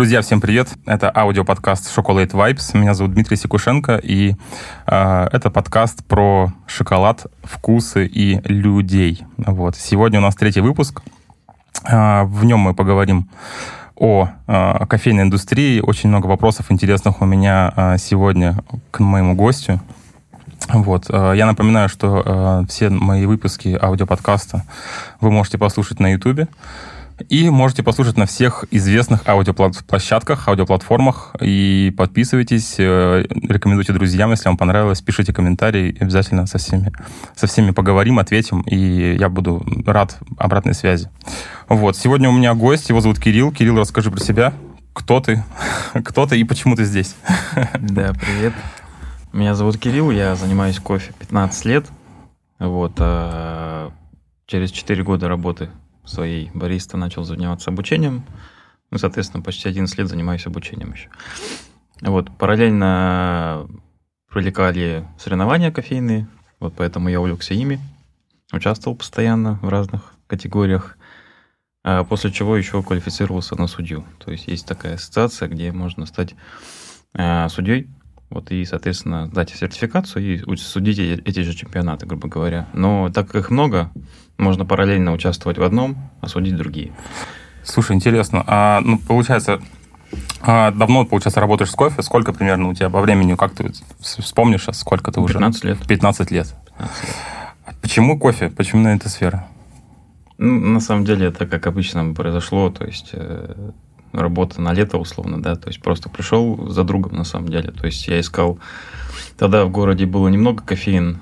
Друзья, всем привет. Это аудиоподкаст Chocolate Vibes. Меня зовут Дмитрий Секушенко, и это подкаст про шоколад, вкусы и людей. Вот. Сегодня у нас 3-й выпуск. В нем мы поговорим о кофейной индустрии. Очень много вопросов интересных у меня сегодня к моему гостю. Вот. Я напоминаю, что все мои выпуски аудиоподкаста вы можете послушать на YouTube. И можете послушать на всех известных аудиоплощадках, аудиоплатформах. И подписывайтесь, рекомендуйте друзьям, если вам понравилось, пишите комментарии, обязательно со всеми поговорим, ответим, и я буду рад обратной связи. Вот, сегодня у меня гость, его зовут Кирилл. Кирилл, расскажи про себя. Кто ты и почему ты здесь? Да, привет. Меня зовут Кирилл, я занимаюсь кофе 15 лет. Вот, через 4 года работы своей бариста начал заниматься обучением. Ну, соответственно, почти 11 лет занимаюсь обучением еще. Вот, параллельно привлекали соревнования кофейные, вот поэтому я увлекся ими, участвовал постоянно в разных категориях, после чего еще квалифицировался на судью. То есть есть такая ассоциация, где можно стать судьей, вот, и, соответственно, сдать сертификацию и судить эти же чемпионаты, грубо говоря. Но так как их много, можно параллельно участвовать в одном, а судить другие. Слушай, интересно. Получается, давно, работаешь с кофе? Сколько примерно у тебя по времени? Как ты вспомнишь, сколько ты уже? 15 лет. 15 лет. Почему кофе? Почему на эта сфера? Ну, на самом деле, это как обычно произошло, то есть работа на лето, условно, да, то есть просто пришел за другом, на самом деле. То есть я искал... Тогда в городе было немного кофеин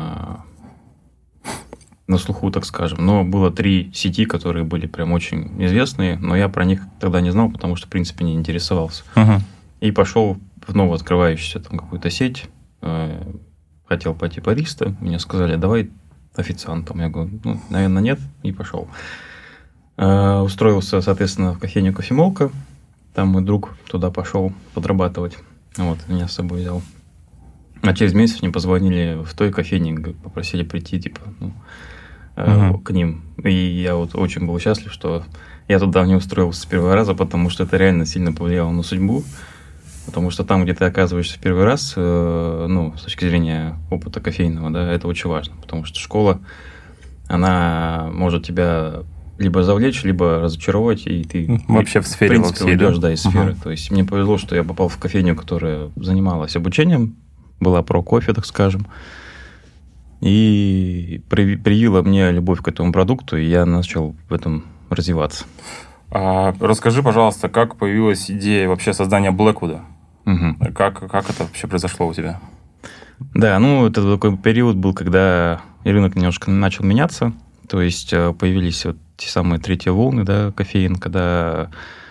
на слуху, так скажем, но было 3 сети, которые были прям очень известные, но я про них тогда не знал, потому что, в принципе, не интересовался. И пошел в новооткрывающуюся там какую-то сеть, хотел пойти бариста, мне сказали, давай официантом. Я говорю, ну, наверное, нет, и пошел. Устроился, соответственно, в кофейню «Кофемолка». Там мой друг туда пошел подрабатывать. Вот, меня с собой взял. А через месяц мне позвонили в той кофейне, попросили прийти, типа, к ним. И я вот очень был счастлив, что я туда не устроился с первого раза, потому что это реально сильно повлияло на судьбу. Потому что там, где ты оказываешься в первый раз, с точки зрения опыта кофейного, да, это очень важно. Потому что школа, она может тебя либо завлечь, либо разочаровать, и ты вообще в сфере, в принципе, уйдешь, да, из сферы. Uh-huh. То есть мне повезло, что я попал в кофейню, которая занималась обучением, была про кофе, так скажем, и привила мне любовь к этому продукту, и я начал в этом развиваться. Расскажи, пожалуйста, как появилась идея вообще создания Blackwood? Угу. Как это вообще произошло у тебя? Да, это такой период был, когда рынок немножко начал меняться, то есть появились вот те самые 3-й волны, да, кофеин, когда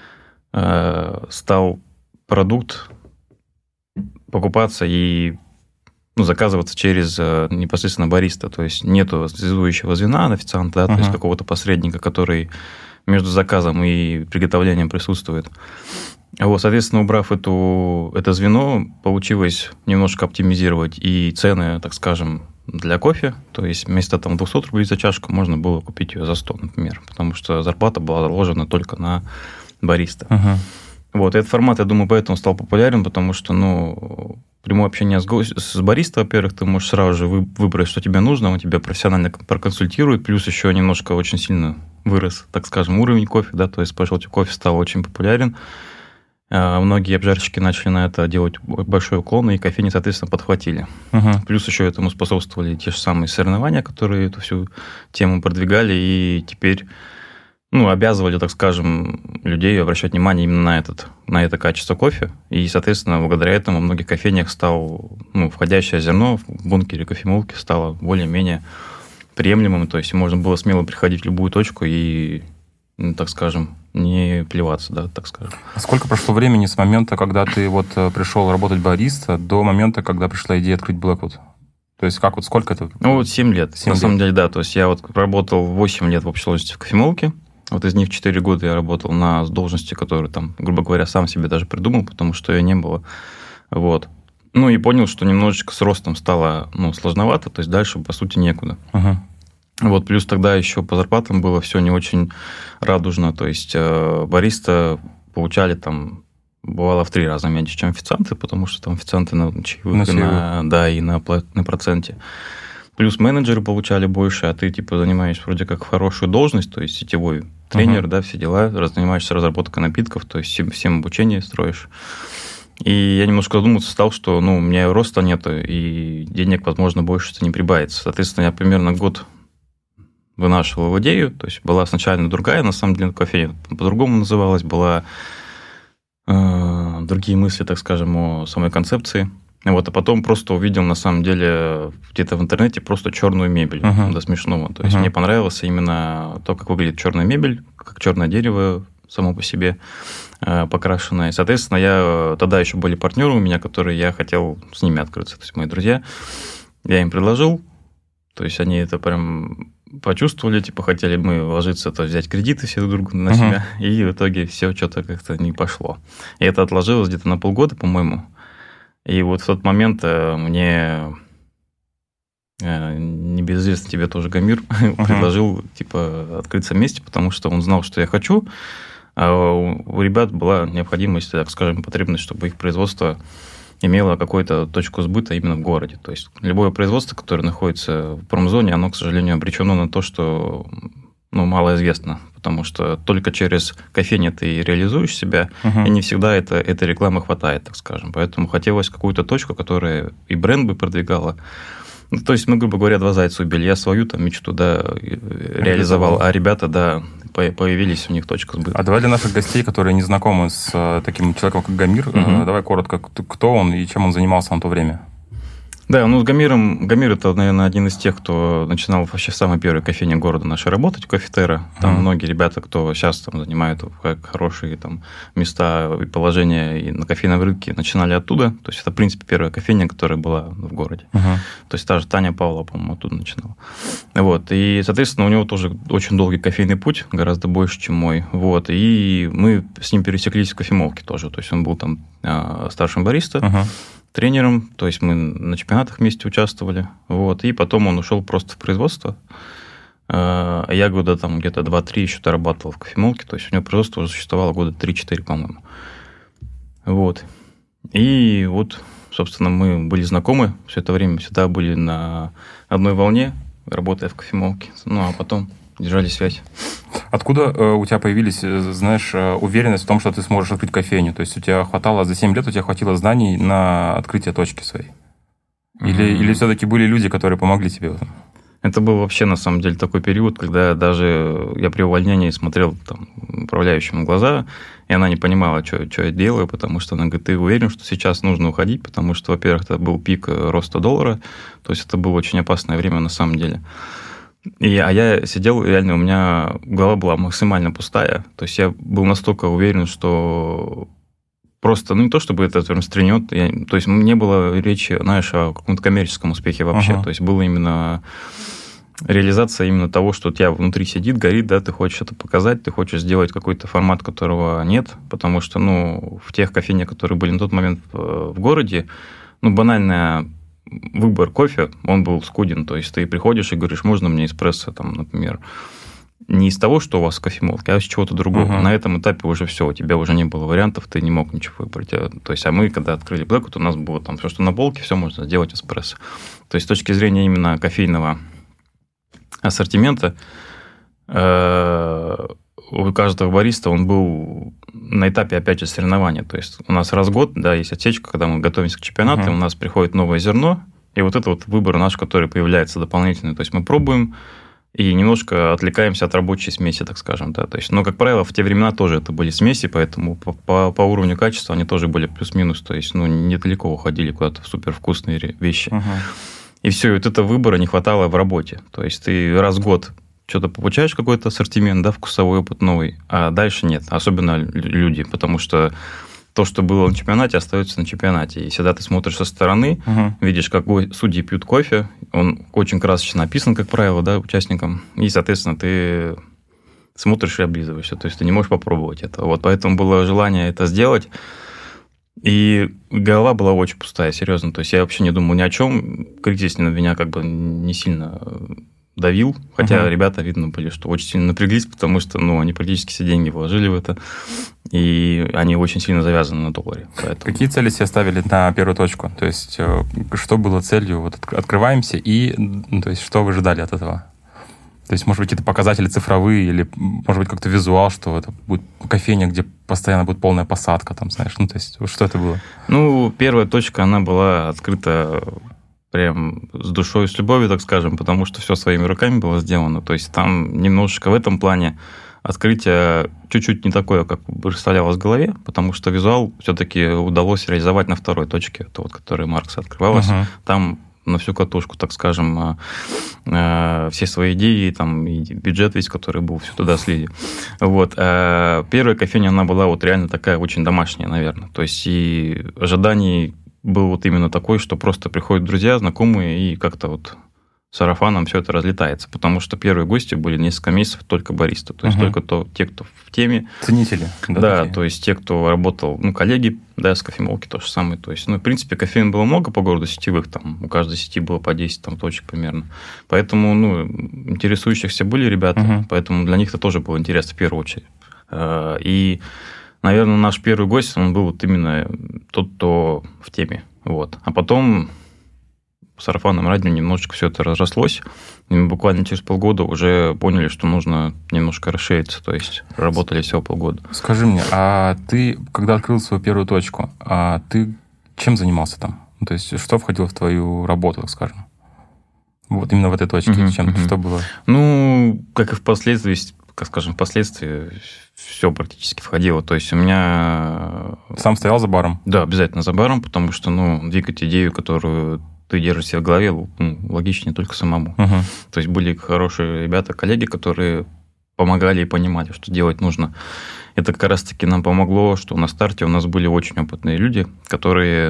стал продукт покупаться и заказываться через непосредственно бариста, то есть нету связующего звена официанта, да, то есть какого-то посредника, который между заказом и приготовлением присутствует. Вот, соответственно, убрав это звено, получилось немножко оптимизировать и цены, так скажем, для кофе. То есть вместо 200 рублей за чашку можно было купить ее за 100, например, потому что зарплата была заложена только на бариста. Вот, этот формат, я думаю, поэтому стал популярен, потому что, прямое общение с бариста, во-первых, ты можешь сразу же выбрать, что тебе нужно, он тебя профессионально проконсультирует, плюс еще немножко очень сильно вырос, так скажем, уровень кофе, да, то есть specialty кофе стал очень популярен. Многие обжарщики начали на это делать большой уклон, и кофейни, соответственно, подхватили. Плюс еще этому способствовали те же самые соревнования, которые эту всю тему продвигали, и теперь обязывали, так скажем, людей обращать внимание именно на это качество кофе. И, соответственно, благодаря этому в многих кофейнях входящее зерно в бункере кофемолки стало более-менее приемлемым. То есть можно было смело приходить в любую точку и, так скажем, не плеваться, да, так скажем. А сколько прошло времени с момента, когда ты пришел работать бариста, до момента, когда пришла идея открыть Blackwood? То есть сколько это? 7 лет. Самом деле, да. То есть я работал 8 лет в общей сложности в кофемолке. Из них 4 года я работал на должности, которые там, грубо говоря, сам себе даже придумал, потому что ее не было. Вот. И понял, что немножечко с ростом стало сложновато, то есть дальше, по сути, некуда. Вот, плюс тогда еще по зарплатам было все не очень радужно, то есть бариста получали там, бывало, в 3 раза меньше, чем официанты, потому что там официанты на чаевых и на проценте. Плюс менеджеры получали больше, а ты, типа, занимаешь вроде как хорошую должность, то есть сетевой тренер, да, все дела, занимаешься разработкой напитков, то есть всем обучение строишь. И я немножко задуматься стал, что, у меня роста нету, и денег, возможно, больше не прибавится. Соответственно, я примерно год вынашивал идею, то есть была сначала другая, на самом деле, кофейня по-другому называлась, была другие мысли, так скажем, о самой концепции. Вот, а потом просто увидел, на самом деле, где-то в интернете просто черную мебель, до смешного. То есть мне понравилось именно то, как выглядит черная мебель, как черное дерево само по себе покрашенное. И, соответственно, тогда еще были партнеры у меня, которые я хотел с ними открыться, то есть мои друзья. Я им предложил, то есть они это прям почувствовали, типа хотели мы вложиться, то взять кредиты все друг на себя, и в итоге все что-то как-то не пошло. И это отложилось где-то на полгода, по-моему. И вот в тот момент мне небезызвестный тебе тоже Гамир предложил, типа, открыться вместе, потому что он знал, что я хочу, а у ребят была необходимость, так скажем, потребность, чтобы их производство имело какую-то точку сбыта именно в городе. То есть любое производство, которое находится в промзоне, оно, к сожалению, обречено на то, что малоизвестно, потому что только через кофейни ты реализуешь себя, и не всегда этой рекламы хватает, так скажем. Поэтому хотелось какую-то точку, которая и бренд бы продвигала. То есть мы, грубо говоря, 2 зайца убили. Я свою там мечту, реализовал, а ребята, появились у них точка сбыта. А давай для наших гостей, которые не знакомы с таким человеком, как Гамир, давай коротко, кто он и чем он занимался на то время. Да, Гамир это, наверное, один из тех, кто начинал вообще в самой первой кофейне города нашей работать, Кофетера. Там многие ребята, кто сейчас там занимают хорошие там места и положения и на кофейном рынке, начинали оттуда. То есть это, в принципе, первая кофейня, которая была в городе. То есть та же Таня Павлова, по-моему, оттуда начинала. Вот. И, соответственно, у него тоже очень долгий кофейный путь, гораздо больше, чем мой. Вот. И мы с ним пересеклись в кофемолке тоже. То есть он был там старшим бариста, тренером, то есть мы на чемпионатах вместе участвовали, вот, и потом он ушел просто в производство, а я года там где-то 2-3 еще дорабатывал в кофемолке, то есть у него производство уже существовало года 3-4, по-моему. Вот. И вот, собственно, мы были знакомы все это время, всегда были на одной волне, работая в кофемолке, а потом держали связь. Откуда у тебя появились, знаешь, уверенность в том, что ты сможешь открыть кофейню? То есть у тебя хватило, за 7 лет у тебя хватило знаний на открытие точки своей? Или все-таки были люди, которые помогли тебе в этом? Это был вообще, на самом деле, такой период, когда даже я при увольнении смотрел там, управляющему в глаза, и она не понимала, что я делаю, потому что она говорит, ты уверен, что сейчас нужно уходить, потому что, во-первых, это был пик роста доллара, то есть это было очень опасное время на самом деле. А я сидел, реально, у меня голова была максимально пустая. То есть я был настолько уверен, что просто, не то чтобы это прям стрянет, то есть не было речи, знаешь, о каком-то коммерческом успехе вообще. То есть была именно реализация именно того, что у тебя внутри сидит, горит, да, ты хочешь это показать, ты хочешь сделать какой-то формат, которого нет, потому что, в тех кофейнях, которые были на тот момент в городе, банально выбор кофе, он был скуден. То есть ты приходишь и говоришь, можно мне эспрессо, там, например, не из того, что у вас в кофемолке, а из чего-то другого. На этом этапе уже все, у тебя уже не было вариантов, ты не мог ничего выбрать. То есть, а мы, когда открыли Blackwood, у нас было там все, что на полке, все можно сделать эспрессо. То есть, с точки зрения именно кофейного ассортимента, у каждого бариста он был на этапе, опять же, соревнования. То есть у нас раз в год, есть отсечка, когда мы готовимся к чемпионату, у нас приходит новое зерно, и вот это вот выбор наш, который появляется дополнительный. То есть мы пробуем и немножко отвлекаемся от рабочей смеси, так скажем. Да? То есть, как правило, в те времена тоже это были смеси, поэтому по уровню качества они тоже были плюс-минус. То есть недалеко уходили куда-то в супервкусные вещи. И все, и вот этого выбора не хватало в работе. То есть ты раз в год что-то получаешь, какой-то ассортимент, вкусовой опыт новый, а дальше нет, особенно люди, потому что то, что было на чемпионате, остается на чемпионате. И всегда ты смотришь со стороны, видишь, как судьи пьют кофе, он очень красочно написан, как правило, участникам, и, соответственно, ты смотришь и облизываешься, то есть ты не можешь попробовать это. Вот поэтому было желание это сделать, и голова была очень пустая, серьезно, то есть я вообще не думал ни о чем, кризис на меня не сильно давил, хотя ребята, видно, были, что очень сильно напряглись, потому что, они практически все деньги вложили в это, и они очень сильно завязаны на долларе. Поэтому... Какие цели себе ставили на первую точку? То есть, что было целью? Вот открываемся, и то есть, что вы ожидали от этого? То есть, может быть, какие-то показатели цифровые, или, может быть, как-то визуал, что это будет кофейня, где постоянно будет полная посадка, там, знаешь, то есть, что это было? Первая точка, она была открыта прям с душой, с любовью, так скажем, потому что все своими руками было сделано. То есть там немножечко в этом плане открытие чуть-чуть не такое, как представлялось в голове, потому что визуал все-таки удалось реализовать на второй точке, это вот, которая Маркса открывалась. Там на всю катушку, так скажем, все свои идеи, там, и бюджет весь, который был, все туда слили. Вот. Первая кофейня, она была вот реально такая очень домашняя, наверное. То есть и ожиданий был вот именно такой, что просто приходят друзья, знакомые, и как-то вот сарафаном все это разлетается. Потому что первые гости были несколько месяцев только баристы. То есть только те, кто в теме. Ценители. Да, то есть те, кто работал, коллеги, да, с кофемолки то же самое. То есть, в принципе, кофеин было много по городу сетевых, там у каждой сети было по 10 точек примерно. Поэтому, интересующихся были ребята, поэтому для них это тоже было интересно в первую очередь. И, наверное, наш первый гость, он был вот именно тот, кто в теме. Вот. А потом по сарафанному радио немножечко все это разрослось. И мы буквально через полгода уже поняли, что нужно немножко расшириться. То есть работали всего полгода. Скажи мне, а ты, когда открыл свою первую точку, ты чем занимался там? То есть что входило в твою работу, так скажем? Вот именно в этой точке. Что было? Как и впоследствии, впоследствии все практически входило. То есть у меня... Сам стоял за баром? Да, обязательно за баром, потому что, двигать идею, которую ты держишь себе в голове, логичнее только самому. То есть были хорошие ребята, коллеги, которые помогали и понимали, что делать нужно. Это как раз-таки нам помогло, что на старте у нас были очень опытные люди, которые,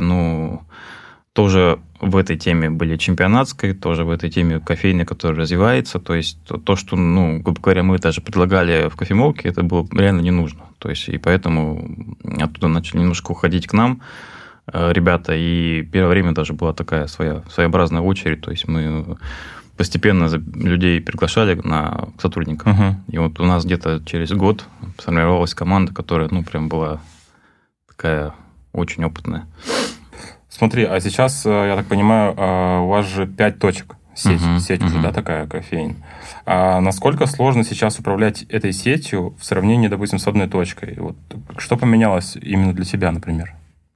тоже в этой теме были чемпионатской, тоже в этой теме кофейной, которая развивается. То есть то, что, грубо говоря, мы даже предлагали в кофемолке, это было реально не нужно. То есть и поэтому оттуда начали немножко уходить к нам ребята, и первое время даже была такая своеобразная очередь. То есть мы постепенно людей приглашали к сотрудникам. И вот у нас где-то через год сформировалась команда, которая, прям была такая очень опытная. Смотри, а сейчас, я так понимаю, у вас же 5 точек. Сеть уже, да, такая кофейня. А насколько сложно сейчас управлять этой сетью в сравнении, допустим, с одной точкой? Вот что поменялось именно для тебя, например?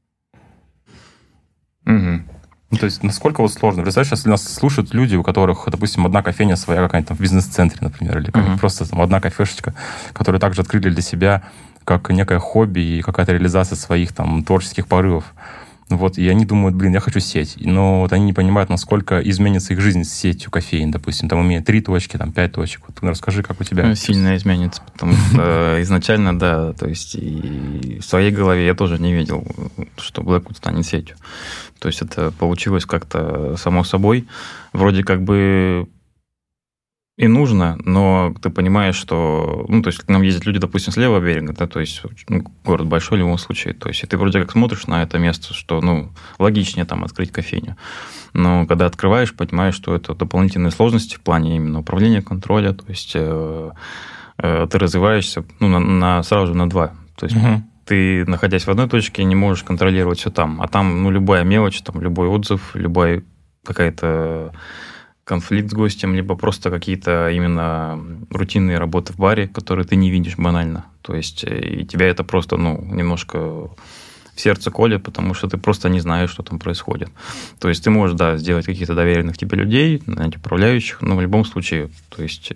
То есть, насколько вот сложно? Представляешь, если нас слушают люди, у которых, допустим, одна кофейня своя какая-нибудь там в бизнес-центре, например, или просто там одна кафешечка, которую также открыли для себя как некое хобби и какая-то реализация своих там творческих порывов. Вот, и они думают, я хочу сеть. Но вот они не понимают, насколько изменится их жизнь с сетью кофеин, допустим. Там имеет 3 точки, там 5 точек. Вот расскажи, как у тебя. Сильно изменится, потому что изначально, да, то есть и в своей голове я тоже не видел, что Blackwood станет сетью. То есть это получилось как-то само собой. Вроде как бы и нужно, но ты понимаешь, что... то есть к нам ездят люди, допустим, с левого берега, да, то есть город большой в любом случае. То есть и ты вроде как смотришь на это место, что, логичнее там открыть кофейню. Но когда открываешь, понимаешь, что это дополнительные сложности в плане именно управления, контроля. То есть ты развиваешься сразу же на 2. То есть ты, находясь в одной точке, не можешь контролировать все там. А там, любая мелочь, там, любой отзыв, любая какая-то... конфликт с гостем, либо просто какие-то именно рутинные работы в баре, которые ты не видишь банально. То есть и тебя это просто, немножко в сердце колет, потому что ты просто не знаешь, что там происходит. То есть ты можешь, да, сделать каких-то доверенных тебе людей, нанять управляющих, но в любом случае, то есть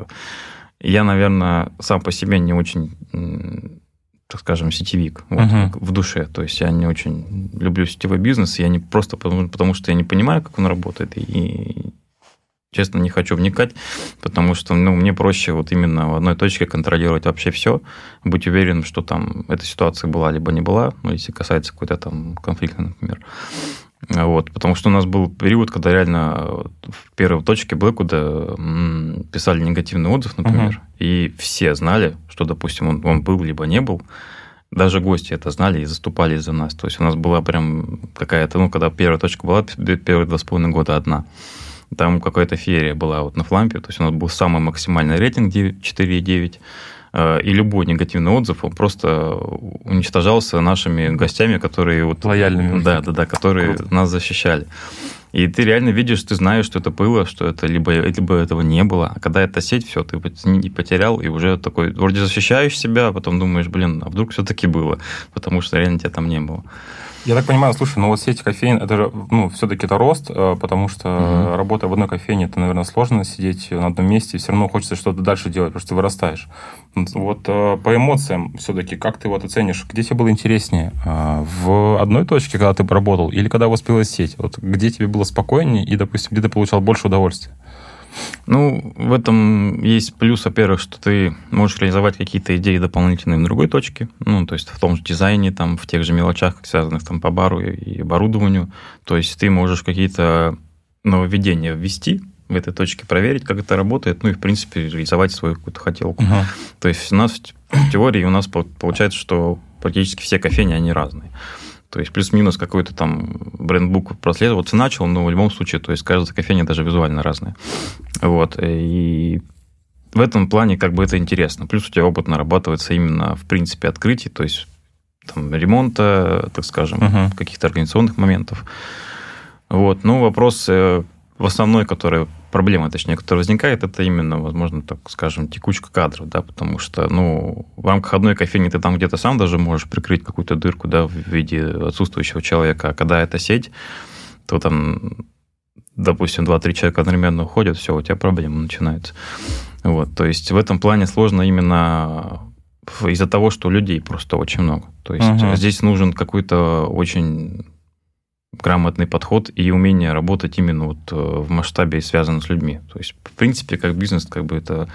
я, наверное, сам по себе не очень, так скажем, сетевик в душе. То есть я не очень люблю сетевой бизнес, я не просто потому что я не понимаю, как он работает, и честно, не хочу вникать, потому что мне проще вот именно в одной точке контролировать вообще все, быть уверенным, что там эта ситуация была либо не была, если касается какой-то там конфликта, например. Вот, потому что у нас был период, когда реально в первой точке Blackwood писали негативный отзыв, например, и все знали, что, допустим, он был либо не был. Даже гости это знали и заступались за нас. То есть у нас была прям какая-то, когда первая точка была, первые 2,5 года одна. там какая-то феерия была вот на Флампе, то есть у нас был самый максимальный рейтинг 4,9, и любой негативный отзыв, он просто уничтожался нашими гостями, которые... Вот, лояльными. Да, которые Круто. Нас защищали. И ты реально видишь, ты знаешь, что это было, что это либо этого не было. А когда это сеть, все, ты потерял, и уже такой, вроде защищаешь себя, а потом думаешь, а вдруг все-таки было, потому что реально тебя там не было. Я так понимаю, слушай, вот сеть кофеин, это же, все-таки это рост, потому что работая в одной кофейне, это, наверное, сложно сидеть на одном месте, все равно хочется что-то дальше делать, потому что ты вырастаешь. Вот по эмоциям все-таки, как ты вот оценишь, где тебе было интереснее? В одной точке, когда ты работал, или когда воспилась сеть? Вот где тебе было спокойнее и, допустим, где ты получал больше удовольствия? В этом есть плюс, во-первых, что ты можешь реализовать какие-то идеи дополнительные в другой точке, то есть в том же дизайне, там, в тех же мелочах, связанных там по бару и оборудованию. То есть ты можешь какие-то нововведения ввести в этой точке, проверить, как это работает, и, в принципе, реализовать свою какую-то хотелку. То есть у нас в теории получается, что практически все кофейни, они разные. То есть плюс-минус какой-то там брендбук прослеживаться начал, но в любом случае, то есть каждая кофейня даже визуально разная. Вот. И в этом плане как бы это интересно. Плюс у тебя опыт нарабатывается именно в принципе открытий, то есть там ремонта, так скажем, каких-то организационных моментов. Вот. Вопрос в основной, проблема, точнее, которая возникает, это именно, возможно, так скажем, текучка кадров, да, потому что, в рамках одной кофейни ты там где-то сам даже можешь прикрыть какую-то дырку, да, в виде отсутствующего человека, а когда это сеть, то там, допустим, 2-3 человека одновременно уходят, все, у тебя проблема начинается. Вот, то есть в этом плане сложно именно из-за того, что людей просто очень много. То есть здесь нужен какой-то очень грамотный подход и умение работать именно вот в масштабе, связанном с людьми. То есть, в принципе, как бизнес, как бы это,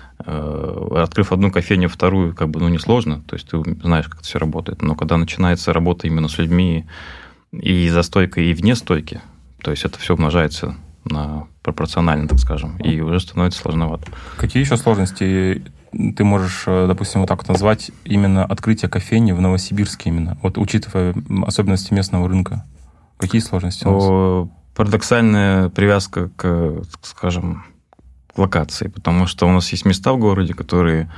открыв одну кофейню, вторую, как бы, несложно, то есть ты знаешь, как это все работает. Но когда начинается работа именно с людьми и за стойкой, и вне стойки, то есть это все умножается пропорционально, так скажем, и уже становится сложновато. Какие еще сложности ты можешь, допустим, вот так вот назвать именно открытие кофейни в Новосибирске именно, вот учитывая особенности местного рынка? Какие сложности у нас? Парадоксальная привязка к, скажем, локации, потому что у нас есть места в городе, которые,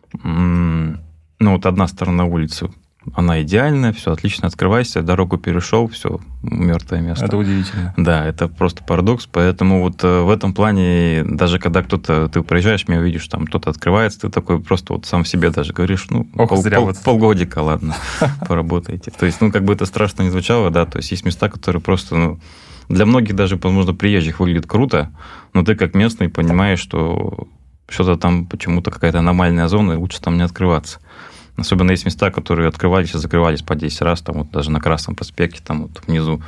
вот одна сторона улицы, она идеальная, все отлично, открывайся, дорогу перешел, все, мертвое место. Это удивительно. Да, это просто парадокс, поэтому вот в этом плане, даже когда ты проезжаешь, меня видишь, там кто-то открывается, ты такой просто вот сам себе даже говоришь, полгодика, ладно, поработайте. То есть, как бы это страшно не звучало, да, то есть есть места, которые просто, для многих даже, возможно, приезжих выглядит круто, но ты как местный понимаешь, что что-то там почему-то какая-то аномальная зона, и лучше там не открываться. Особенно есть места, которые открывались и закрывались по 10 раз, там вот даже на Красном проспекте, там вот внизу.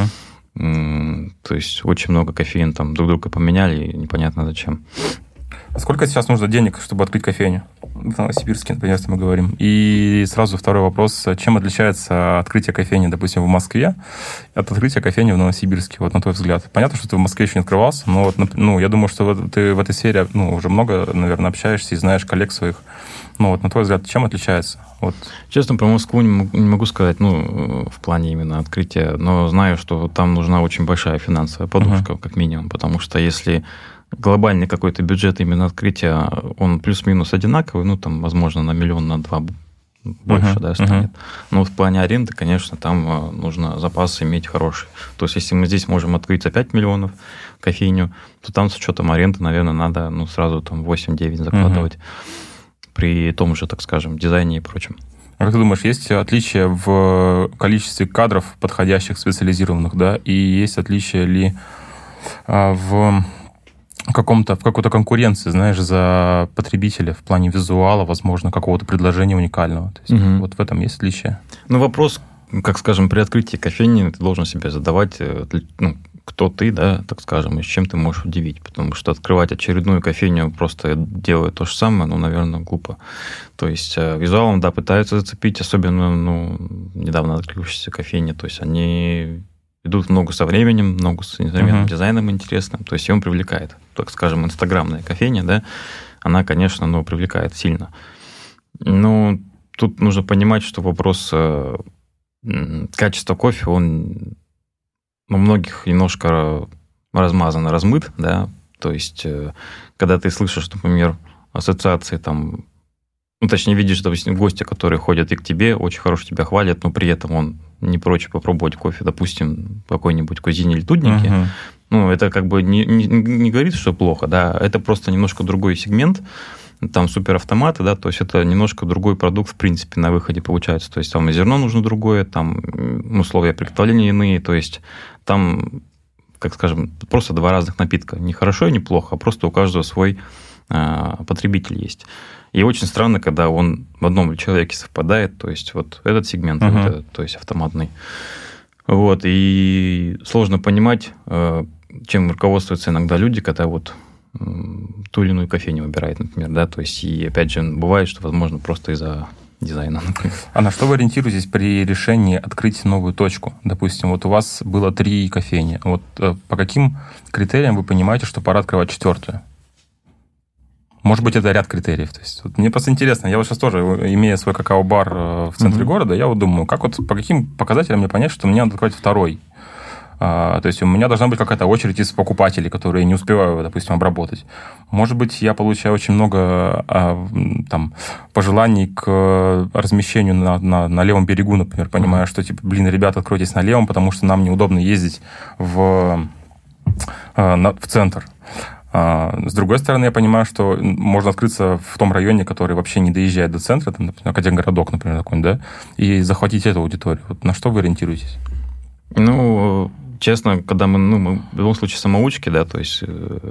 То есть очень много кофеин там друг друга поменяли, и непонятно зачем. А сколько сейчас нужно денег, чтобы открыть кофейню в Новосибирске, например, если мы говорим? И сразу второй вопрос. Чем отличается открытие кофейни, допустим, в Москве от открытия кофейни в Новосибирске, вот на твой взгляд? Понятно, что ты в Москве еще не открывался, но вот, я думаю, что ты в этой сфере уже много, наверное, общаешься и знаешь коллег своих. Вот на твой взгляд, чем отличается? Вот. Честно, про Москву не могу сказать, в плане именно открытия, но знаю, что там нужна очень большая финансовая подушка, как минимум, потому что если глобальный какой-то бюджет именно открытия, он плюс-минус одинаковый, там, возможно, на 1-2 миллиона больше, да, станет. Но в плане аренды, конечно, там нужно запасы иметь хорошие. То есть, если мы здесь можем открыть за 5 миллионов кофейню, то там с учетом аренды, наверное, надо сразу там 8-9 закладывать. При том же, так скажем, дизайне и прочем. А как ты думаешь, есть отличия в количестве кадров, подходящих, специализированных, да, и есть отличия ли в какой-то конкуренции, знаешь, за потребителя в плане визуала, возможно, какого-то предложения уникального? То есть вот в этом есть отличие? Вопрос, как скажем, при открытии кофейни ты должен себе задавать, кто ты, да, так скажем, и с чем ты можешь удивить. Потому что открывать очередную кофейню, просто делая то же самое, наверное, глупо. То есть визуалом, да, пытаются зацепить, особенно, недавно открывшиеся кофейни. То есть они идут много со временем, много с современным дизайном интересным. То есть он привлекает. Так скажем, инстаграмная кофейня, да, она, конечно, привлекает сильно. Но тут нужно понимать, что вопрос качества кофе, он у многих немножко размазан, размыт, да, то есть, когда ты слышишь, например, ассоциации там, ну, точнее, видишь, допустим, гости, которые ходят и к тебе, очень хорошо тебя хвалят, но при этом он не прочь попробовать кофе, допустим, в какой-нибудь кузине или Туднике, ну, это как бы не говорит, что плохо, да, это просто немножко другой сегмент, там суперавтоматы, да, то есть это немножко другой продукт, в принципе, на выходе получается. То есть там и зерно нужно другое, там условия приготовления иные, то есть там, как скажем, просто два разных напитка. Не хорошо и не плохо, а просто у каждого свой потребитель есть. И очень странно, когда он в одном человеке совпадает, то есть вот этот сегмент, вот этот, то есть автоматный. Вот, и сложно понимать, чем руководствуются иногда люди, когда вот ту или иную кофейню выбирает, например, да, то есть, и опять же, бывает, что, возможно, просто из-за дизайна, например. А на что вы ориентируетесь при решении открыть новую точку? Допустим, вот у вас было 3 кофейни. Вот по каким критериям вы понимаете, что пора открывать 4-ю? Может быть, это ряд критериев. То есть, вот мне просто интересно, я вот сейчас тоже, имея свой какао-бар в центре города, я вот думаю, как вот по каким показателям мне понять, что мне надо открывать 2-й? То есть у меня должна быть какая-то очередь из покупателей, которые я не успеваю, допустим, обработать. Может быть, я получаю очень много там, пожеланий к размещению на левом берегу, например, понимая, что, типа, блин, ребята, откройтесь на левом, потому что нам неудобно ездить в центр. С другой стороны, я понимаю, что можно открыться в том районе, который вообще не доезжает до центра, там, например, Академгородок, например, такой, да, и захватить эту аудиторию. Вот на что вы ориентируетесь? Ну, честно, когда мы в любом случае самоучки, да, то есть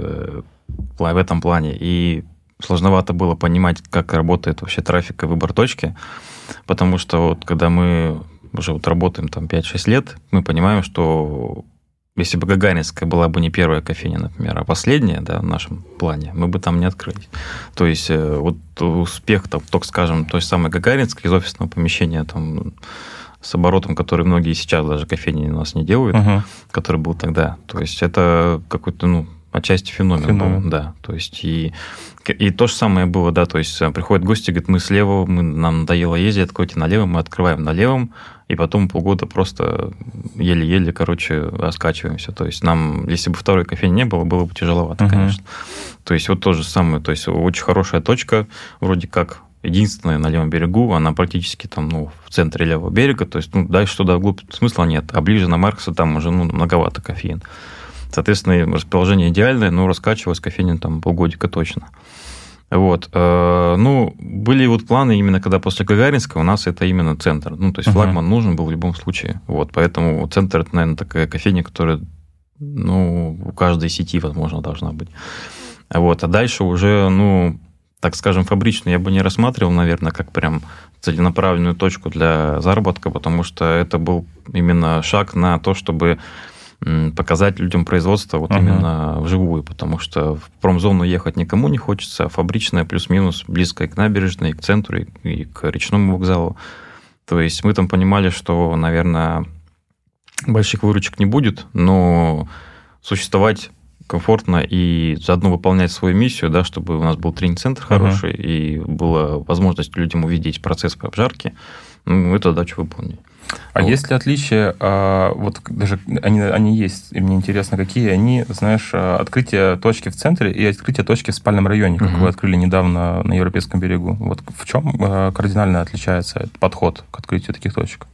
в этом плане, и сложновато было понимать, как работает вообще трафик и выбор точки, потому что вот когда мы уже вот работаем там 5-6 лет, мы понимаем, что если бы Гагаринская была бы не первая кофейня, например, а последняя, да, в нашем плане, мы бы там не открылись. То есть вот успех, там, только, скажем, той самой Гагаринской из офисного помещения там, с оборотом, который многие сейчас даже кофейни у нас не делают, который был тогда. То есть это какой-то, ну, отчасти феномен был, да. То есть и то же самое было, да, то есть приходят гости, говорят, мы слева, нам надоело ездить, откройте налево, мы открываем на левом, и потом полгода просто еле-еле, короче, раскачиваемся. То есть нам, если бы 2-й кофейни не было, было бы тяжеловато, конечно. То есть вот то же самое, то есть очень хорошая точка, вроде как единственная на левом берегу, она практически там, ну, в центре левого берега, то есть, ну, дальше туда вглубь смысла нет, а ближе на Маркса там уже, ну, многовато кофеин. Соответственно, расположение идеальное, но раскачивалось кофейня там полгодика точно. Вот. Ну, были вот планы именно, когда после Гагаринской у нас это именно центр. Ну, то есть флагман нужен был в любом случае. Вот. Поэтому центр – это, наверное, такая кофейня, которая, ну, у каждой сети, возможно, должна быть. Вот. А дальше уже, ну, так скажем, фабричную я бы не рассматривал, наверное, как прям целенаправленную точку для заработка, потому что это был именно шаг на то, чтобы показать людям производство вот именно вживую, потому что в промзону ехать никому не хочется, а фабричная плюс-минус близко и к набережной, и к центру, и к речному вокзалу. То есть мы там понимали, что, наверное, больших выручек не будет, но существовать комфортно и заодно выполнять свою миссию, да, чтобы у нас был тренинг-центр хороший и была возможность людям увидеть процесс по обжарке, ну, эту задачу выполнили. А вот. Есть ли отличия, вот даже они есть, и мне интересно, какие они, знаешь, открытие точки в центре и открытие точки в спальном районе, как вы открыли недавно на Европейском берегу. Вот в чем кардинально отличается этот подход к открытию таких точек?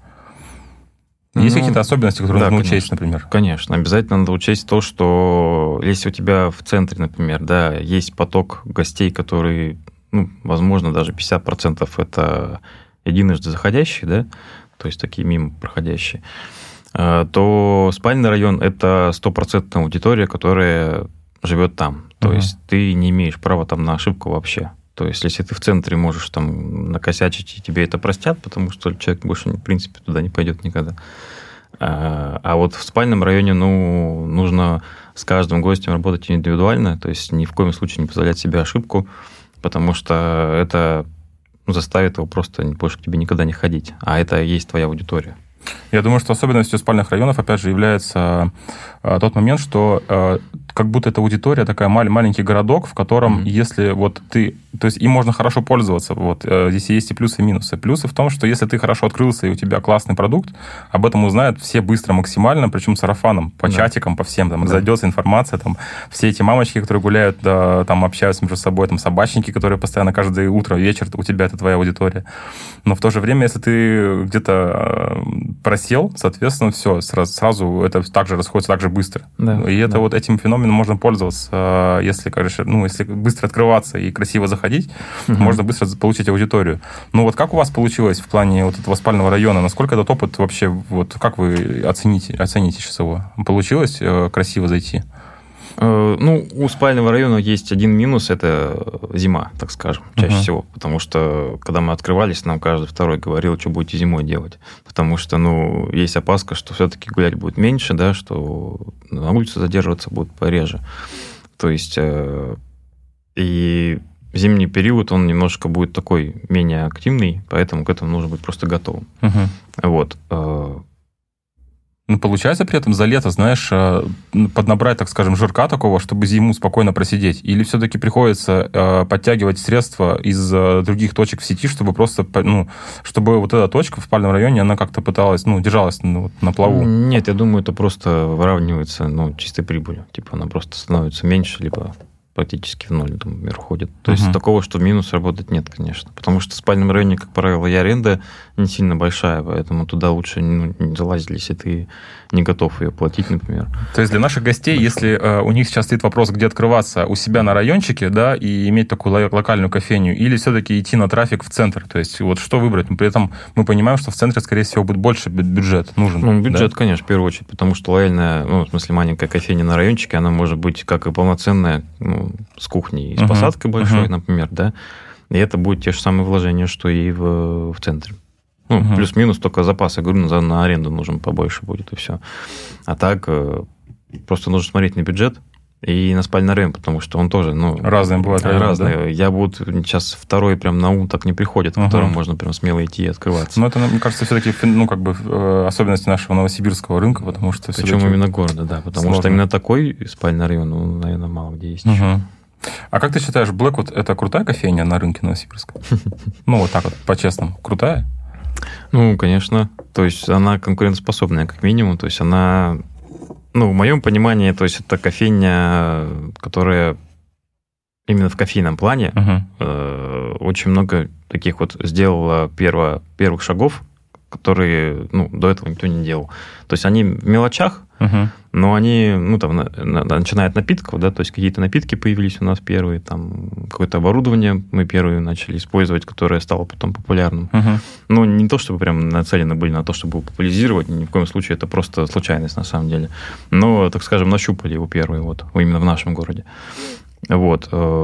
Есть какие-то особенности, которые нужно учесть, например? Конечно, обязательно надо учесть то, что если у тебя в центре, например, да, есть поток гостей, которые, ну, возможно, даже 50% это единожды заходящие, да, то есть такие мимо проходящие, то спальный район – это 100% аудитория, которая живет там. То есть ты не имеешь права там на ошибку вообще. То есть если ты в центре можешь там накосячить, и тебе это простят, потому что человек больше, в принципе, туда не пойдет никогда. А вот в спальном районе, ну, нужно с каждым гостем работать индивидуально, то есть ни в коем случае не позволять себе ошибку, потому что это заставит его просто больше к тебе никогда не ходить. А это и есть твоя аудитория. Я думаю, что особенностью спальных районов, опять же, является тот момент, что как будто это аудитория такая маленький городок, в котором, если вот ты То есть им можно хорошо пользоваться. Вот. Здесь есть и плюсы, и минусы. Плюсы в том, что если ты хорошо открылся, и у тебя классный продукт, об этом узнают все быстро, максимально, причем сарафаном, по чатикам, по всем. Там разойдется информация, там все эти мамочки, которые гуляют, да, там общаются между собой, там собачники, которые постоянно каждое утро, вечер, у тебя это твоя аудитория. Но в то же время, если ты где-то просел, соответственно, все, сразу это также расходится так же быстро. Да, и это вот этим феноменом можно пользоваться, если, конечно, если быстро открываться и красиво заходить, можно быстро получить аудиторию. Ну вот как у вас получилось в плане вот этого спального района? Насколько этот опыт вообще, вот как вы оцените сейчас его? Получилось красиво зайти? Ну, у спального района есть один минус, это зима, так скажем, чаще всего. Потому что, когда мы открывались, нам каждый второй говорил, что будете зимой делать. Потому что, есть опаска, что все-таки гулять будет меньше, да, что на улице задерживаться будет пореже. То есть, и зимний период, он немножко будет такой менее активный, поэтому к этому нужно быть просто готовым. Вот. Ну, получается при этом за лето, знаешь, поднабрать, так скажем, жирка такого, чтобы зиму спокойно просидеть? Или все-таки приходится подтягивать средства из других точек в сети, чтобы просто, чтобы вот эта точка в спальном районе, она как-то пыталась, держалась на плаву? Нет, я думаю, это просто выравнивается, чистой прибылью. Типа она просто становится меньше, либо практически в ноль, например, уходит. То есть такого, что минус работать, нет, конечно. Потому что в спальном районе, как правило, и аренда не сильно большая, поэтому туда лучше не залазить, если ты не готов ее платить, например. То есть для наших гостей, если у них сейчас стоит вопрос, где открываться, у себя на райончике, да, и иметь такую локальную кофейню, или все-таки идти на трафик в центр, то есть вот что выбрать? При этом мы понимаем, что в центре, скорее всего, будет больше бюджет нужен. Бюджет, да? Конечно, в первую очередь, потому что лояльная, в смысле маленькая кофейня на райончике, она может быть как и полноценная, с кухней, с посадкой большой, например, да, и это будет те же самые вложения, что и в центре. Плюс-минус только запас, я говорю, на аренду нужен побольше будет, и все. А так, просто нужно смотреть на бюджет и на спальный район, потому что он тоже, разные бывают районы, разные. Да? Я сейчас второй прям на ум так не приходит, в котором можно прям смело идти и открываться. Но это, мне кажется, все-таки, особенность нашего новосибирского рынка, потому что... Причем именно города, да, потому что именно такой спальный район, наверное, мало где есть еще. А как ты считаешь, Blackwood – это крутая кофейня на рынке Новосибирска? Вот так вот, по-честному. Крутая? Конечно. То есть, она конкурентоспособная, как минимум. То есть, она, в моем понимании, то есть, это кофейня, которая именно в кофейном плане очень много таких вот сделала первых шагов, которые, до этого никто не делал. То есть, они в мелочах, но они, начиная от напитков, да, то есть какие-то напитки появились у нас первые, там какое-то оборудование мы первые начали использовать, которое стало потом популярным. Не то, чтобы прям нацелены были на то, чтобы его популяризировать, ни в коем случае это просто случайность на самом деле. Но, так скажем, нащупали его первые, именно в нашем городе. Вот.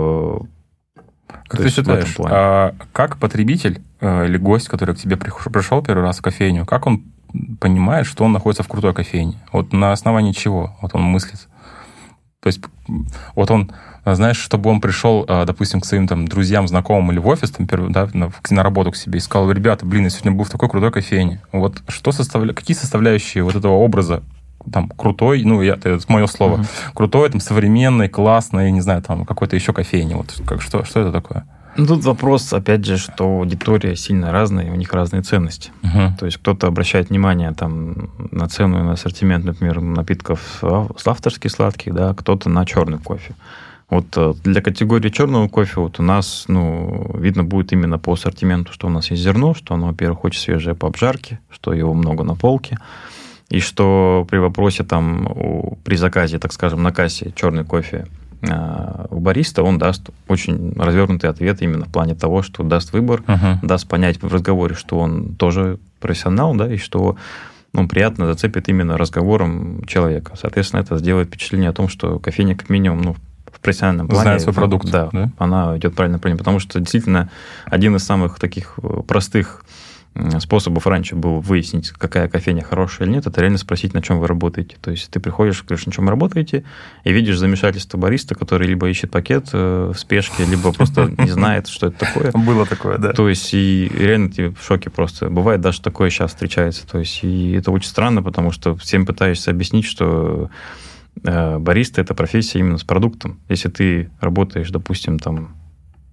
Как ты считаешь, как потребитель или гость, который к тебе пришел первый раз в кофейню, как он понимает, что он находится в крутой кофейне? Вот на основании чего он мыслит? То есть вот он, знаешь, чтобы он пришел, допустим, к своим там друзьям, знакомым или в офис, на работу к себе и сказал: ребята, я сегодня был в такой крутой кофейне. Вот какие составляющие вот этого образа там крутой, это мое слово, крутой, там современный, классный, не знаю, там какой-то еще кофейни. Вот что это такое? Тут вопрос, опять же, что аудитория сильно разная, у них разные ценности. То есть кто-то обращает внимание там на цену и на ассортимент, например, напитков авторских сладких, да, кто-то на черный кофе. Вот для категории черного кофе у нас, видно будет именно по ассортименту, что у нас есть зерно, что оно, во-первых, очень свежее по обжарке, что его много на полке, и что при вопросе при заказе, так скажем, на кассе черный кофе у бариста, он даст очень развернутый ответ именно в плане того, что даст выбор, даст понять в разговоре, что он тоже профессионал, да, и что он приятно зацепит именно разговором человека. Соответственно, это сделает впечатление о том, что кофейня, как минимум, в профессиональном плане... Знает свой продукт. Да, она идет правильно, потому что действительно один из самых таких простых способов раньше был выяснить, какая кофейня хорошая или нет, это реально спросить, на чем вы работаете. То есть ты приходишь, говоришь, на чем вы работаете, и видишь замешательство бариста, который либо ищет пакет в спешке, либо просто не знает, что это такое. Было такое, да. То есть и реально ты в шоке просто. Бывает даже такое сейчас встречается. То есть и это очень странно, потому что всем пытаешься объяснить, что бариста – это профессия именно с продуктом. Если ты работаешь, допустим,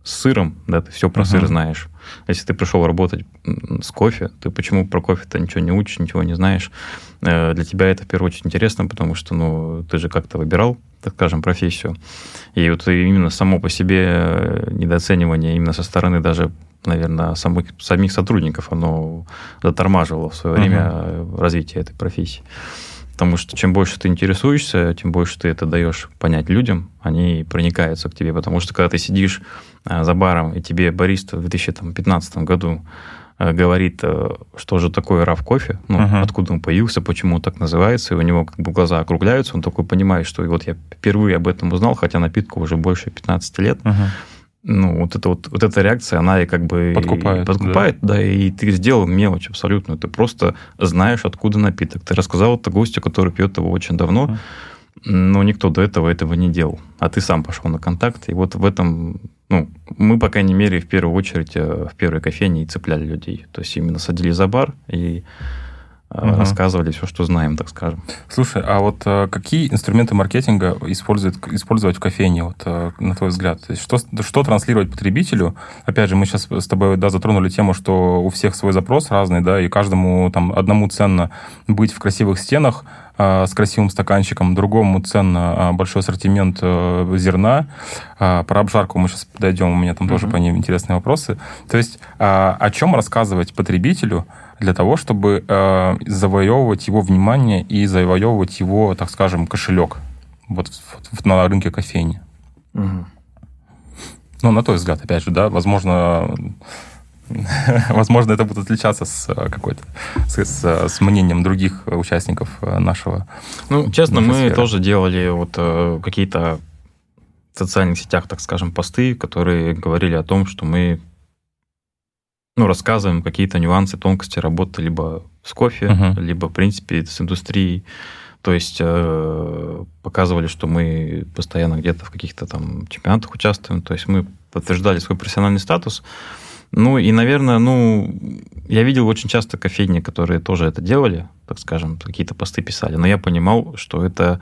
с сыром, да, ты все про сыр знаешь. Если ты пришел работать с кофе, ты почему про кофе-то ничего не учишь, ничего не знаешь? Для тебя это в первую очередь интересно, потому что, ну, ты же как-то выбирал, так скажем, профессию. И вот именно само по себе недооценивание именно со стороны даже, наверное, самих сотрудников, оно затормаживало в свое время развитие этой профессии. Потому что чем больше ты интересуешься, тем больше ты это даешь понять людям, они проникаются к тебе. Потому что когда ты сидишь за баром, и тебе бариста в 2015 году говорит, что же такое RAV кофе, откуда он появился, почему он так называется, и у него как бы глаза округляются, он такой понимает, что вот я впервые об этом узнал, хотя напитку уже больше 15 лет. Ну, вот эта реакция, она и как бы подкупает, да, и ты сделал мелочь абсолютно. Ты просто знаешь, откуда напиток. Ты рассказал это гостю, который пьет его очень давно, но никто до этого не делал. А ты сам пошел на контакт, и вот в этом, ну, мы, по крайней мере, в первую очередь в первой кофейне и цепляли людей. То есть именно садились за бар и рассказывали все, что знаем, так скажем. Слушай, а вот какие инструменты маркетинга использовать в кофейне, вот, на твой взгляд? То есть что транслировать потребителю? Опять же, мы сейчас с тобой затронули тему, что у всех свой запрос разный, да, и каждому там одному ценно быть в красивых стенах с красивым стаканчиком, другому ценно большой ассортимент зерна. Про обжарку мы сейчас подойдем, у меня там тоже по ней интересные вопросы. То есть о чем рассказывать потребителю для того, чтобы завоевывать его внимание и завоевывать его, так скажем, кошелек вот на рынке кофейни? Ну, на твой взгляд, опять же, да, возможно, это будет отличаться с мнением других участников нашего. Ну, честно, мы тоже делали вот какие-то в социальных сетях, так скажем, посты, которые говорили о том, что мы рассказываем какие-то нюансы, тонкости работы либо с кофе, либо, в принципе, с индустрией. То есть показывали, что мы постоянно где-то в каких-то там чемпионатах участвуем. То есть мы подтверждали свой профессиональный статус. Ну, и, наверное, я видел очень часто кофейни, которые тоже это делали, так скажем, какие-то посты писали. Но я понимал, что это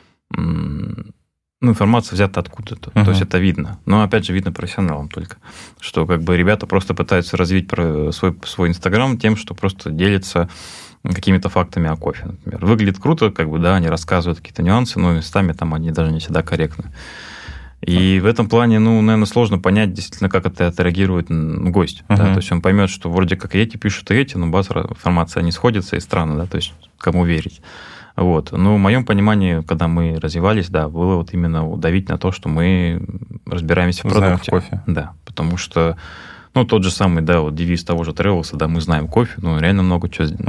информация взята откуда-то. То есть это видно. Но, опять же, видно профессионалам только. Что как бы ребята просто пытаются развить свой Инстаграм тем, что просто делятся какими-то фактами о кофе, например. Выглядит круто, как бы, да, они рассказывают какие-то нюансы, но местами там они даже не всегда корректны. И в этом плане, наверное, сложно понять действительно, как это отреагирует гость. Да? То есть он поймет, что вроде как и эти пишут, и эти, но базовая информация не сходится, и странно, да, то есть кому верить. Вот. Но в моем понимании, когда мы развивались, да, было вот именно давить на то, что мы разбираемся в продукте. Знаем кофе. Да, потому что, тот же самый, да, вот девиз того же Тревелса, да, мы знаем кофе, реально много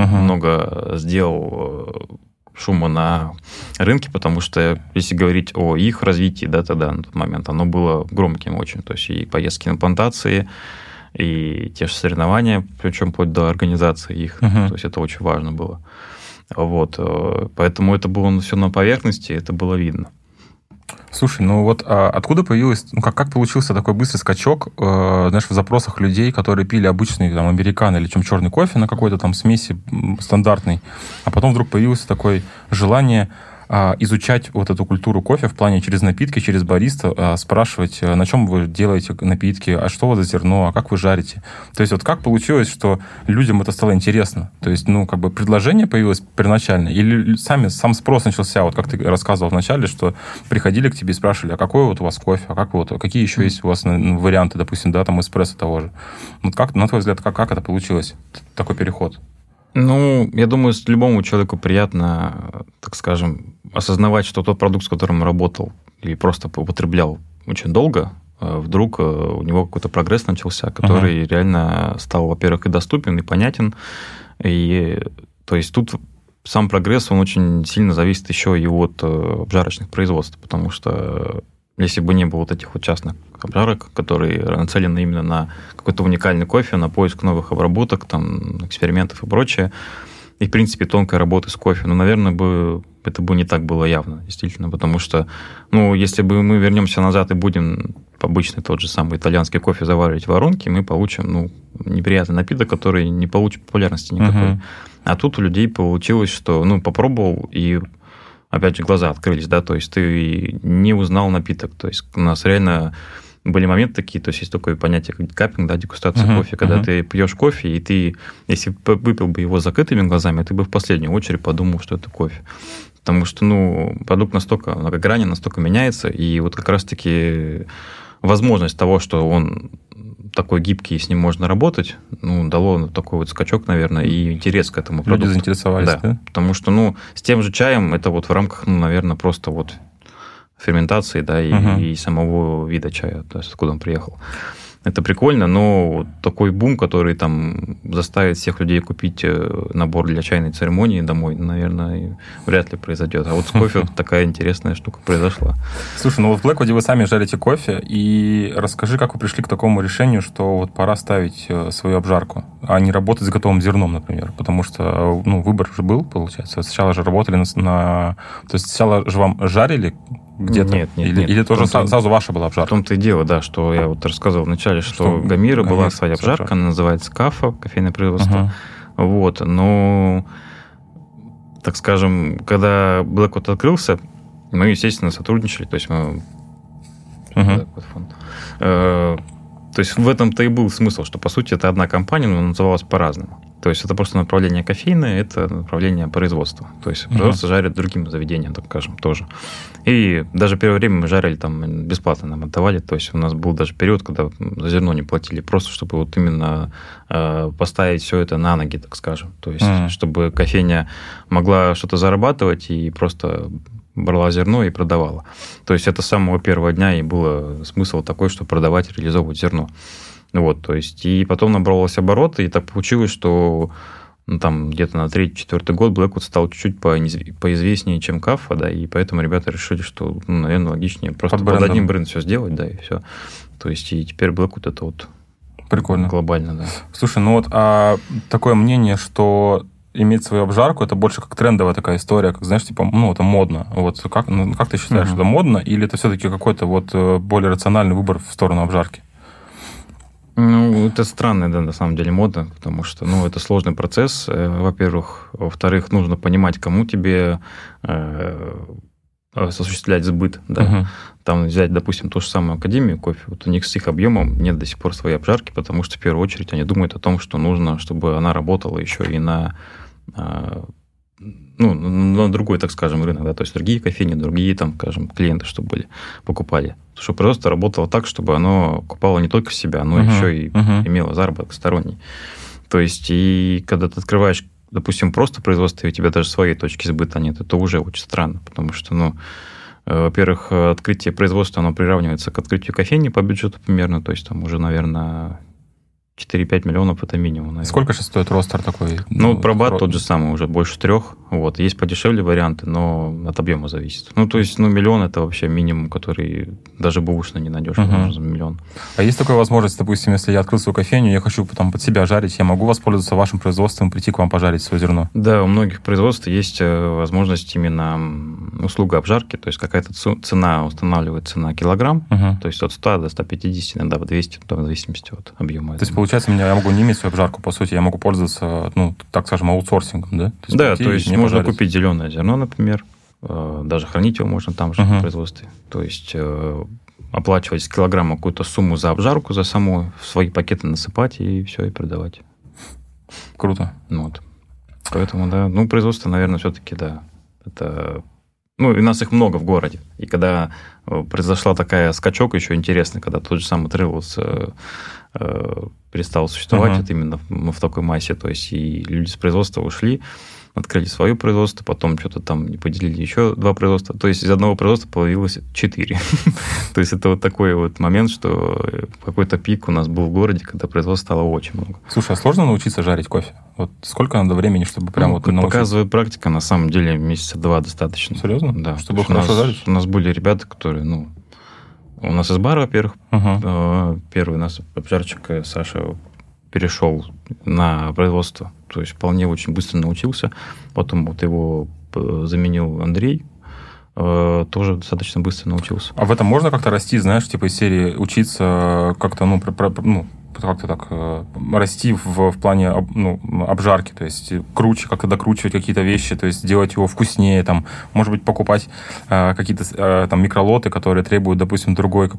сделал шума на рынке, потому что, если говорить о их развитии, да, тогда на тот момент, оно было громким очень. То есть и поездки на плантации, и те же соревнования, причем вплоть до организации их. То есть это очень важно было. Вот. Поэтому это было все на поверхности, это было видно. Слушай, откуда появилось, как получился такой быстрый скачок, знаешь, в запросах людей, которые пили обычный там американо или черный кофе на какой-то там смеси стандартной, а потом вдруг появилось такое желание изучать вот эту культуру кофе в плане через напитки, через бариста, спрашивать, на чем вы делаете напитки, а что у вас за зерно, а как вы жарите. То есть вот как получилось, что людям это стало интересно? То есть, предложение появилось первоначально, или сам спрос начался, вот как ты рассказывал вначале, что приходили к тебе и спрашивали, а какой вот у вас кофе, какие еще есть у вас варианты, допустим, да, там эспрессо того же. Вот как, на твой взгляд, как это получилось, такой переход? Я думаю, любому человеку приятно, так скажем, осознавать, что тот продукт, с которым он работал или просто употреблял очень долго, вдруг у него какой-то прогресс начался, который реально стал, во-первых, и доступен, и понятен. И, то есть тут сам прогресс, он очень сильно зависит еще и от обжарочных производств, потому что если бы не было вот этих вот частных обжарок, которые нацелены именно на какой-то уникальный кофе, на поиск новых обработок, там, экспериментов и прочее, и, в принципе, тонкой работы с кофе, наверное, это бы не так было явно, действительно, потому что, если бы мы вернемся назад и будем обычный тот же самый итальянский кофе заваривать в воронке, мы получим, неприятный напиток, который не получит популярности никакой. А тут у людей получилось, что, попробовал, и опять же, глаза открылись, да, то есть ты не узнал напиток. То есть у нас реально были моменты такие, то есть есть такое понятие, как каппинг, да, дегустация кофе, когда ты пьешь кофе, и ты, если выпил бы его с закрытыми глазами, ты бы в последнюю очередь подумал, что это кофе. Потому что, продукт настолько многогранен, настолько меняется, и вот как раз-таки возможность того, что он такой гибкий, и с ним можно работать, дало такой вот скачок, наверное, и интерес к этому продукту. Люди заинтересовались, да? Потому что, с тем же чаем, это вот в рамках, наверное, просто вот ферментации, да, и самого вида чая, то есть откуда он приехал. Это прикольно, но такой бум, который там заставит всех людей купить набор для чайной церемонии домой, наверное, вряд ли произойдет. А вот с кофе такая интересная штука произошла. Слушай, вот в Blackwood вы сами жарите кофе, и расскажи, как вы пришли к такому решению, что вот пора ставить свою обжарку, а не работать с готовым зерном, например, потому что, выбор же был, получается. Сначала же работали То есть сначала же вам жарили где-то? Нет. Или тоже сразу ваша была обжарка? В том-то и дело, да, что я вот рассказывал вначале, что Гамира была своя обжарка, она называется КАФА, кофейное производство. Вот, но, так скажем, когда Blackwood открылся, мы, естественно, сотрудничали, то есть мы... То есть в этом-то и был смысл, что, по сути, это одна компания, но называлась по-разному. То есть это просто направление кофейное, это направление производства. То есть производство жарит другим заведениям, так скажем, тоже. И даже первое время мы жарили там бесплатно, нам отдавали. То есть у нас был даже период, когда за зерно не платили, просто чтобы вот именно поставить все это на ноги, так скажем. То есть чтобы кофейня могла что-то зарабатывать и просто брала зерно и продавала. То есть это с самого первого дня и был смысл такой, что продавать, реализовывать зерно. Вот, то есть, и потом набралось обороты, и так получилось, что там где-то на 3-4 год Blackwood стал чуть-чуть поизвестнее, чем Кафа, да, и поэтому ребята решили, что, наверное, логичнее просто под одним брендом все сделать, да, и все. То есть, и теперь Blackwood это вот прикольно. Глобально, да. Слушай, такое мнение, что иметь свою обжарку, это больше как трендовая такая история, как, знаешь, типа, это модно. Вот как ты считаешь, это модно, или это все-таки какой-то вот более рациональный выбор в сторону обжарки? Это странная, да, на самом деле, мода, потому что, это сложный процесс, во-первых. Во-вторых, нужно понимать, кому тебе осуществлять сбыт, да. Там взять, допустим, ту же самую Академию кофе, вот у них с их объемом нет до сих пор своей обжарки, потому что, в первую очередь, они думают о том, что нужно, чтобы она работала еще и на другой, так скажем, рынок, да, то есть другие кофейни, другие, там, скажем, клиенты, чтобы покупали. Чтобы просто работало так, чтобы оно купало не только себя, но еще и имело заработок сторонний. То есть, и когда ты открываешь, допустим, просто производство, и у тебя даже своей точки сбыта нет, это уже очень странно, потому что, во-первых, открытие производства, оно приравнивается к открытию кофейни по бюджету примерно, то есть там уже, наверное, 4-5 миллионов это минимум, наверное. Сколько сейчас стоит ростер такой? Пробат тот же самый, уже больше 3. Вот. Есть подешевле варианты, но от объема зависит. То есть, миллион это вообще минимум, который даже бэушно не найдешь, можно за миллион. А есть такая возможность, допустим, если я открыл свою кофейню, я хочу там под себя жарить, я могу воспользоваться вашим производством, прийти к вам пожарить свое зерно? Да, у многих производств есть возможность именно услуга обжарки, то есть какая-то цена устанавливается на килограмм, то есть от 100 до 150, иногда 200, в зависимости от объема. То есть, получается, я могу не иметь свою обжарку, по сути, я могу пользоваться, так скажем, аутсорсингом, да? То есть можно купить зеленое зерно, например, даже хранить его можно там же на производстве. То есть оплачивать с килограмма какую-то сумму за обжарку, за саму, в свои пакеты насыпать и все, и продавать. Круто. Поэтому, да, производство, наверное, все-таки, да, это... и у нас их много в городе. И когда произошла такая скачок еще интересный, когда тот же самый Триллс перестал существовать, это именно в такой массе, то есть и люди с производства ушли, открыли свое производство, потом что-то там поделили еще 2 производства, то есть из одного производства появилось 4. То есть это вот такой вот момент, что какой-то пик у нас был в городе, когда производства стало очень много. Слушай, а сложно научиться жарить кофе? Вот сколько надо времени, чтобы прям как показывает практика, на самом деле месяца 2 достаточно. Серьезно? Да. Чтобы хорошо жарить? У нас были ребята, которые, у нас из бара, во-первых, первый у нас обжарчик Саша перешел на производство, то есть вполне очень быстро научился. Потом вот его заменил Андрей, тоже достаточно быстро научился. А в этом можно как-то расти, знаешь, типа из серии учиться как-то, как-то так расти в плане обжарки, то есть круче, как-то докручивать какие-то вещи, то есть делать его вкуснее, там, может быть, покупать какие-то там микролоты, которые требуют, допустим,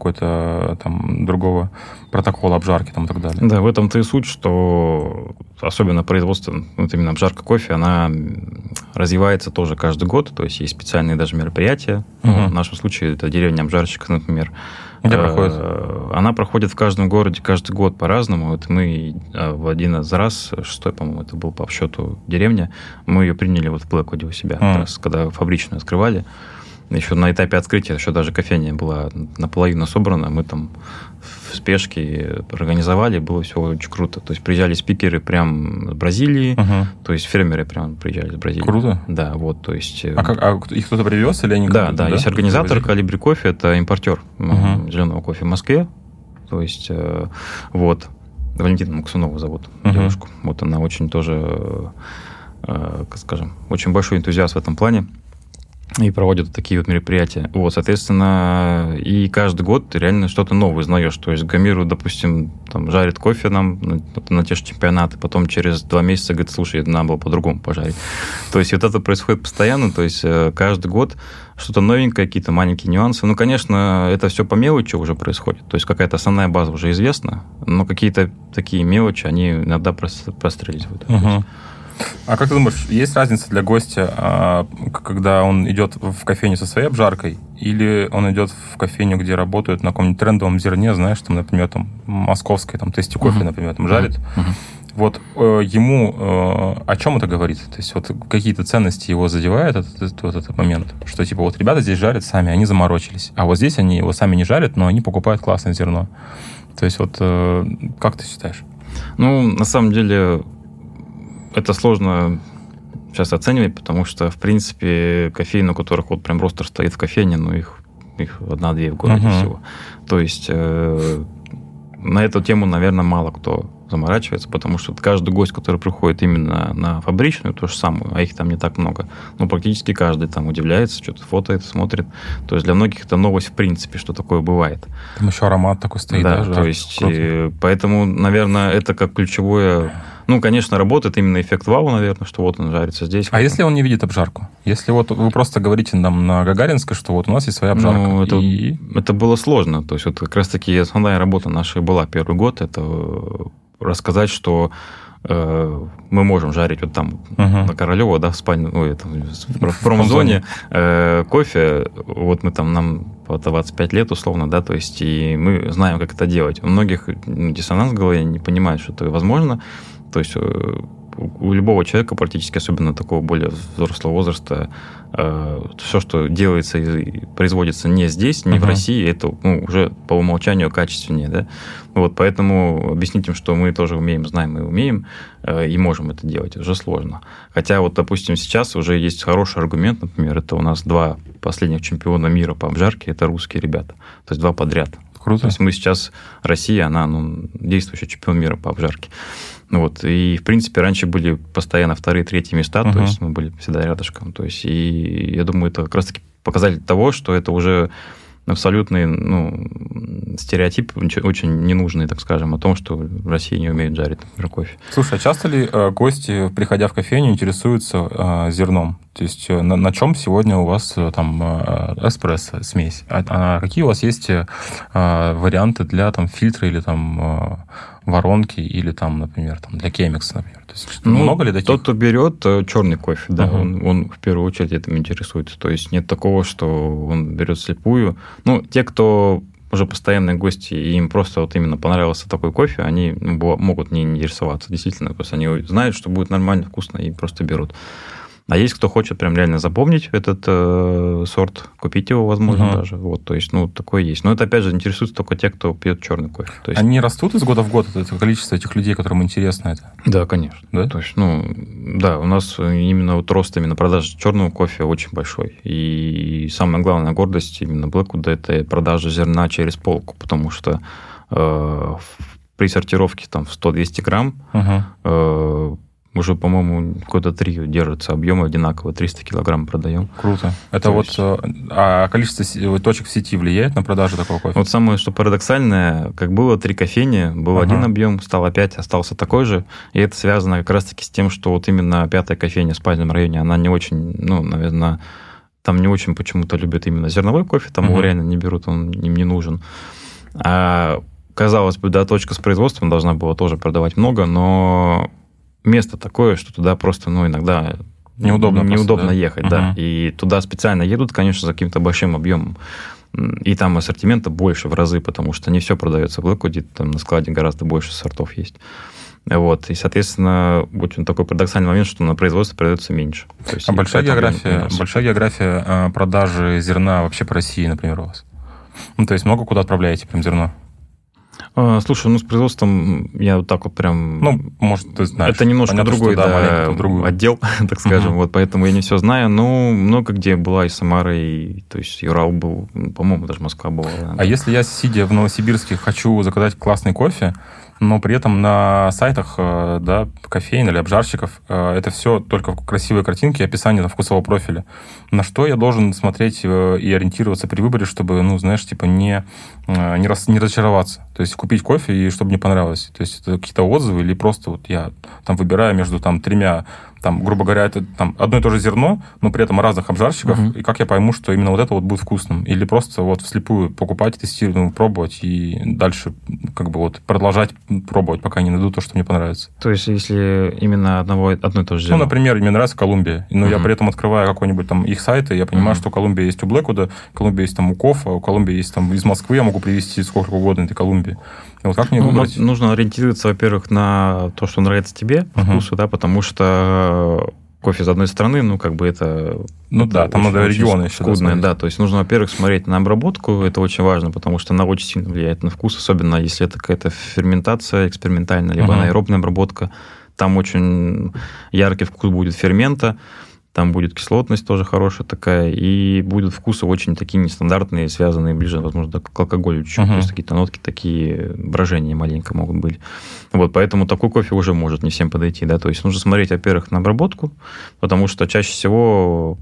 другого протокола обжарки там, и так далее. Да, в этом-то и суть, что особенно производство, вот именно обжарка кофе, она развивается тоже каждый год, то есть есть специальные даже мероприятия. В нашем случае это деревня обжарщиков, например. Где проходит? Она проходит в каждом городе каждый год по-разному. Вот мы в один из раз, 6-й, по-моему, это был по счету деревня, мы ее приняли вот в Блэквуде у себя, как раз, когда фабричную открывали. Еще на этапе открытия еще даже кофейня была наполовину собрана, мы там в спешке организовали, было все очень круто. То есть приезжали спикеры прям с Бразилии, то есть фермеры прям приезжали из Бразилии. Круто. Да, вот, то есть... их кто-то привез или они... Да, есть организатор Колибри Кофе, это импортер зеленого кофе в Москве, то есть вот, Валентина Максунова зовут девушку. Вот она очень тоже, как скажем, очень большой энтузиаст в этом плане. И проводят такие вот мероприятия. Вот, соответственно, и каждый год ты реально что-то новое узнаешь. То есть Гамиру, допустим, там жарит кофе нам на те же чемпионаты, потом через 2 месяца говорит, слушай, это надо было по-другому пожарить. То есть вот это происходит постоянно, то есть каждый год что-то новенькое, какие-то маленькие нюансы. Ну, конечно, это все по мелочи уже происходит. То есть какая-то основная база уже известна, но какие-то такие мелочи, они иногда простреливают. А как ты думаешь, есть разница для гостя, когда он идет в кофейню со своей обжаркой, или он идет в кофейню, где работают на каком-нибудь трендовом зерне, знаешь, там, например, там, московской, там, Тести кофе, например, там, жарит? Вот ему о чем это говорит? То есть вот какие-то ценности его задевают этот момент, что типа вот ребята здесь жарят сами, они заморочились, а вот здесь они его сами не жарят, но они покупают классное зерно. То есть вот как ты считаешь? Ну, на самом деле... Это сложно сейчас оценивать, потому что, в принципе, кофейни, у которых вот прям ростер стоит в кофейне, ну, их 1-2 в городе всего. То есть на эту тему, наверное, мало кто заморачивается, потому что каждый гость, который приходит именно на фабричную, то же самое, а их там не так много, ну, практически каждый там удивляется, что-то фотоет, смотрит. То есть для многих это новость в принципе, что такое бывает. Там еще аромат такой стоит. Да, то есть поэтому, наверное, это как ключевое... Ну, конечно, работает именно эффект вау, наверное, что вот он жарится здесь. А если он не видит обжарку? Если вот вы просто говорите нам на Гагаринской, что вот у нас есть своя обжарка. Ну, это было сложно. То есть вот как раз-таки основная работа наша была первый год, это рассказать, что мы можем жарить вот там на Королева, да, в спальне, в промзоне кофе. Вот мы там, нам по 25 лет условно, да, то есть и мы знаем, как это делать. У многих диссонанс в голове, не понимают, что это возможно. То есть у любого человека, практически особенно такого более взрослого возраста, все, что делается и производится не здесь, не в России, это уже по умолчанию качественнее. Да? Вот, поэтому объяснить им, что мы тоже умеем, знаем и умеем, и можем это делать, уже сложно. Хотя вот, допустим, сейчас уже есть хороший аргумент, например, это у нас 2 последних чемпиона мира по обжарке, это русские ребята, то есть 2 подряд. Круто. То есть мы сейчас, Россия, она действующий чемпион мира по обжарке. Вот. И, в принципе, раньше были постоянно 2-3 места, то есть мы были всегда рядышком. То есть, и я думаю, это как раз-таки показатель того, что это уже абсолютный стереотип, очень ненужный, так скажем, о том, что в России не умеют жарить, например, кофе. Слушай, а часто ли гости, приходя в кофейню, интересуются зерном? То есть на чем сегодня у вас там эспрессо, смесь? А какие у вас есть варианты для там фильтра или там воронки, или там, например, там, для кемикса, например? То есть, много ли таких? Тот, кто берет черный кофе, да, он в первую очередь этим интересуется. То есть нет такого, что он берет слепую. Ну, те, кто уже постоянные гости, и им просто вот именно понравился такой кофе, они могут не интересоваться, действительно. То есть они знают, что будет нормально, вкусно, и просто берут. А есть кто хочет прям реально запомнить этот сорт, купить его, возможно, даже. Вот, то есть, такое есть. Но это, опять же, интересуется только те, кто пьет черный кофе. То есть... Они растут из года в год, это количество этих людей, которым интересно это? Да, конечно. Да? То есть, да, у нас именно вот рост именно продажи черного кофе очень большой. И самая главная гордость именно Блэквуда – это продажа зерна через полку, потому что при сортировке там в 100-200 грамм уже, по-моему, года 3 держится объемы одинаково, 300 килограмм продаем. Круто. Это вот, а количество точек в сети влияет на продажу такого кофе? Вот самое, что парадоксальное, как было 3 кофейни, был один объем, стал опять, остался такой же, и это связано как раз-таки с тем, что вот именно 5-я кофейня в спальном районе, она не очень, наверное, там не очень почему-то любят именно зерновой кофе, там его реально не берут, он им не нужен. А, казалось бы, да, точка с производством должна была тоже продавать много, но место такое, что туда просто, иногда неудобно ехать, да. И туда специально едут, конечно, за каким-то большим объемом. И там ассортимента больше в разы, потому что не все продается в Blackwood, там на складе гораздо больше сортов есть. Вот. И, соответственно, очень такой парадоксальный момент, что на производстве продается меньше. То есть, большая география продажи зерна вообще по России, например, у вас? То есть много куда отправляете прям зерно? Слушай, с производством я вот так вот прям... может, ты знаешь. Это немножко другой отдел, так скажем, вот поэтому я не все знаю, но много где была и Самара, то есть и Урал был, по-моему, даже Москва была. А если я, сидя в Новосибирске, хочу заказать классный кофе, но при этом на сайтах, да, кофеин или обжарщиков это все только красивые картинки и описание вкусового профиля. На что я должен смотреть и ориентироваться при выборе, чтобы, не разочароваться? То есть купить кофе и чтобы мне понравилось. То есть это какие-то отзывы или просто вот я там выбираю между 3, грубо говоря, это одно и то же зерно, но при этом разных обжарщиков, и как я пойму, что именно вот это вот будет вкусным? Или просто вот вслепую покупать, тестировать, пробовать и дальше продолжать пробовать, пока не найду то, что мне понравится. То есть, если именно одно и то же зерно? Например, мне нравится Колумбия, но я при этом открываю какой-нибудь их сайт, и я понимаю, что Колумбия есть у Blackwood, Колумбия есть у Кофа, у Колумбии есть из Москвы, я могу привезти сколько угодно этой Колумбии. И вот как мне выбрать? Нужно ориентироваться, во-первых, на то, что нравится тебе, вкусу, да, потому что кофе из одной страны, это... там надо регионы еще. Скудное, да. То есть нужно, во-первых, смотреть на обработку, это очень важно, потому что она очень сильно влияет на вкус, особенно если это какая-то ферментация экспериментальная, либо аэробная обработка. Там очень яркий вкус будет фермента, там будет кислотность тоже хорошая такая, и будут вкусы очень такие нестандартные, связанные ближе, возможно, к алкоголю чуть-чуть. То есть какие-то нотки такие, брожения маленько могут быть. Вот, поэтому такой кофе уже может не всем подойти, да. То есть нужно смотреть, во-первых, на обработку, потому что чаще всего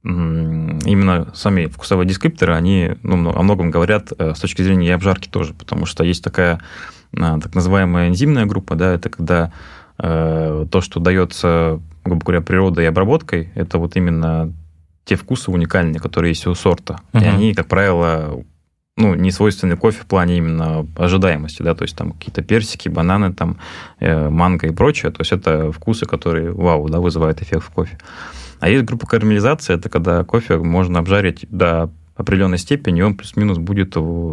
именно сами вкусовые дескрипторы, они о многом говорят с точки зрения и обжарки тоже, потому что есть такая так называемая энзимная группа, да, это когда то, что дается, грубо говоря, природой и обработкой, это вот именно те вкусы уникальные, которые есть у сорта. И они, как правило, не свойственны кофе в плане именно ожидаемости, да, то есть там какие-то персики, бананы, манго и прочее, то есть это вкусы, которые, да, вызывают эффект в кофе. А есть группа карамелизации, это когда кофе можно обжарить до определенной степени, и он плюс-минус будет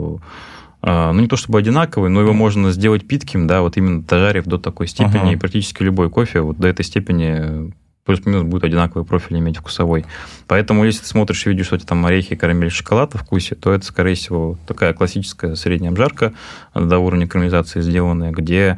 не то чтобы одинаковый, но его можно сделать питким, да, вот именно дожарив до такой степени, и практически любой кофе вот до этой степени плюс-минус будет одинаковый профиль иметь вкусовой. Поэтому, если ты смотришь и видишь, что у тебя там орехи, карамель, шоколад во вкусе, то это, скорее всего, такая классическая средняя обжарка до уровня карамелизации сделанная, где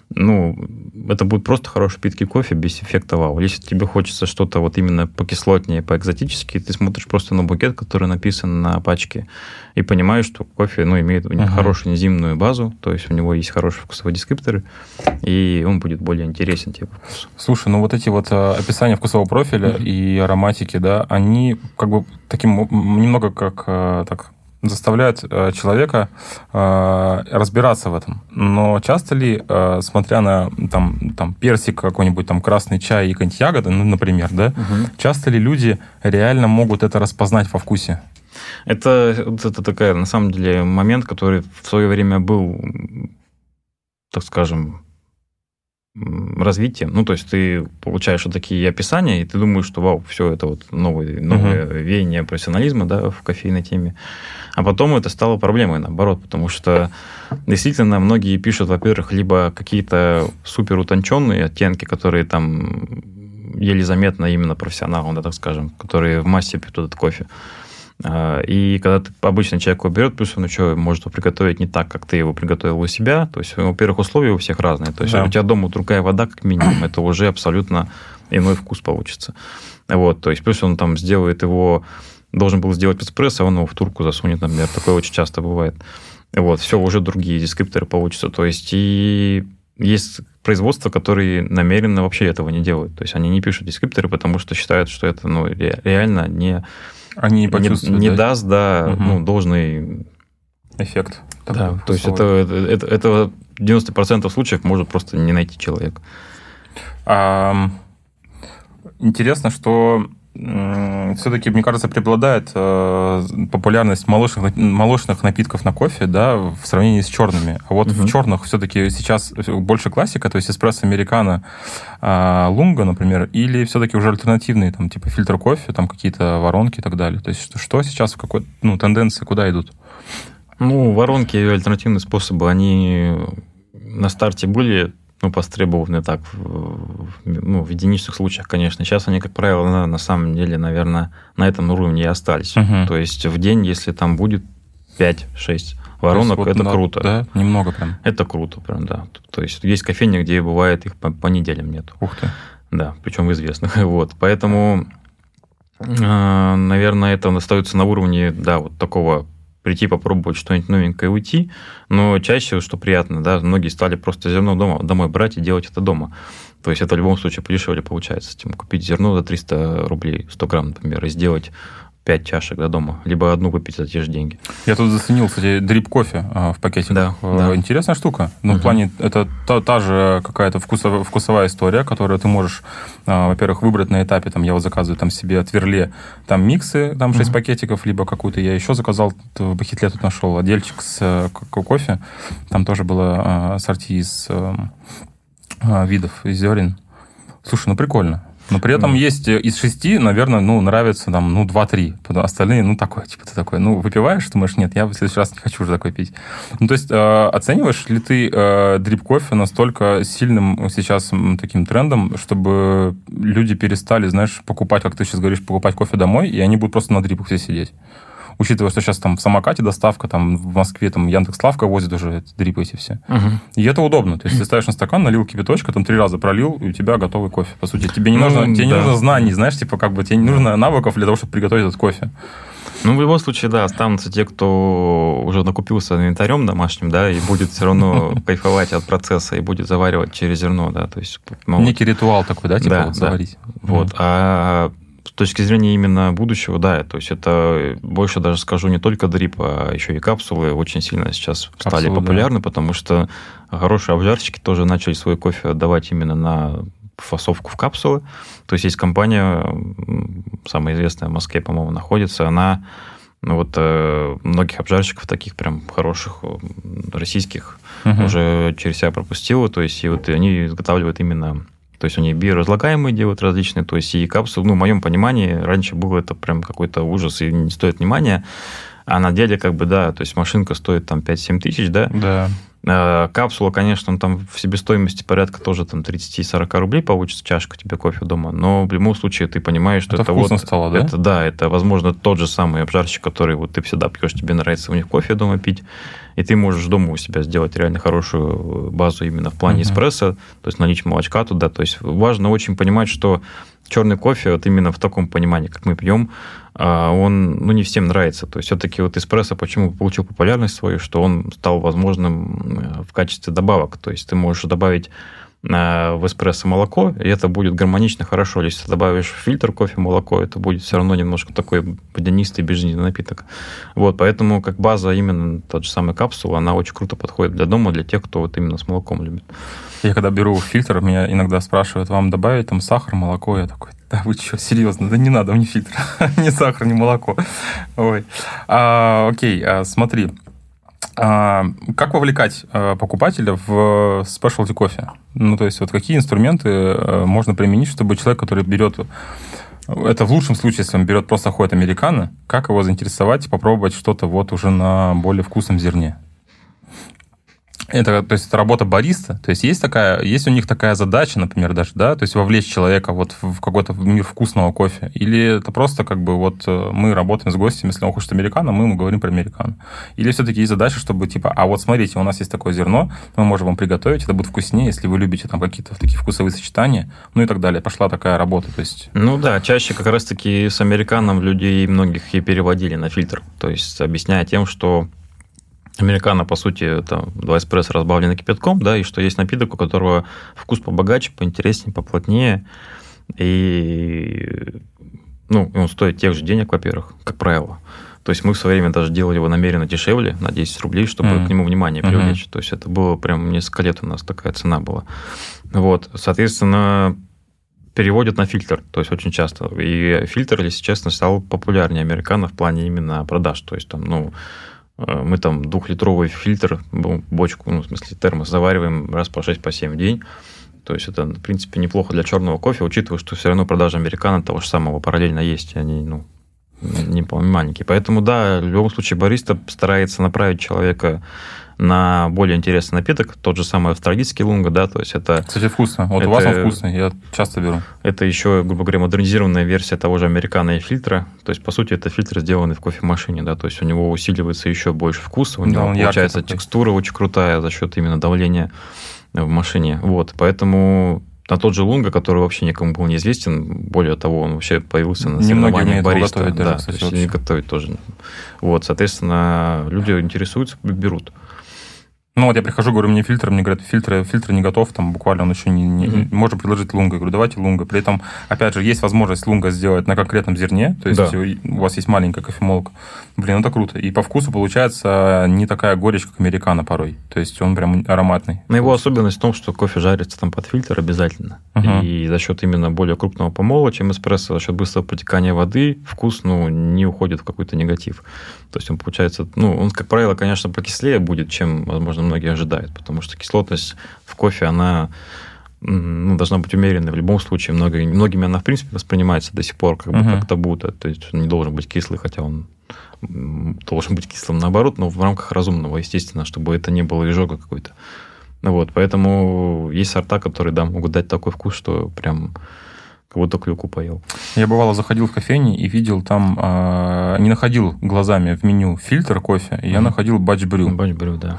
это будет просто хороший питкий кофе без эффекта вау. Если тебе хочется что-то вот именно покислотнее, поэкзотически, ты смотришь просто на букет, который написан на пачке, и понимаешь, что кофе имеет хорошую энзимную базу, то есть у него есть хорошие вкусовые дескрипторы, и он будет более интересен тебе по вкусу. Слушай, вот эти вот описания вкусового профиля и ароматики, да, они таким немного как заставляют человека разбираться в этом. Но часто ли, смотря на персик какой-нибудь, красный чай и какие-нибудь ягоды, например, да, часто ли люди реально могут это распознать во вкусе? Это такая, на самом деле, момент, который в свое время был, так скажем, развитием. То есть ты получаешь вот такие описания, и ты думаешь, что вау, все это вот новое веяние профессионализма, да, в кофейной теме. А потом это стало проблемой, наоборот, потому что действительно многие пишут, во-первых, либо какие-то супер утонченные оттенки, которые еле заметно именно профессионалам, да, так скажем, которые в массе пьют этот кофе. И когда обычный человек его берет, плюс он еще может его приготовить не так, как ты его приготовил у себя. То есть, во-первых, условия у всех разные. То есть, у тебя дома другая вода, как минимум, это уже абсолютно иной вкус получится. Вот, то есть, плюс он сделает его, должен был сделать эспрессо, а он его в турку засунет, например. Такое очень часто бывает. Вот, все, уже другие дескрипторы получатся. То есть, и есть производства, которые намеренно вообще этого не делают. То есть они не пишут дескрипторы, потому что считают, что это реально они не даст должный эффект. Да, то есть это 90% случаев может просто не найти человек. Интересно, что все-таки, мне кажется, преобладает популярность молочных напитков на кофе, да, в сравнении с черными. А вот в черных все-таки сейчас больше классика, то есть эспрессо американо, лунга, например, или все-таки уже альтернативные, там, типа фильтр кофе, там какие-то воронки и так далее. То есть что сейчас, в какой тенденции, куда идут? Воронки и альтернативные способы, они на старте были востребованы так, в единичных случаях, конечно. Сейчас они, как правило, на самом деле, наверное, на этом уровне и остались. То есть в день, если там будет 5-6 воронок, это круто. Да, немного прям. Это круто прям, да. То есть есть кофейни, где бывает их по неделям нет. Ух ты. Да, причем известных. Поэтому, наверное, это остается на уровне, вот такого прийти попробовать что-нибудь новенькое и уйти, но чаще, что приятно, да, многие стали просто зерно домой брать и делать это дома. То есть это в любом случае подешевле получается, чем купить зерно за 300 рублей, 100 грамм, например, и сделать 5 чашек дома, либо одну купить за те же деньги. Я тут заценил, кстати, дрип-кофе в пакетиках. Да. Интересная штука. В плане, это та же какая-то вкусовая история, которую ты можешь, во-первых, выбрать на этапе, там, я вот заказываю там себе от Верле, там миксы, там 6 пакетиков, либо какую-то я еще заказал, в Бахетле тут нашел отдельчик с кофе, там тоже было ассорти из видов, из зерен. Слушай, прикольно. Но при этом есть из 6, наверное, нравится там, 2-3. Остальные, такое, типа ты такой, выпиваешь, думаешь, нет, я в следующий раз не хочу уже такой пить. То есть оцениваешь ли ты дрип-кофе настолько сильным сейчас таким трендом, чтобы люди перестали, знаешь, покупать, как ты сейчас говоришь, покупать кофе домой, и они будут просто на дрипах все сидеть? Учитывая, что сейчас там в самокате доставка, там в Москве там Яндекс.Лавка возит уже дрипы эти все. И это удобно. То есть ты ставишь на стакан, налил кипяточка, там 3 раза пролил, и у тебя готовый кофе. По сути, тебе не нужно знаний, знаешь, типа тебе не нужно навыков для того, чтобы приготовить этот кофе. В любом случае, да, останутся те, кто уже накупился инвентарем домашним, да, и будет все равно кайфовать от процесса и будет заваривать через зерно, да, то есть... Некий ритуал такой, да, типа заварить. А с точки зрения именно будущего, да, то есть это больше даже скажу не только дрип, а еще и капсулы очень сильно сейчас стали популярны, потому что хорошие обжарщики тоже начали свой кофе отдавать именно на фасовку в капсулы. То есть компания, самая известная в Москве, по-моему, находится, она многих обжарщиков таких прям хороших российских уже через себя пропустила, то есть и они изготавливают именно... То есть они биоразлагаемые делают различные, то есть и капсулы, в моем понимании, раньше было это прям какой-то ужас и не стоит внимания, а на деле то есть машинка стоит там 5-7 тысяч, да? Да. Капсула, конечно, там в себестоимости порядка тоже там 30-40 рублей получится чашка тебе кофе дома, но в любом случае ты понимаешь, что это вкусно стало, да? Это, возможно, тот же самый обжарщик, который ты всегда пьешь, тебе нравится у них кофе дома пить, и ты можешь дома у себя сделать реально хорошую базу именно в плане эспрессо, то есть налить молочка туда, то есть важно очень понимать, что черный кофе, именно в таком понимании, как мы пьем, он не всем нравится. То есть все-таки эспрессо почему получил популярность свою, что он стал возможным в качестве добавок. То есть ты можешь добавить в эспрессо молоко, и это будет гармонично хорошо. Если ты добавишь в фильтр кофе молоко, это будет все равно немножко такой водянистый, безжизненный напиток. Поэтому как база именно тот же самый капсула, она очень круто подходит для дома, для тех, кто именно с молоком любит. Я когда беру фильтр, меня иногда спрашивают, вам добавить там сахар, молоко? Я такой, да вы что, серьезно? Да не надо мне фильтр, ни сахар, ни молоко. Ой. Окей, смотри. Как вовлекать покупателя в спешлти кофе? То есть какие инструменты можно применить, чтобы человек, который берет... Это в лучшем случае, если он берет просто ходит американо, как его заинтересовать и попробовать что-то уже на более вкусном зерне? То есть это работа бариста, то есть есть у них такая задача, например, даже, да, то есть вовлечь человека в какой-то мир вкусного кофе, или это просто мы работаем с гостем, если он хочет американо, мы ему говорим про американо, или все-таки есть задача, чтобы смотрите, у нас есть такое зерно, мы можем вам приготовить, это будет вкуснее, если вы любите там какие-то такие вкусовые сочетания, и так далее, пошла такая работа, то есть... чаще как раз-таки с американом людей многих и переводили на фильтр, то есть объясняя тем, что Американо, по сути, это 2 эспрессо, разбавлены кипятком, да, и что есть напиток, у которого вкус побогаче, поинтереснее, поплотнее, и он стоит тех же денег, во-первых, как правило. То есть мы в свое время даже делали его намеренно дешевле, на 10 рублей, чтобы к нему внимание привлечь. То есть это было прям несколько лет у нас такая цена была. Вот, соответственно, переводят на фильтр, то есть очень часто. И фильтр, если честно, стал популярнее американо в плане именно продаж. То есть там, мы там 2-литровый фильтр, бочку, в смысле термос, завариваем раз по 6-7 в день. То есть это, в принципе, неплохо для черного кофе, учитывая, что все равно продажи американо того же самого параллельно есть, они, не маленькие. Поэтому, да, в любом случае бариста старается направить человека на более интересный напиток, тот же самый австралийский лунга, да, то есть это... Кстати, вкусно. Вот у вас он вкусный, я часто беру. Это еще, грубо говоря, модернизированная версия того же американо и фильтра. То есть, по сути, это фильтр, сделанный в кофемашине, да, то есть у него усиливается еще больше вкуса, у него получается текстура очень крутая за счет именно давления в машине. Вот, поэтому... На тот же лунга, который вообще никому был неизвестен, более того, он вообще появился на соревнованиях бариста. Да, то есть не готовить тоже. Вот, соответственно, люди интересуются, берут. Вот я прихожу, говорю, мне фильтр, мне говорят, фильтр не готов, там буквально он еще не можно предложить лунга. Я говорю, давайте лунга. При этом, опять же, есть возможность лунга сделать на конкретном зерне, то есть у вас есть маленькая кофемолка. Блин, это круто. И по вкусу получается не такая горечь, как американо порой. То есть он прям ароматный. Но его особенность в том, что кофе жарится там под фильтр обязательно. И за счет именно более крупного помола, чем эспрессо, за счет быстрого протекания воды, вкус не уходит в какой-то негатив. То есть он получается, он, как правило, конечно, покислее будет, чем, возможно, многие ожидают, потому что кислотность в кофе, она должна быть умеренной в любом случае. Многими она, в принципе, воспринимается до сих пор как табу. То есть он не должен быть кислый, хотя он должен быть кислым наоборот, но в рамках разумного, естественно, чтобы это не было изжога какой-то. Вот, поэтому есть сорта, которые, могут дать такой вкус, что прям... как будто клюкву поел. Я, бывало, заходил в кофейни и видел там... не находил глазами в меню фильтр кофе, и я находил батч-брю. Батч-брю, да.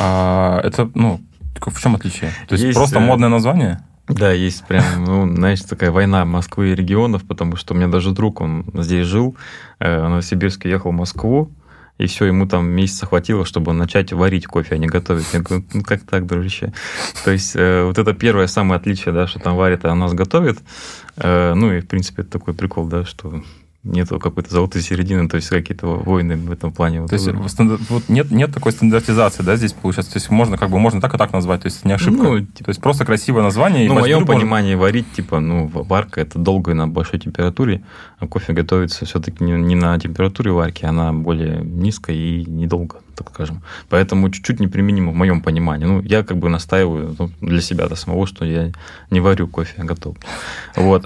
Это, в чем отличие? То есть просто модное название? Да, есть прям, знаешь, такая война Москвы и регионов, потому что у меня даже друг, он здесь жил, в Новосибирске ехал в Москву, и все, ему там месяца хватило, чтобы начать варить кофе, а не готовить. Я говорю, как так, дружище? То есть, вот это первое самое отличие, да, что там варит, а у нас готовит. И, в принципе, это такой прикол, да, что нету какой-то золотой середины, то есть какие-то войны в этом плане. То есть нет такой стандартизации, да, здесь получается? То есть можно так и так назвать, то есть не ошибка. То есть просто красивое название. В моем понимании варить, варка – это долго и на большой температуре, а кофе готовится все-таки не на температуре варки, а на более низкой и недолго, так скажем. Поэтому чуть-чуть неприменимо в моем понимании. Я настаиваю для себя самого, что я не варю кофе, а готов. Вот.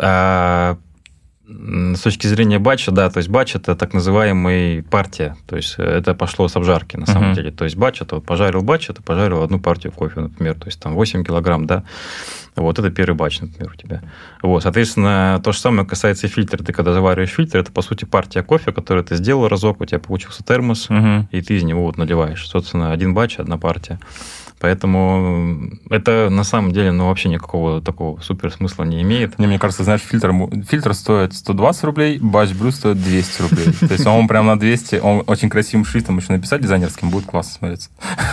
С точки зрения батча, да, то есть батч – это так называемая партия, то есть это пошло с обжарки на самом деле. То есть батч – это пожарил одну партию кофе, например, то есть там 8 килограмм, да, вот это первый батч, например, у тебя. Вот, соответственно, то же самое касается и фильтра. Ты когда завариваешь фильтр, это, по сути, партия кофе, которую ты сделал разок, у тебя получился термос, и ты из него наливаешь. Собственно, один батч, одна партия. Поэтому это на самом деле вообще никакого такого супер смысла не имеет. Мне кажется, знаешь, фильтр стоит 120 рублей, батч-брю стоит 200 рублей. То есть он прям на 200, он очень красивым шрифтом еще написать дизайнерским, будет классно смотреться.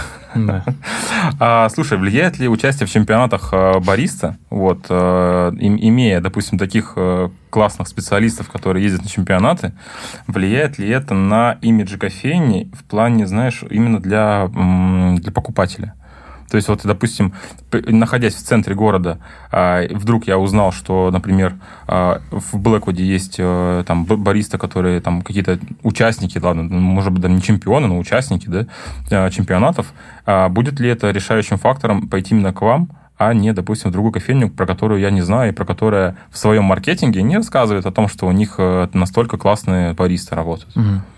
Да. Слушай, влияет ли участие в чемпионатах бариста, имея, допустим, таких классных специалистов, которые ездят на чемпионаты, влияет ли это на имидж кофейни в плане, знаешь, именно для покупателя? То есть, допустим, находясь в центре города, вдруг я узнал, что, например, в Блэквуде есть там бариста, которые там какие-то участники, ладно, может быть, даже не чемпионы, но участники, да, чемпионатов. Будет ли это решающим фактором пойти именно к вам, а не, допустим, в другую кофейню, про которую я не знаю, и про которую в своем маркетинге не рассказывает о том, что у них настолько классные баристы работают?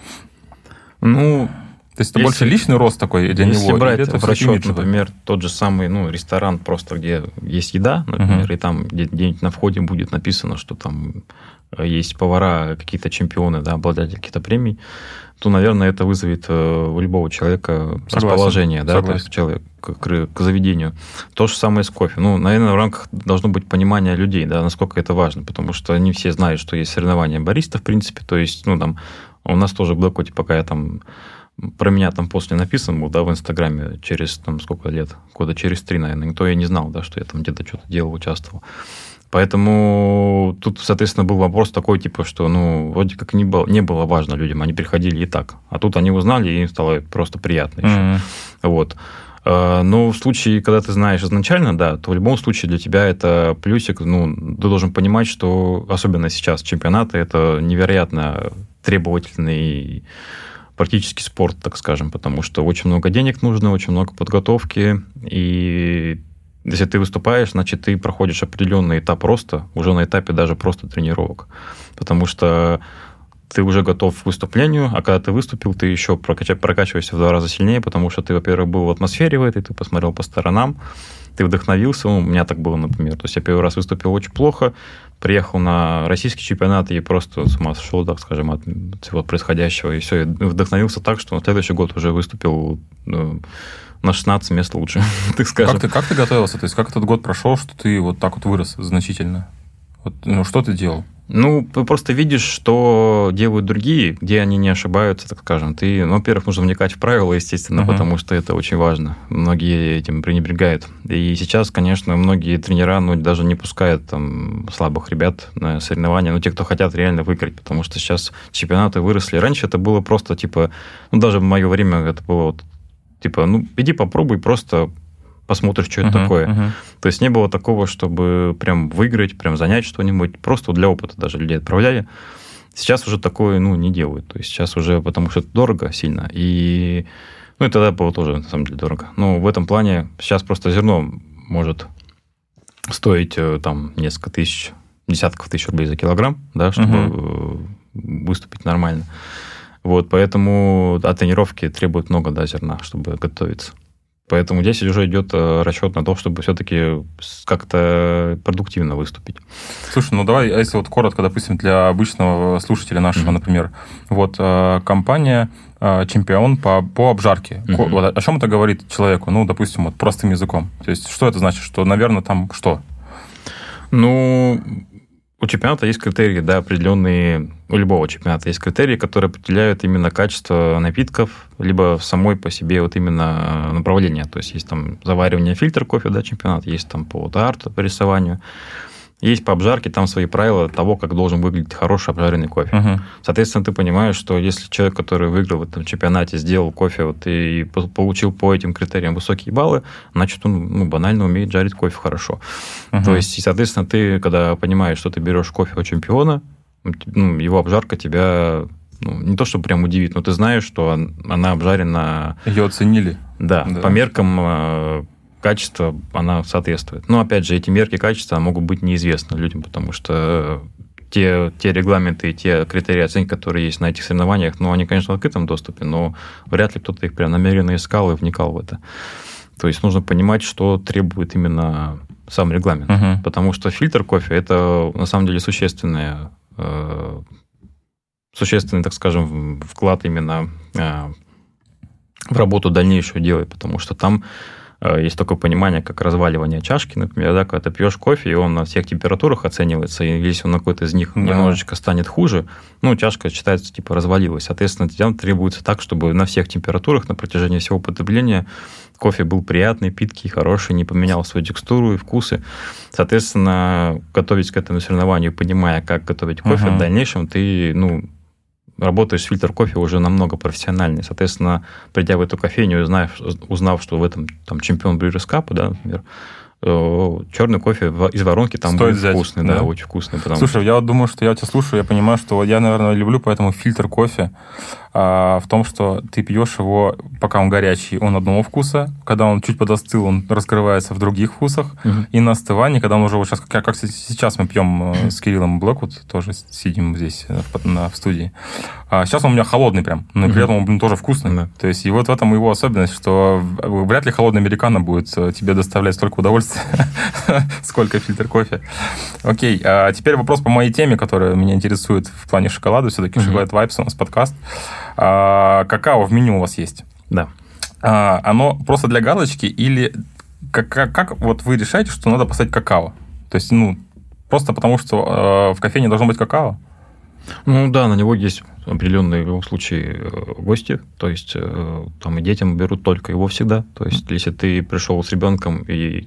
То есть это больше личный рост такой для него? Если брать в расчет, например, тот же самый ресторан, просто где есть еда, например, и там где-нибудь на входе будет написано, что там есть повара, какие-то чемпионы, да, обладатели каких-то премий, то, наверное, это вызовет у любого человека расположение, да, то есть человек к заведению. То же самое с кофе. Наверное, в рамках должно быть понимание людей, да, насколько это важно, потому что не все знают, что есть соревнования бариста, в принципе, то есть, у нас тоже в Блэквуде, пока я там про меня там после написан был, да, в Инстаграме через, там, сколько лет, года через 3, наверное, никто и не знал, да, что я там где-то что-то делал, участвовал. Поэтому тут, соответственно, был вопрос такой, типа, что, ну, вроде как не было важно людям, они приходили и так. А тут они узнали, и им стало просто приятно еще. Вот. Но в случае, когда ты знаешь изначально, да, то в любом случае для тебя это плюсик. Ну, ты должен понимать, что, особенно сейчас, чемпионаты – это невероятно требовательный практически спорт, так скажем, потому что очень много денег нужно, очень много подготовки, и если ты выступаешь, значит, ты проходишь определенный этап роста, уже на этапе даже просто тренировок, потому что ты уже готов к выступлению, а когда ты выступил, ты еще прокачиваешься в 2 раза сильнее, потому что ты, во-первых, был в атмосфере в этой, ты посмотрел по сторонам, ты вдохновился. Ну, у меня так было, например. То есть я первый раз выступил очень плохо, приехал на российский чемпионат и просто с ума сошел, так скажем, от всего происходящего. И все, и вдохновился так, что на следующий год уже выступил на 16 мест лучше, так скажем. Как ты готовился? То есть как этот год прошел, что ты вот так вот вырос значительно? Вот, ну, что ты делал? Ну, ты просто видишь, что делают другие, где они не ошибаются, так скажем. Ты, ну, во-первых, нужно вникать в правила, естественно, потому что это очень важно. Многие этим пренебрегают. И сейчас, конечно, многие тренера, ну, даже не пускают там слабых ребят на соревнования, ну, те, кто хотят реально выиграть, потому что сейчас чемпионаты выросли. Раньше это было просто, типа, ну, даже в мое время это было вот, типа, ну, иди попробуй, просто посмотришь, что это такое. То есть не было такого, чтобы прям выиграть, прям занять что-нибудь. Просто для опыта даже людей отправляли. Сейчас уже такое, ну, не делают. То есть сейчас уже, потому что это дорого сильно. И, ну, и тогда было тоже, на самом деле, дорого. Но в этом плане сейчас просто зерно может стоить там несколько тысяч, десятков тысяч рублей за килограмм, да, чтобы выступить нормально. Вот, поэтому от тренировки требует много, да, зерна, чтобы готовиться. Поэтому здесь уже идет расчет на то, чтобы все-таки как-то продуктивно выступить. Слушай, ну давай, если вот коротко, допустим, для обычного слушателя нашего, например, вот компания чемпион по обжарке. Вот, о чем это говорит человеку? Ну, допустим, вот простым языком. То есть, что это значит? Что, наверное, там что? Ну, у чемпионата есть критерии, да, определенные, у любого чемпионата есть критерии, которые определяют именно качество напитков, либо самой по себе вот именно направление. То есть, есть там заваривание фильтр кофе, да, чемпионат, есть там по арту, по рисованию, есть по обжарке, там свои правила того, как должен выглядеть хороший обжаренный кофе. Соответственно, ты понимаешь, что если человек, который выиграл в этом чемпионате, сделал кофе вот, и получил по этим критериям высокие баллы, значит, он, ну, банально умеет жарить кофе хорошо. То есть, и, соответственно, ты, когда понимаешь, что ты берешь кофе у чемпиона, ну, его обжарка тебя, ну, не то, что прям удивит, но ты знаешь, что она обжарена... Ее оценили. Да, по меркам... качество, она соответствует. Но, опять же, эти мерки качества могут быть неизвестны людям, потому что те регламенты, те критерии оценки, которые есть на этих соревнованиях, ну, они, конечно, в открытом доступе, но вряд ли кто-то их прям намеренно искал и вникал в это. То есть нужно понимать, что требует именно сам регламент. Потому что фильтр кофе – это, на самом деле, существенный, так скажем, вклад именно в работу дальнейшую делает, потому что там есть такое понимание, как разваливание чашки, например, да, когда ты пьешь кофе, и он на всех температурах оценивается, и если он на какой-то из них немножечко станет хуже, ну, чашка считается, типа, развалилась. Соответственно, тебе требуется так, чтобы на всех температурах на протяжении всего употребления кофе был приятный, питкий, хороший, не поменял свою текстуру и вкусы. Соответственно, готовясь к этому соревнованию, понимая, как готовить кофе, в дальнейшем ты, ну, работаешь с фильтр кофе уже намного профессиональнее. Соответственно, придя в эту кофейню, узнав, что в этом там чемпион Brewers Cup, да, например, черный кофе из воронки там стоит будет взять, вкусный, да, очень вкусный. Слушай, я вот думаю, что я тебя слушаю, я понимаю, что я, наверное, люблю поэтому фильтр кофе в том, что ты пьешь его, пока он горячий, он одного вкуса, когда он чуть подостыл, он раскрывается в других вкусах, и на остывании, когда он уже вот сейчас, как сейчас мы пьем с Кириллом Блэквуд, тоже сидим здесь в студии, сейчас он у меня холодный прям, но при этом он, блин, тоже вкусный. То есть и вот в этом его особенность, что вряд ли холодный американо будет тебе доставлять столько удовольствия, сколько фильтр кофе. Окей, а теперь вопрос по моей теме, которая меня интересует в плане шоколада. Все-таки Chocolate Vibes у нас подкаст. Какао в меню у вас есть? Да. Оно просто для галочки или как вот вы решаете, что надо поставить какао? То есть, ну, просто потому что в кофейне должно быть какао? Ну да, на него есть определенные в любом случае гости, то есть там и детям берут только его всегда. То есть если ты пришел с ребенком и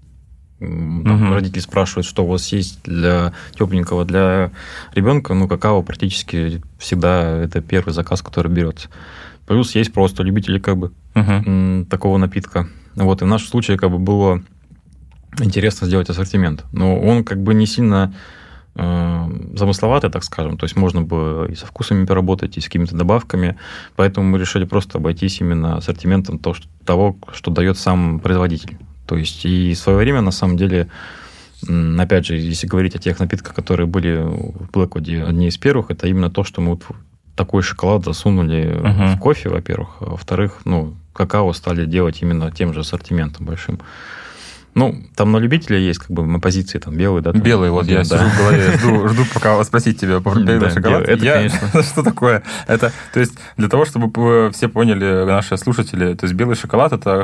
там, родители спрашивают, что у вас есть для тепленького для ребенка, ну, какао практически всегда это первый заказ, который берется. Плюс есть просто любители как бы такого напитка. Вот, и в нашем случае как бы было интересно сделать ассортимент. Но он как бы не сильно замысловатый, так скажем. То есть можно было и со вкусами поработать, и с какими-то добавками. Поэтому мы решили просто обойтись именно ассортиментом того, что дает сам производитель. То есть и в свое время, на самом деле, опять же, если говорить о тех напитках, которые были в Blackwood, одни из первых, это именно то, что мы вот такой шоколад засунули в кофе, во-первых. А во-вторых, ну, какао стали делать именно тем же ассортиментом большим. Ну, там на любителя есть как бы на позиции там белый, да? Там, белый, вот я сижу в голове, жду пока спросить тебя про белый шоколад. Это, конечно. Что такое? Это, то есть, для того, чтобы все поняли, наши слушатели, то есть, белый шоколад – это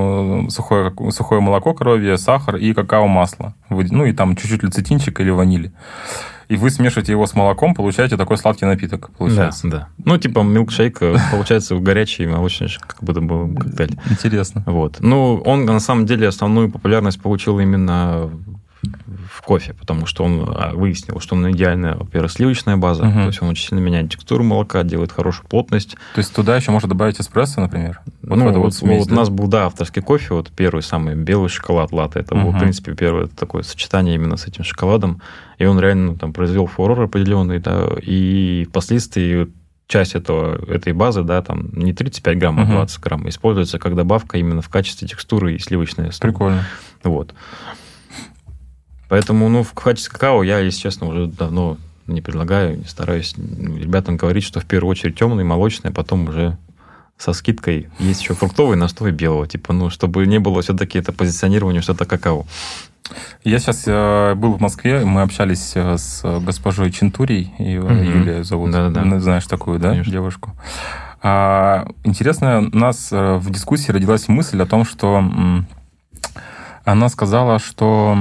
сухое молоко коровье, сахар и какао-масло. Ну, и там чуть-чуть лецитинчик или ванили. И вы смешиваете его с молоком, получаете такой сладкий напиток, получается. Да. Ну, типа милкшейк, получается, горячий молочный, как будто бы коктейль. Интересно. Вот. Ну, он, на самом деле, основную популярность получил именно в кофе, потому что он выяснил, что он идеальная, во-первых, сливочная база, то есть он очень сильно меняет текстуру молока, делает хорошую плотность. То есть туда еще можно добавить эспрессо, например? Вот смесь, у нас был, да, авторский кофе, вот первый самый белый шоколад латте. Это был, в принципе, первое такое сочетание именно с этим шоколадом. И он реально там произвел фурор определенный, да, и впоследствии часть этой базы, да, там не 35 грамм, а 20 грамм, используется как добавка именно в качестве текстуры и сливочной основы. Прикольно. Вот. Поэтому, ну, в качестве какао я, если честно, уже давно не предлагаю, не стараюсь ребятам говорить, что в первую очередь темный, молочный, а потом уже со скидкой есть еще фруктовый настой белого, типа, ну, чтобы не было все-таки это позиционирование, что это какао. Я сейчас был в Москве, мы общались с госпожой Чентурей, ее Юлия зовут, Да-да-да. Знаешь такую, да, Конечно. девушку. Интересно, у нас в дискуссии родилась мысль о том, что она сказала, что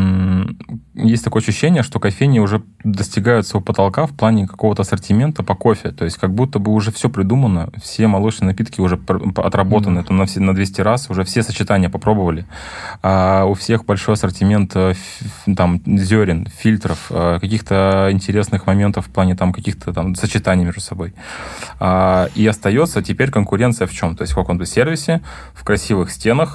есть такое ощущение, что кофейни уже достигают своего потолка в плане какого-то ассортимента по кофе. То есть как будто бы уже все придумано, все молочные напитки уже отработаны там, на 200 раз, уже все сочетания попробовали. У всех большой ассортимент там, зерен, фильтров, каких-то интересных моментов в плане там, каких-то там сочетаний между собой. И остается теперь конкуренция в чем? То есть в каком-то сервисе, в красивых стенах.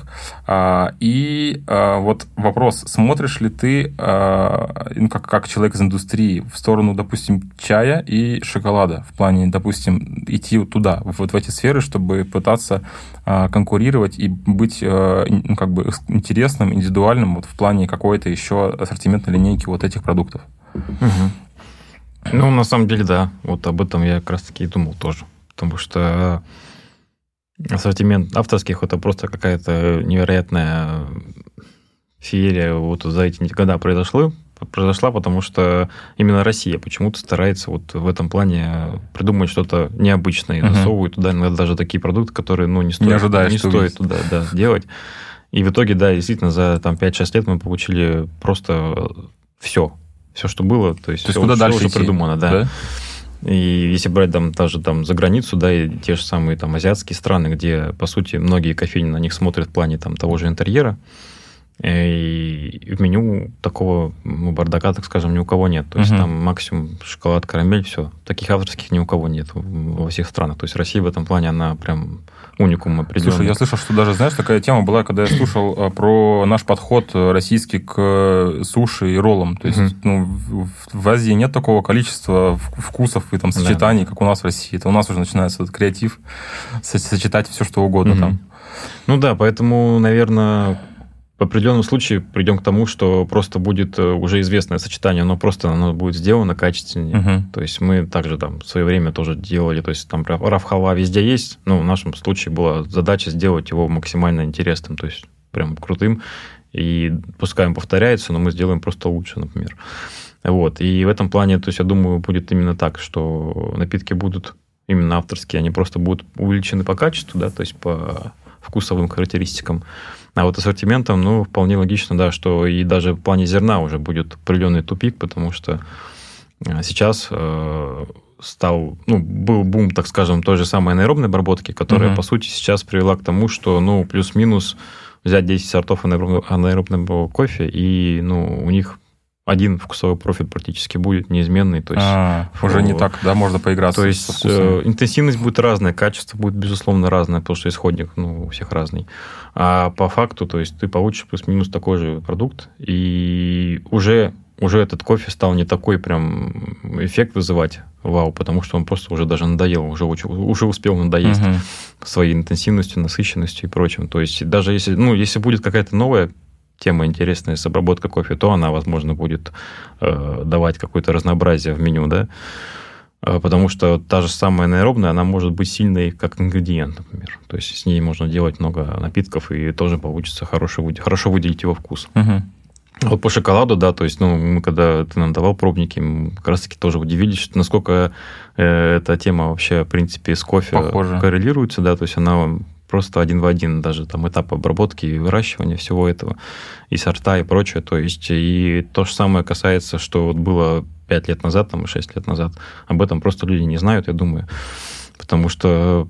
И вот вопрос, смотришь ли ты, ну, как человек из индустрии, в сторону, допустим, чая и шоколада, в плане, допустим, идти туда, вот в эти сферы, чтобы пытаться конкурировать и быть, ну, как бы интересным, индивидуальным вот в плане какой-то еще ассортиментной линейки вот этих продуктов? Ну, на самом деле, да. Вот об этом я как раз-таки и думал тоже. Потому что ассортимент авторских – это просто какая-то невероятная феерия вот за эти года произошла, потому что именно Россия почему-то старается вот в этом плане придумать что-то необычное, и засовывает туда иногда даже такие продукты, которые, ну, не стоит туда делать. И в итоге, да, действительно, за там, 5-6 лет мы получили просто все, что было. То есть все, куда дальше уже идти? Придумано, да. И если брать там, даже там, за границу, да, и те же самые там, азиатские страны, где, по сути, многие кофейни на них смотрят в плане там, того же интерьера, и в меню такого бардака, так скажем, ни у кого нет. То есть там максимум шоколад, карамель, все. Таких авторских ни у кого нет во всех странах. То есть Россия в этом плане, она прям уникум определенный. Слушай, я слышал, что даже, знаешь, такая тема была, когда я слушал про наш подход российский к суши и роллам. То есть ну, в Азии нет такого количества вкусов и там сочетаний, как у нас в России. Это у нас уже начинается этот креатив сочетать все, что угодно там. Ну да, поэтому, наверное, в определенном случае придем к тому, что просто будет уже известное сочетание, но просто оно будет сделано качественнее. То есть мы также там в свое время тоже делали, то есть там раф-халва везде есть, но в нашем случае была задача сделать его максимально интересным, то есть прям крутым, и пускай он повторяется, но мы сделаем просто лучше, например. Вот. И в этом плане, то есть я думаю, будет именно так, что напитки будут именно авторские, они просто будут увеличены по качеству, да, то есть по вкусовым характеристикам. А вот ассортиментом, ну, вполне логично, да, что и даже в плане зерна уже будет определенный тупик, потому что Сейчас был бум, так скажем, той же самой анаэробной обработки, которая, по сути, сейчас привела к тому, что, плюс-минус взять 10 сортов анаэробного кофе, и, у них один вкусовой профиль практически будет неизменный. То есть, уже не так, да, можно поиграться. То есть интенсивность будет разная, качество будет, безусловно, разное, потому что исходник у всех разный. А по факту, то есть ты получишь плюс-минус такой же продукт, и уже этот кофе стал не такой прям эффект вызывать, вау, потому что он просто уже даже надоел, уже успел надоесть своей интенсивностью, насыщенностью и прочим. То есть даже если будет какая-то новая тема интересная с обработкой кофе, то она, возможно, будет давать какое-то разнообразие в меню, да, потому что та же самая анаэробная, она может быть сильной как ингредиент, например. То есть с ней можно делать много напитков, и тоже получится хорошо выделить его вкус. Вот по шоколаду, да, то есть, мы когда ты нам давал пробники, мы как раз-таки тоже удивились, насколько эта тема вообще, в принципе, с кофе коррелируется, да, то есть она просто один в один, даже там этап обработки и выращивания всего этого, и сорта, и прочее, то есть, и то же самое касается, что вот было 5 лет назад, там, и 6 лет назад, об этом просто люди не знают, я думаю, потому что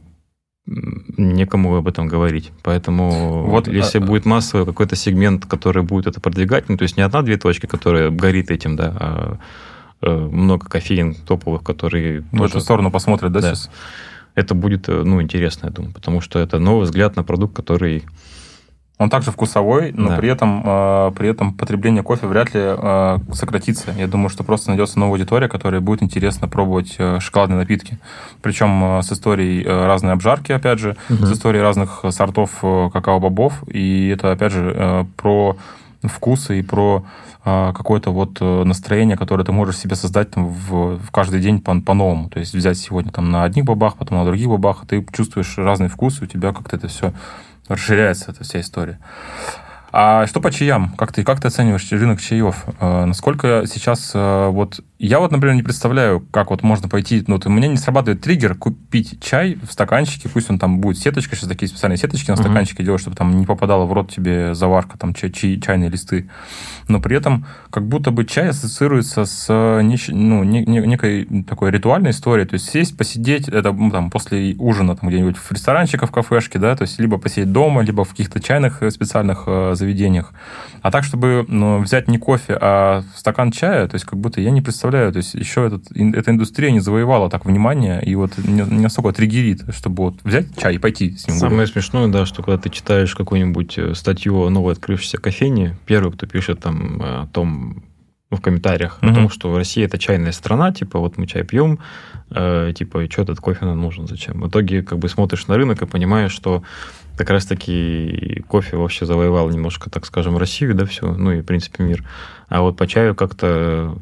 некому об этом говорить. Поэтому если будет массовый какой-то сегмент, который будет это продвигать, то есть не одна-две точки, которая горит этим, да, а много кофеин топовых, которые... В эту сторону посмотрят, да, сейчас? Это будет, интересно, я думаю, потому что это новый взгляд на продукт, который... Он также вкусовой, но при этом потребление кофе вряд ли сократится. Я думаю, что просто найдется новая аудитория, которая будет интересно пробовать шоколадные напитки. Причем с историей разной обжарки, опять же, с историей разных сортов какао-бобов. И это, опять же, про вкусы и про какое-то вот настроение, которое ты можешь себе создать там, в каждый день по-новому. То есть взять сегодня там, на одних бобах, потом на других бобах, и ты чувствуешь разный вкус, и у тебя как-то это все расширяется, эта вся история. А что по чаям? Как ты оцениваешь рынок чаев? Насколько сейчас... Я например, не представляю, как можно пойти... у меня не срабатывает триггер купить чай в стаканчике, пусть он там будет сеточка, сейчас такие специальные сеточки на стаканчике делают, чтобы там не попадала в рот тебе заварка, там чайные листы. Но при этом как будто бы чай ассоциируется с некой такой ритуальной историей. То есть сесть, посидеть, это там после ужина там, где-нибудь в ресторанчиках, в кафешке, да, то есть либо посидеть дома, либо в каких-то чайных специальных заведениях. А так, чтобы взять не кофе, а стакан чая, то есть как будто я не представляю, то есть еще эта индустрия не завоевала так внимание и не настолько триггерит, чтобы взять чай и пойти с ним. Самое смешное, да, что когда ты читаешь какую-нибудь статью о новой открывшейся кофейне, первый, кто пишет там о том, в комментариях, о том, что Россия это чайная страна, типа мы чай пьем, типа и что этот кофе нам нужен, зачем? В итоге смотришь на рынок и понимаешь, что как раз-таки кофе вообще завоевал немножко, так скажем, Россию, да, все, и, в принципе, мир. А вот по чаю как-то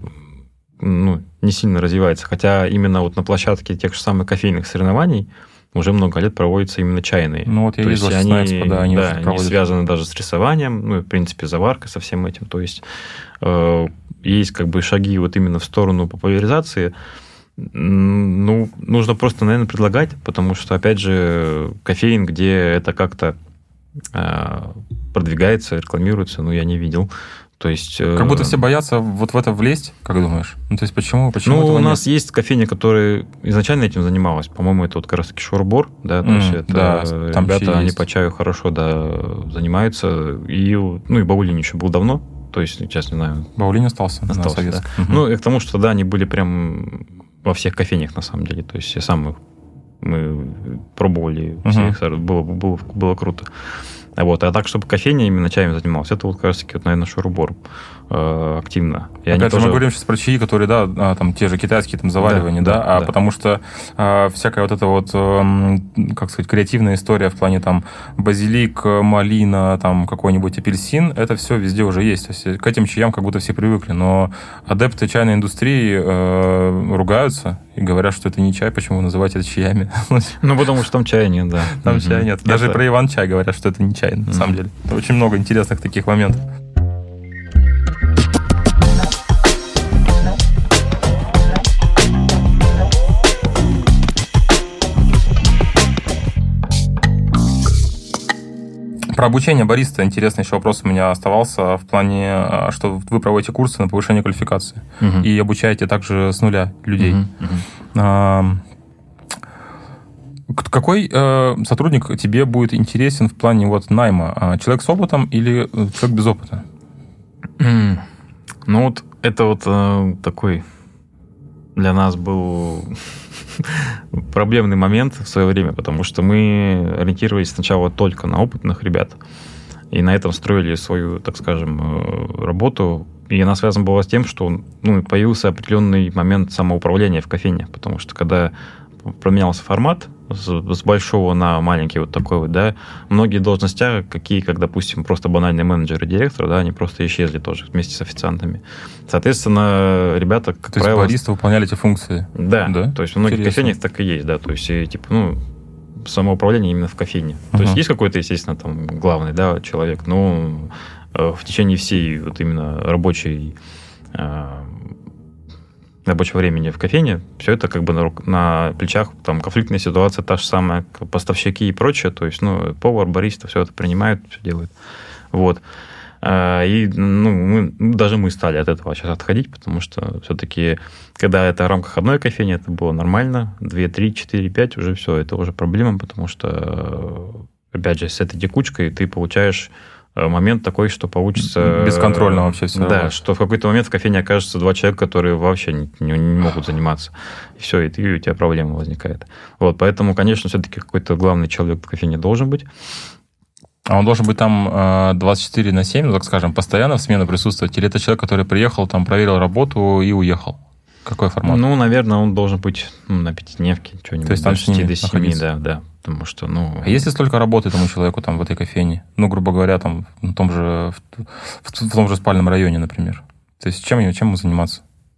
не сильно развивается. Хотя именно на площадке тех же самых кофейных соревнований уже много лет проводятся именно чайные. Я ездил на Экспо, да, они связаны даже с рисованием, в принципе, заваркой, со всем этим. То есть есть шаги именно в сторону популяризации. Нужно просто, наверное, предлагать, потому что, опять же, кофеин, где это как-то продвигается, рекламируется, я не видел. То есть, как будто все боятся в это влезть, как думаешь? То есть почему у нас есть кофейня, которая изначально этим занималась. По-моему, это как раз-таки Шорбор, да, то есть это там ребята, они по чаю хорошо, занимаются. И Баулин еще был давно, то есть, сейчас не знаю. Баулин остался на советском. Да. И к тому, что, они были прям во всех кофейнях, на самом деле. То есть, мы пробовали, было круто. А так, чтобы кофейня именно чаем занималась, это как раз-таки, наверное, Шорбор активно. И опять же, мы говорим сейчас про чаи, которые, да, там те же китайские там заваривания, да, потому что всякая как сказать, креативная история в плане там базилик, малина, там какой-нибудь апельсин, это все везде уже есть. То есть к этим чаям как будто все привыкли, но адепты чайной индустрии ругаются и говорят, что это не чай, почему вы называете это чаями? Потому что там чая нет, да. Там чая нет. Даже про Иван-чай говорят, что это не чай, на самом деле. Очень много интересных таких моментов. Про обучение бариста интересный еще вопрос у меня оставался в плане, что вы проводите курсы на повышение квалификации и обучаете также с нуля людей. Какой сотрудник тебе будет интересен в плане вот найма? Человек с опытом или человек без опыта? Ну вот это вот такой для нас был проблемный момент в свое время, потому что мы ориентировались сначала только на опытных ребят, и на этом строили свою, так скажем, работу. И она связана была с тем, что появился определенный момент самоуправления в кофейне, потому что когда поменялся формат с большого на маленький вот такой вот, да, многие должности, какие, как, допустим, просто банальные менеджеры, директоры, да, они просто исчезли тоже вместе с официантами. Соответственно, ребята, как правило... То есть баристы выполняли эти функции? Да, то есть в многих кофейнях так и есть, да, то есть, типа, самоуправление именно в кофейне. То есть есть какой-то, естественно, там, главный, да, человек, но в течение всей вот именно рабочего времени в кофейне, все это как бы на плечах, там конфликтная ситуация та же самая, поставщики и прочее, то есть, повар, бариста, все это принимают, все делают. Вот. И даже мы стали от этого сейчас отходить, потому что все-таки, когда это в рамках одной кофейни, это было нормально, 2, 3, 4, 5, уже все, это уже проблема, потому что, опять же, с этой текучкой ты получаешь момент такой, что получится... Бесконтрольно вообще все. Да, что в какой-то момент в кофейне окажется 2 человека, которые вообще не могут заниматься. И все, и у тебя проблема возникает. Вот, поэтому, конечно, все-таки какой-то главный человек в кофейне должен быть. А он должен быть там 24/7, так скажем, постоянно в смену присутствовать? Или это человек, который приехал, там, проверил работу и уехал? Какой формат? Наверное, он должен быть на пятидневке, что-нибудь. То есть там с 6 до 7, да. Потому что, А если столько работы тому человеку там в этой кофейне? Грубо говоря, там в том же спальном районе, например. То есть чем ему заниматься?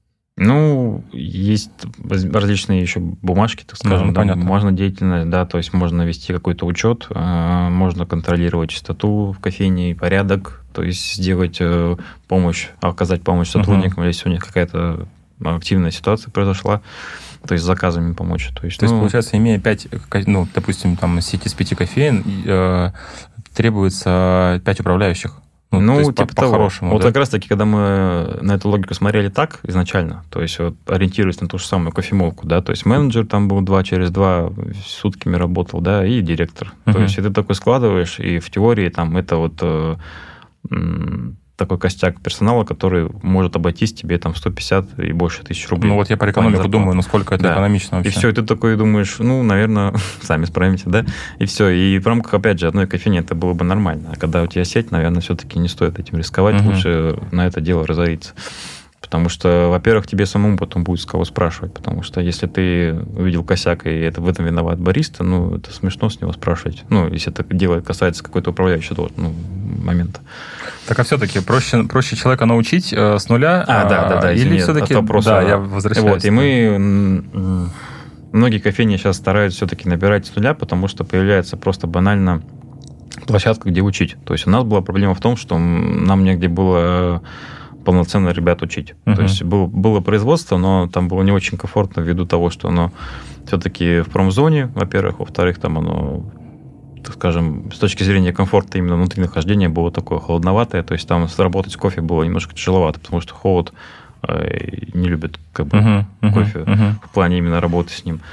Есть различные еще бумажки, так скажем, можно деятельность, да, то есть можно вести какой-то учет, можно контролировать чистоту в кофейне и порядок, то есть сделать помощь, оказать помощь сотрудникам, если у них какая-то активная ситуация произошла, то есть с заказами помочь. То есть, получается, имея 5, допустим, там сеть из 5 кофеин, требуется 5 управляющих. Типа по-хорошему. Вот как раз-таки, когда мы на эту логику смотрели так изначально, то есть ориентируясь на ту же самую кофемолку, да, то есть менеджер там был 2 через 2 сутками работал, да, и директор. То есть ты такой складываешь, и в теории там это такой костяк персонала, который может обойтись тебе там 150 и больше тысяч рублей. Я по экономику думаю, насколько это экономично вообще. И все, и ты такой думаешь, наверное, сами справимся, да? И все. И в рамках, опять же, одной кофейни это было бы нормально. А когда у тебя сеть, наверное, все-таки не стоит этим рисковать, лучше на это дело разориться. Потому что, во-первых, тебе самому потом будет с кого спрашивать. Потому что если ты увидел косяк, и это в этом виноват бариста, это смешно с него спрашивать. Если это дело касается какой-то управляющего момента. Так, а все-таки проще человека научить с нуля? Да, или все-таки... Да, я возвращаюсь. И многие кофейни сейчас стараются все-таки набирать с нуля, потому что появляется просто банально площадка, где учить. То есть у нас была проблема в том, что нам негде было полноценно ребят учить. То есть было производство, но там было не очень комфортно ввиду того, что оно все-таки в промзоне, во-первых, во-вторых, там оно, так скажем, с точки зрения комфорта именно внутри нахождения было такое холодноватое, то есть там работать с кофе было немножко тяжеловато, потому что холод не любит кофе в плане именно работы с ним.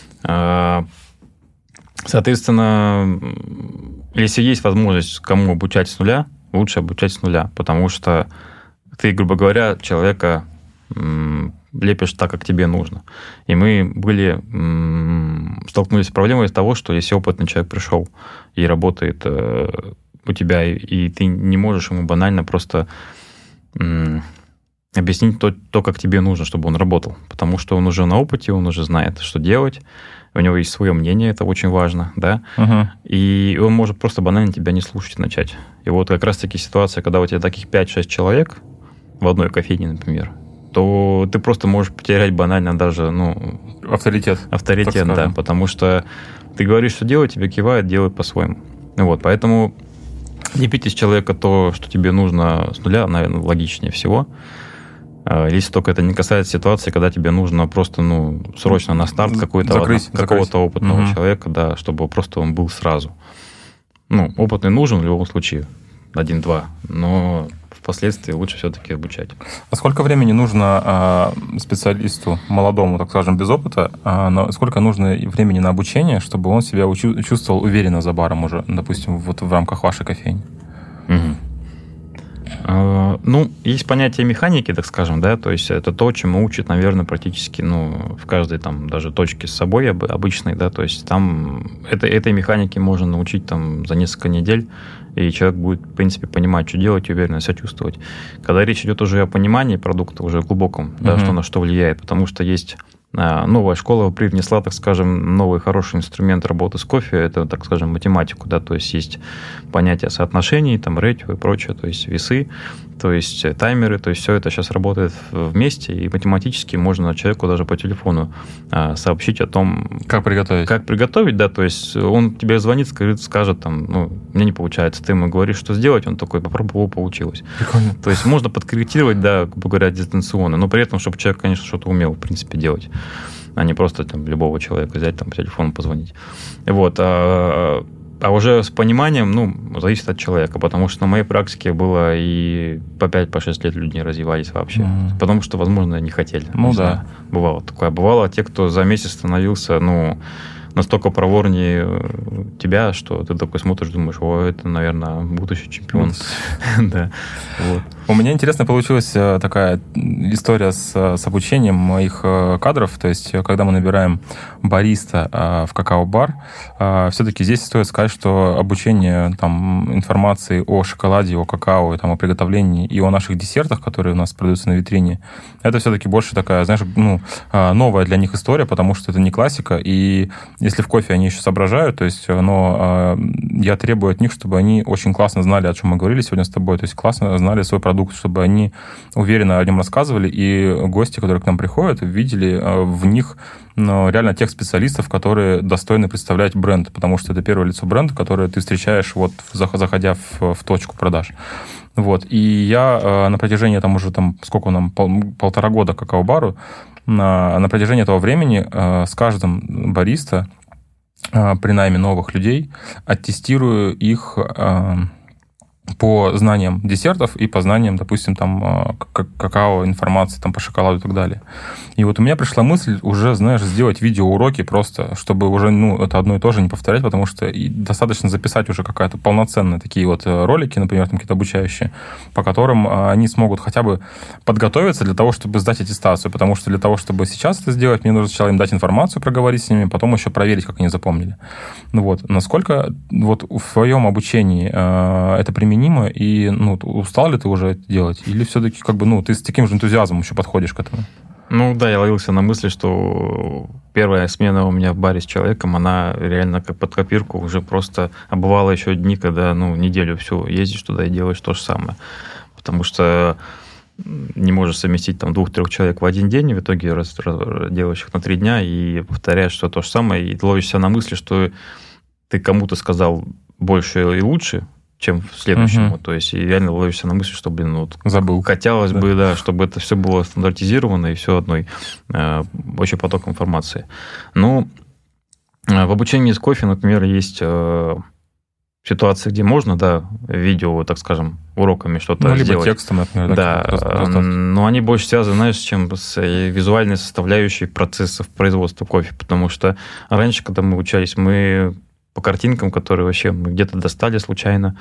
Соответственно, если есть возможность кому обучать с нуля, лучше обучать с нуля, потому что ты, грубо говоря, человека лепишь так, как тебе нужно. И мы столкнулись с проблемой того, что если опытный человек пришел и работает у тебя, и ты не можешь ему банально просто объяснить то, как тебе нужно, чтобы он работал. Потому что он уже на опыте, он уже знает, что делать, у него есть свое мнение, это очень важно, да, и он может просто банально тебя не слушать и начать. И вот как раз-таки ситуация, когда у тебя таких 5-6 человек в одной кофейне, например, то ты просто можешь потерять банально даже, авторитет, да, потому что ты говоришь, что делать, тебе кивают, делают по-своему. Поэтому лепить из человека то, что тебе нужно с нуля, наверное, логичнее всего. Если только это не касается ситуации, когда тебе нужно просто, срочно на старт какого-то опытного человека, да, чтобы просто он был сразу. опытный нужен в любом случае, 1-2, но впоследствии лучше все-таки обучать. А сколько времени нужно специалисту, молодому, так скажем, без опыта, сколько нужно времени на обучение, чтобы он себя чувствовал уверенно за баром уже, допустим, вот в рамках вашей кофейни? Есть понятие механики, так скажем, да, то есть это то, чему учат, наверное, практически, в каждой там даже точке с собой обычной, да, то есть там этой механике можно научить там за несколько недель, и человек будет, в принципе, понимать, что делать, и уверенно себя чувствовать. Когда речь идет уже о понимании продукта, уже глубоком, да, что на что влияет, потому что есть новая школа привнесла, так скажем, новый хороший инструмент работы с кофе, это, так скажем, математику, да, то есть есть понятие соотношений, там, рэйтио и прочее, то есть весы, то есть таймеры, то есть все это сейчас работает вместе, и математически можно человеку даже по телефону сообщить о том... Как приготовить. Как приготовить, да, то есть он тебе звонит, скажет, там, мне не получается, ты ему говоришь, что сделать, он такой, попробовал, получилось. Прикольно. То есть можно подкорректировать, да, грубо говоря, дистанционно, но при этом, чтобы человек, конечно, что-то умел, в принципе, делать, а не просто там любого человека взять, там, по телефону позвонить. Вот, а уже с пониманием, зависит от человека, потому что на моей практике было и по 5-6 лет люди не развивались вообще, потому что, возможно, не хотели. Да. Знаю. Бывало такое. Бывало те, кто за месяц становился, настолько проворнее тебя, что ты такой смотришь, думаешь, это, наверное, будущий чемпион. Да. У меня интересно получилась такая история с обучением моих кадров. То есть, когда мы набираем бариста в какао-бар, все-таки здесь стоит сказать, что обучение там, информации о шоколаде, о какао, там, о приготовлении и о наших десертах, которые у нас продаются на витрине, это все-таки больше такая, знаешь, новая для них история, потому что это не классика. И если в кофе они еще соображают, то есть, я требую от них, чтобы они очень классно знали, о чем мы говорили сегодня с тобой, то есть классно знали свой продукт, чтобы они уверенно о нем рассказывали, и гости, которые к нам приходят, видели в них реально тех специалистов, которые достойны представлять бренд, потому что это первое лицо бренда, которое ты встречаешь, вот, заходя в точку продаж. Вот. И я на протяжении сколько нам, 1,5 года какао-бару, на протяжении этого времени с каждым бариста при найме новых людей аттестирую их по знаниям десертов и по знаниям, допустим, там, какао, информации там, по шоколаду и так далее. И вот у меня пришла мысль уже, знаешь, сделать видеоуроки просто, чтобы уже, это одно и то же не повторять, потому что достаточно записать уже какая-то полноценные такие вот ролики, например, там какие-то обучающие, по которым они смогут хотя бы подготовиться для того, чтобы сдать аттестацию, потому что для того, чтобы сейчас это сделать, мне нужно сначала им дать информацию, проговорить с ними, потом еще проверить, как они запомнили. Насколько вот в своем обучении это применимо, и устал ли ты уже это делать? Или все-таки ты с таким же энтузиазмом еще подходишь к этому? Да, я ловился на мысли, что первая смена у меня в баре с человеком, она реально как под копирку уже просто... А бывало еще дни, когда, неделю всю ездишь туда и делаешь то же самое. Потому что не можешь совместить там 2-3 человек в один день, и в итоге делаешь их на 3 дня и повторяешь все то же самое, и ловишься на мысли, что ты кому-то сказал больше и лучше, чем в следующем. То есть, и реально ловишься на мысли, что, забыл. Хотелось бы, да, чтобы это все было стандартизировано и все одной общий поток информации. В обучении с кофе, например, есть ситуации, где можно, да, видео, так скажем, уроками что-то либо сделать. Текстом, например. Да, но они больше связаны, знаешь, с чем? С визуальной составляющей процессов производства кофе, потому что раньше, когда мы учались, мы по картинкам, которые вообще мы где-то достали случайно,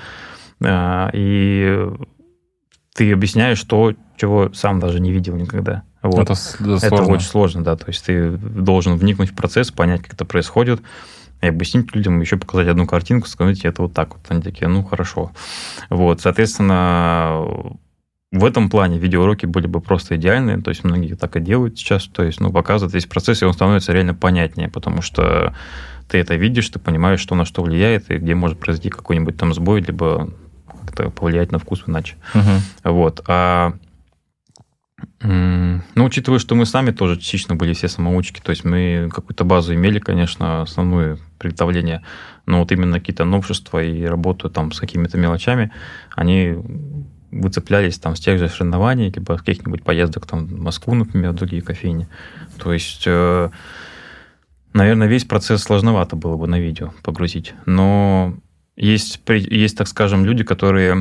и ты объясняешь то, чего сам даже не видел никогда. Вот. Это сложно. Это очень сложно, да. То есть ты должен вникнуть в процесс, понять, как это происходит, и объяснить людям, еще показать одну картинку, сказать, это вот так вот. Они такие, хорошо. Вот, соответственно, в этом плане видеоуроки были бы просто идеальные, то есть многие так и делают сейчас, то есть, показывают весь процесс, и он становится реально понятнее, потому что ты это видишь, ты понимаешь, что на что влияет, и где может произойти какой-нибудь там сбой, либо как-то повлиять на вкус иначе. Вот. Учитывая, что мы сами тоже частично были все самоучки, то есть мы какую-то базу имели, конечно, основное приготовление, но вот именно какие-то новшества и работу там с какими-то мелочами, они выцеплялись там с тех же соревнований, либо с каких-нибудь поездок там, в Москву, например, в другие кофейни. То есть, наверное, весь процесс сложновато было бы на видео погрузить, но Есть, так скажем, люди, которые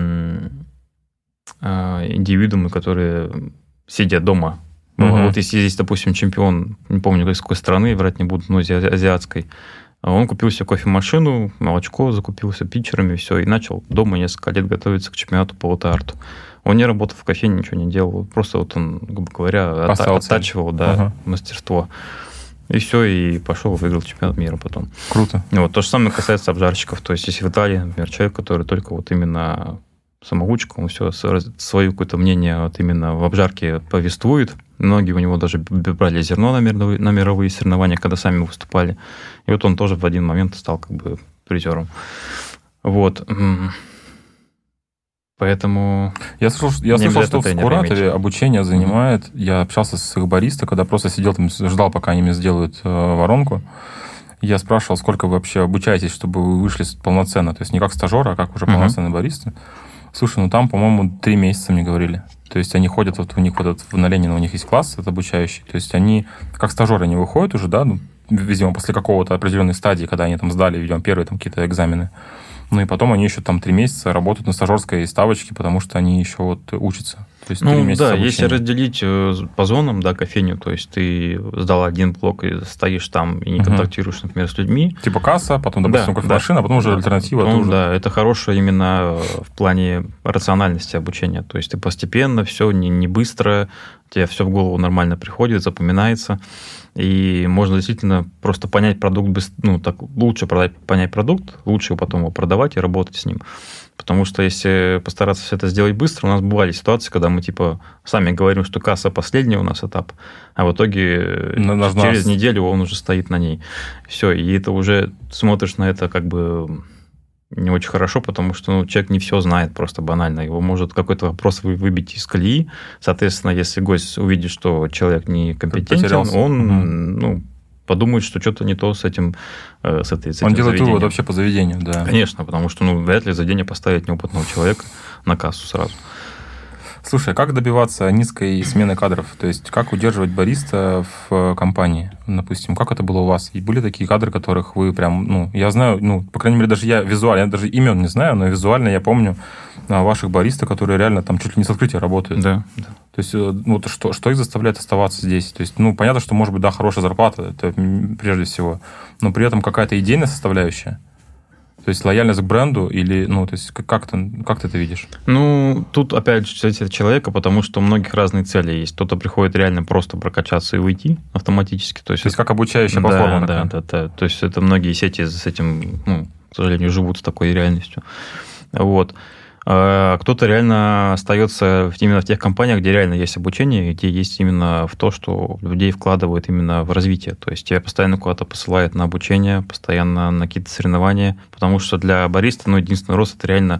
индивидуумы, которые сидят дома. Вот если есть, допустим, чемпион, не помню, из какой страны, врать не буду, но азиатской, он купил себе кофемашину, молочко, закупился питчерами, все, и начал дома несколько лет готовиться к чемпионату по латте-арту. Он не работал в кофейне, ничего не делал, просто вот он, грубо говоря, оттачивал мастерство. И все, и пошел, выиграл чемпионат мира потом. Круто. Вот, то же самое касается обжарщиков. То есть, если в Италии, например, человек, который только вот именно самоучка, он все свое какое-то мнение вот именно в обжарке повествует. Многие у него даже брали зерно на мировые соревнования, когда сами выступали. И вот он тоже в один момент стал как бы призером. Вот. Поэтому... Я слышал, что в Скуратове обучение занимает... Я общался с их бариста, когда просто сидел там, ждал, пока они мне сделают воронку. Я спрашивал, сколько вы вообще обучаетесь, чтобы вы вышли полноценно. То есть не как стажер, а как уже полноценный бариста. Слушай, ну там, по-моему, 3 месяца мне говорили. То есть они ходят, вот у них вот этот, на Ленина у них есть класс, это обучающий. То есть они, как стажеры, они выходят уже, да, ну, видимо, после какого-то определенной стадии, когда они там сдали, видимо, первые там какие-то экзамены. Ну и потом они еще там 3 месяца работают на стажерской ставочке, потому что они еще вот учатся. То есть 3 месяца обучения. Если разделить по зонам, да, кофейню, то есть ты сдал один блок и стоишь там и не контактируешь, например, с людьми. Типа касса, потом, допустим, кофемашина, а потом уже альтернатива. Потом, это хорошее именно в плане рациональности обучения. То есть ты постепенно, все не быстро, тебе все в голову нормально приходит, запоминается. И можно действительно просто понять продукт, лучше понять продукт, лучше потом его продавать и работать с ним. Потому что если постараться все это сделать быстро, у нас бывали ситуации, когда мы типа сами говорим, что касса последний у нас этап, а в итоге через неделю он уже стоит на ней. Все, и это уже смотришь на это как бы не очень хорошо, потому что человек не все знает просто банально. Его может какой-то вопрос выбить из колеи. Соответственно, если гость увидит, что человек некомпетентен, он подумает, что что-то не то с этим заведением. Он делает вывод вообще по заведению, да. Конечно, потому что вряд ли заведение поставить неопытного человека на кассу сразу. Слушай, а как добиваться низкой смены кадров? То есть, как удерживать бариста в компании? Допустим, как это было у вас? И были такие кадры, которых вы прям, я знаю, по крайней мере, даже я визуально, я даже имен не знаю, но визуально я помню ваших бариста, которые реально там чуть ли не с открытия работают. Да. То есть, что их заставляет оставаться здесь? То есть, понятно, что, может быть, да, хорошая зарплата, это прежде всего, но при этом какая-то идейная составляющая. То есть лояльность к бренду или, то есть как ты это видишь? Тут опять же зависит от человека, потому что у многих разные цели есть. Кто-то приходит реально просто прокачаться и уйти автоматически. То есть как обучающая платформа. Да. То есть это многие сети с этим, к сожалению, живут с такой реальностью. Вот. А кто-то реально остается именно в тех компаниях, где реально есть обучение, где есть именно в то, что людей вкладывают именно в развитие. То есть тебя постоянно куда-то посылают на обучение, постоянно на какие-то соревнования, потому что для бариста, единственный рост – это реально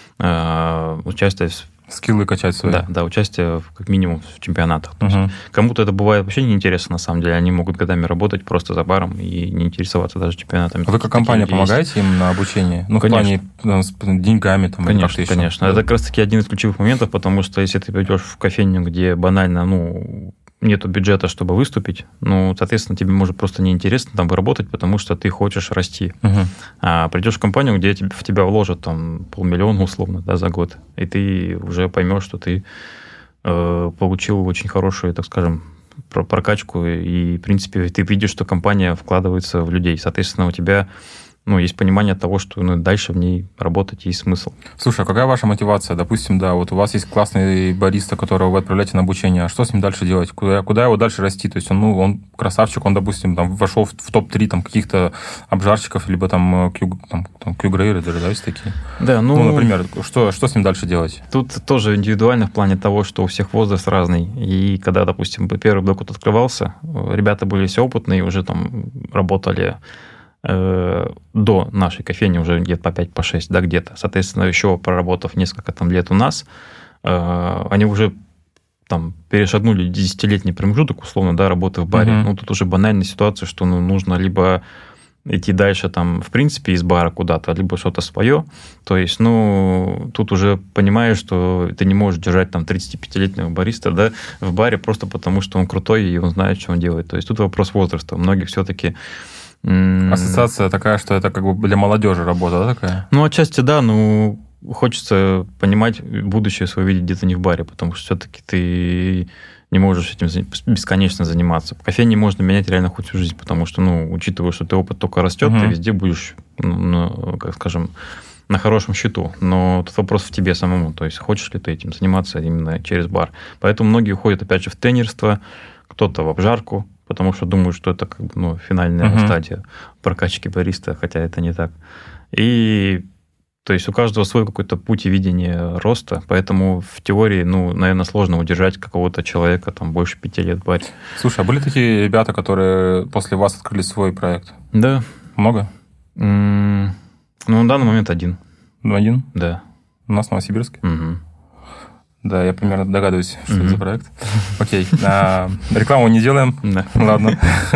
участие в скиллы качать свои. Да, участие как минимум в чемпионатах. То есть кому-то это бывает вообще неинтересно, на самом деле. Они могут годами работать просто за баром и не интересоваться даже чемпионатами. А вы как компания помогаете им на обучение? В плане с деньгами? Конечно. Это как раз-таки один из ключевых моментов, потому что если ты придешь в кофейню, где банально, нету бюджета, чтобы выступить, соответственно, тебе может просто неинтересно там работать, потому что ты хочешь расти. А придешь в компанию, где в тебя вложат там 500 000 условно, за год, и ты уже поймешь, что ты получил очень хорошую, так скажем, прокачку, и, в принципе, ты видишь, что компания вкладывается в людей. Соответственно, у тебя есть понимание того, что дальше в ней работать есть смысл. Слушай, а какая ваша мотивация? Допустим, да, вот у вас есть классный бариста, которого вы отправляете на обучение, а что с ним дальше делать? Куда его дальше расти? То есть он красавчик, он, допустим, там вошел в топ-3 там каких-то обжарщиков, либо там Q-грейеры даже, да, есть такие? Да, например, что с ним дальше делать? Тут тоже индивидуально в плане того, что у всех возраст разный. И когда, допустим, первый блок открывался, ребята были все опытные, уже там работали до нашей кофейни уже где-то по 5-6, да, где-то. Соответственно, еще проработав несколько там лет у нас, они уже там перешагнули 10-летний промежуток, условно, да, работы в баре. Тут уже банальная ситуация, что нужно либо идти дальше там, в принципе, из бара куда-то, либо что-то свое. То есть, тут уже понимаешь, что ты не можешь держать там 35-летнего бариста, да, в баре просто потому, что он крутой и он знает, что он делает. То есть, тут вопрос возраста. У многих все-таки Ассоциация такая, что это как бы для молодежи работа, да, такая? Ну, отчасти да, но хочется понимать будущее свое видеть где-то не в баре, потому что все-таки ты не можешь этим бесконечно заниматься. Кофейни можно менять реально хоть всю жизнь, потому что, учитывая, что ты опыт только растет, ты везде будешь, как скажем, на хорошем счету. Но тут вопрос в тебе самому, то есть хочешь ли ты этим заниматься именно через бар. Поэтому многие уходят, опять же, в тренерство, кто-то в обжарку, потому что думают, что это как бы, финальная стадия прокачки бариста, хотя это не так. И то есть у каждого свой какой-то путь и видение роста, поэтому в теории, наверное, сложно удержать какого-то человека там больше 5 лет в баре. Слушай, а были такие ребята, которые после вас открыли свой проект? Да. Много? На данный момент один. Один? Да. У нас в Новосибирске? Угу. Да, я примерно догадываюсь, что это за проект. Окей. Рекламу не делаем? Да. Ладно.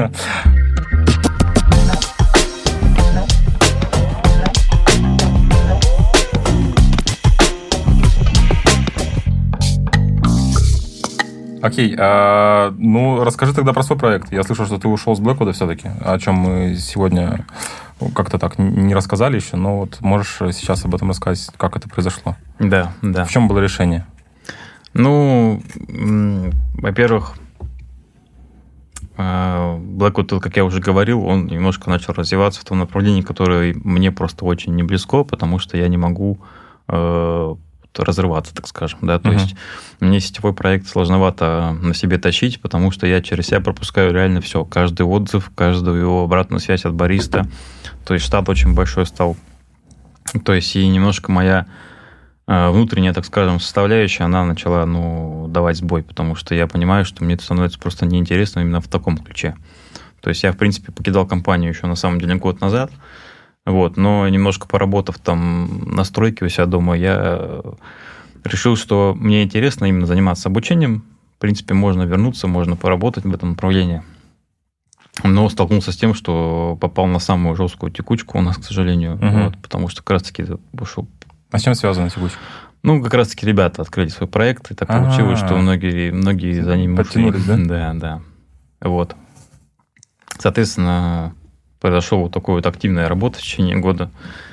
Окей, расскажи тогда про свой проект. Я слышал, что ты ушел с Blackwood все-таки, о чем мы сегодня как-то так не рассказали еще, но вот можешь сейчас об этом рассказать, как это произошло? Да. В чем было решение? Во-первых, Blackwood, как я уже говорил, он немножко начал развиваться в том направлении, которое мне просто очень не близко, потому что я не могу разрываться, так скажем, да, то есть мне сетевой проект сложновато на себе тащить, потому что я через себя пропускаю реально все, каждый отзыв, каждую его обратную связь от бариста, то есть штат очень большой стал, то есть и немножко моя внутренняя, так скажем, составляющая, она начала, давать сбой, потому что я понимаю, что мне это становится просто неинтересно именно в таком ключе. То есть я, в принципе, покидал компанию еще, на самом деле, год назад, но немножко поработав там на стройке у себя дома, я решил, что мне интересно именно заниматься обучением. В принципе, можно вернуться, можно поработать в этом направлении. Но столкнулся с тем, что попал на самую жесткую текучку у нас, к сожалению, потому что как раз-таки ушел. А с чем связана текучка? Как раз-таки ребята открыли свой проект, и так получилось, что многие за ними подтянулись, ушли. Да. Соответственно, произошла вот такая вот активная работа в течение года.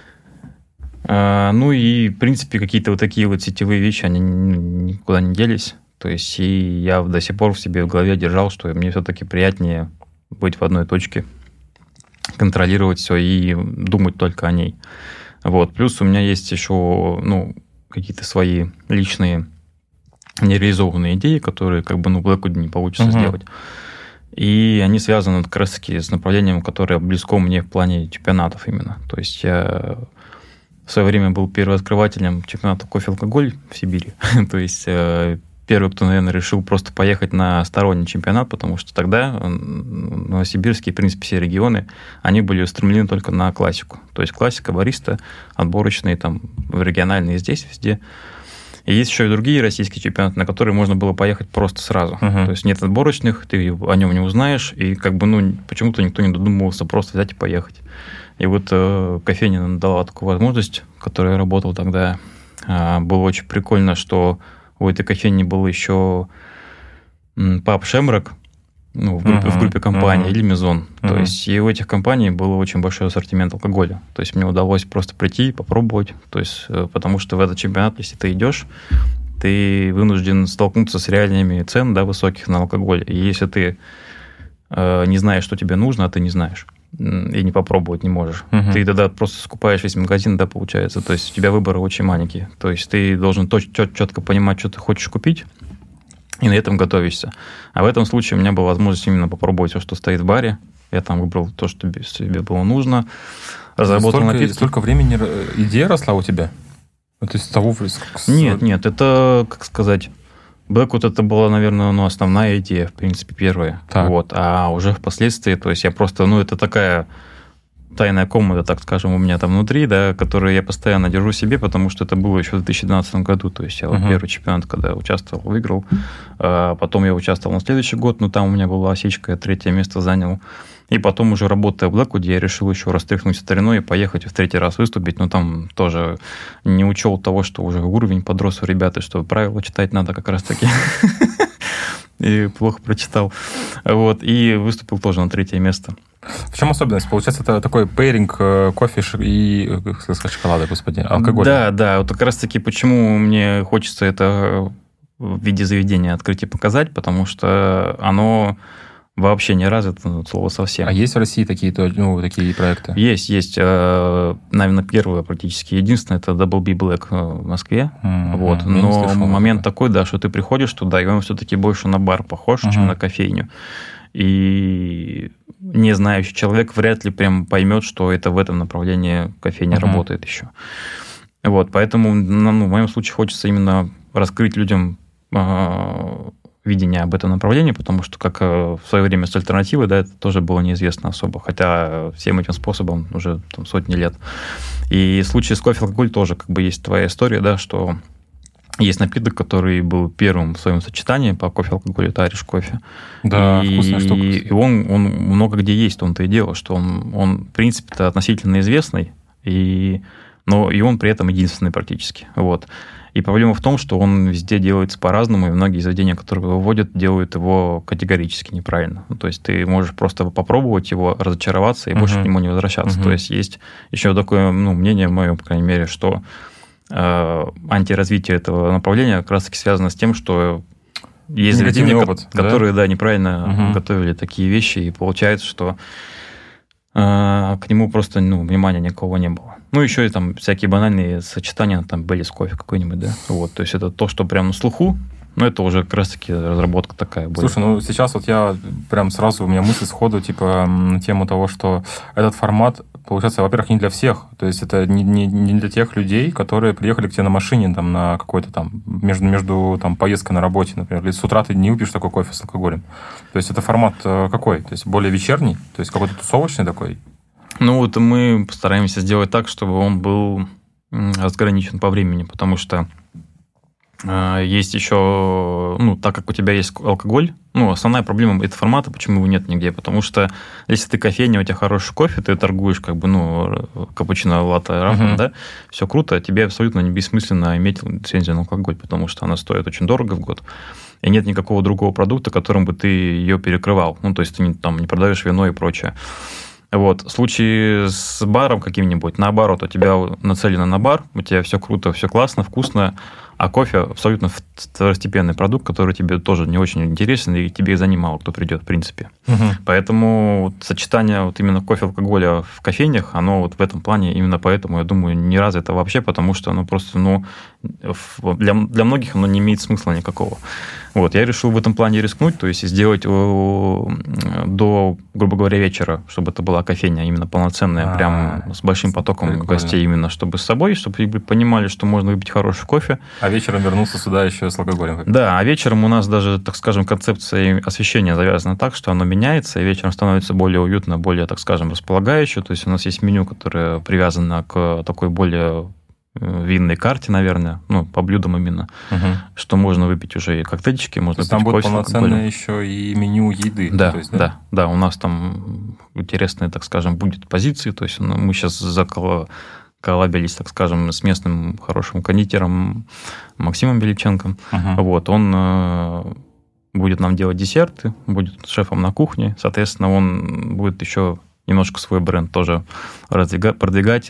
И, в принципе, какие-то вот такие вот сетевые вещи, они никуда не делись. То есть, и я до сих пор в себе в голове держал, что мне все-таки приятнее быть в одной точке, контролировать все и думать только о ней. Плюс у меня есть еще, какие-то свои личные нереализованные идеи, которые как бы, в Blackwood не получится сделать. И они связаны как раз-таки с направлением, которое близко мне в плане чемпионатов именно. То есть я в свое время был первооткрывателем чемпионата кофе-алкоголь в Сибири. То есть первый, кто, наверное, решил просто поехать на сторонний чемпионат, потому что тогда новосибирские, в принципе, все регионы, они были устремлены только на классику. То есть классика, бариста, отборочные, там, региональные здесь, везде. И есть еще и другие российские чемпионаты, на которые можно было поехать просто сразу. То есть нет отборочных, ты о нем не узнаешь, и как бы, почему-то никто не додумывался просто взять и поехать. И вот кофейня нам дала такую возможность, в которой я работал тогда. Было очень прикольно, что у этой кофейни был еще паб Шемрак, в группе компаний, или Мезон. То есть и у этих компаний был очень большой ассортимент алкоголя. То есть мне удалось просто прийти, попробовать. То есть, потому что в этот чемпионат, если ты идешь, ты вынужден столкнуться с реальными цен, высоких на алкоголь. И если ты не знаешь, что тебе нужно, а ты не знаешь, и не попробовать не можешь, ты тогда просто скупаешь весь магазин, получается. То есть у тебя выборы очень маленькие. То есть ты должен четко понимать, что ты хочешь купить, и на этом готовишься. А в этом случае у меня была возможность именно попробовать все, что стоит в баре. Я там выбрал то, что себе было нужно. Разработал напитки. Столько времени идея росла у тебя? То есть с того... Нет, это, как сказать... Blackwood это была, наверное, основная идея, в принципе, первая. А уже впоследствии, то есть я просто... это такая тайная комната, так скажем, у меня там внутри, которую я постоянно держу себе, потому что это было еще в 2012 году. То есть я первый чемпионат, когда участвовал, выиграл. Потом я участвовал на следующий год, но там у меня была осечка, я 3-е место занял. И потом уже работая в Blackwood, я решил еще растряхнуть стариной и поехать в 3-й раз выступить. Но там тоже не учел того, что уже уровень подрос у ребят, и что правила читать надо как раз-таки. И плохо прочитал. И выступил тоже на 3-е место. В чем особенность? Получается, это такой пейринг кофе и шоколада, господи, алкоголя. Да, вот как раз-таки почему мне хочется это в виде заведения открыть и показать, потому что оно вообще не развито, от слова совсем. А есть в России такие проекты? Есть. Наверное, первое, практически единственное, это Double B Black в Москве. Вот. Но момент такой, да, что ты приходишь туда, и он все-таки больше на бар похож, чем на кофейню. И не знающий человек вряд ли прям поймет, что это в этом направлении кофейня работает еще. Вот, поэтому в моем случае хочется именно раскрыть людям видение об этом направлении, потому что, как в свое время с альтернативой, да, это тоже было неизвестно особо, хотя всем этим способом уже сотни лет. И в случае с кофе алкоголь тоже как бы есть твоя история, да, что есть напиток, который был первым в своем сочетании по кофе-алкоголю, это Irish кофе. Да, вкусная штука. И он много где есть, он-то и дело, что он в принципе-то относительно известный, но и он при этом единственный практически. Вот. И проблема в том, что он везде делается по-разному, и многие заведения, которые его вводят, делают его категорически неправильно. То есть ты можешь просто попробовать его, разочароваться и больше к нему не возвращаться. То есть есть еще такое мнение мое, по крайней мере, что антиразвитие этого направления как раз-таки связано с тем, что есть заведения, которые неправильно готовили такие вещи, и получается, что к нему просто внимания никакого не было. Еще и там всякие банальные сочетания, там были с кофе какой-нибудь, да. Вот, то есть это то, что прям на слуху, но это уже как раз-таки разработка такая будет. Слушай, сейчас вот я прям сразу, у меня мысль сходу, на тему того, что этот формат, получается, во-первых, не для всех. То есть это не для тех людей, которые приехали к тебе на машине, там, на какой-то там, между там, поездкой на работе, например. Или с утра ты не выпьешь такой кофе с алкоголем. То есть это формат какой? То есть более вечерний? То есть какой-то тусовочный такой? Мы постараемся сделать так, чтобы он был разграничен по времени, потому что есть еще, так как у тебя есть алкоголь, основная проблема этого формата, почему его нет нигде, потому что если ты кофейня, у тебя хороший кофе, ты торгуешь капучино, латте, рафом, да, все круто, тебе абсолютно не бессмысленно иметь лицензию на алкоголь, потому что она стоит очень дорого в год, и нет никакого другого продукта, которым бы ты ее перекрывал, то есть ты не продаешь вино и прочее. Вот. В случае с баром каким-нибудь, наоборот, у тебя нацелено на бар, у тебя все круто, все классно, вкусно, а кофе абсолютно второстепенный продукт, который тебе тоже не очень интересен, и тебе за ним мало кто придет, в принципе. Поэтому сочетание именно кофе-алкоголя в кофейнях, оно в этом плане, именно поэтому, я думаю, не развито вообще, потому что оно просто, для многих оно не имеет смысла никакого. Вот, я решил в этом плане рискнуть, то есть сделать до, грубо говоря, вечера, чтобы это была кофейня именно полноценная, прям с большим потоком гостей, именно чтобы с собой, чтобы понимали, что можно выпить хороший кофе. А вечером вернулся сюда еще с алкоголем. Да, а вечером у нас даже, так скажем, концепция освещения завязана так, что оно меняется, и вечером становится более уютно, более, так скажем, располагающе. То есть у нас есть меню, которое привязано к такой более винной карте, наверное, по блюдам именно, что можно выпить уже и коктейльчики, можно выпить кофе. Там будет полноценное еще и меню еды. Да, да, у нас там интересные, так скажем, будет позиции, то есть мы сейчас коллабились, так скажем, с местным хорошим кондитером Максимом Беличенко. Вот, он будет нам делать десерты, будет шефом на кухне, соответственно, он будет еще немножко свой бренд тоже продвигать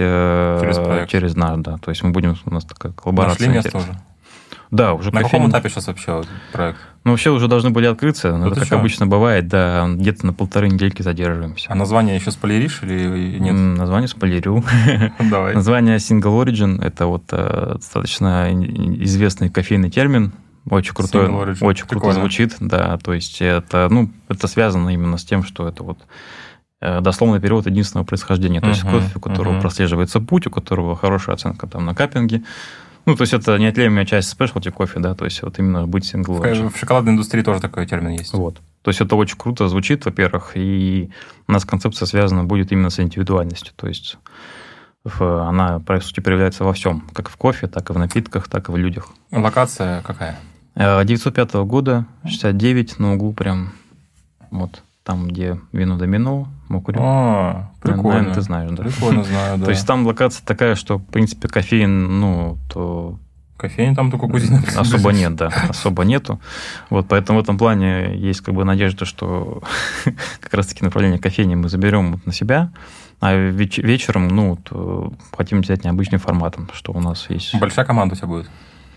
через нас, да. То есть у нас такая коллаборация. Нашли место уже? Да, уже на каком этапе сейчас вообще проект? Вообще уже должны были открыться, но это как обычно бывает, да, где-то на 1,5 недельки задерживаемся. А название еще спойлеришь или нет? Название спойлерю. Давай. Название Single Origin – это достаточно известный кофейный термин, очень крутой, очень круто звучит, да, то есть это связано именно с тем, что это дословный перевод единственного происхождения, то есть кофе, у которого прослеживается путь, у которого хорошая оценка там на каппинге. То есть это неотъемлемая часть спешлти кофе, да, то есть именно быть сингл. В шоколадной индустрии тоже такой термин есть. Вот. То есть это очень круто звучит, во-первых, и у нас концепция связана будет именно с индивидуальностью, то есть она, по сути, проявляется во всем, как в кофе, так и в напитках, так и в людях. Локация какая? 905 года, 69, на углу прям, там, где вино домино, Мокурю. Прикольно. Наверное, ты знаешь, да? Прикольно знаю, да. То есть там локация такая, что, в принципе, кофеин, Кофейни там только кузина. Особо нет, да, особо нету. Вот, поэтому в этом плане есть как бы надежда, что как раз-таки направление кофейни мы заберем на себя, а вечером, ну, хотим взять необычным форматом, что у нас есть. Большая команда у тебя будет?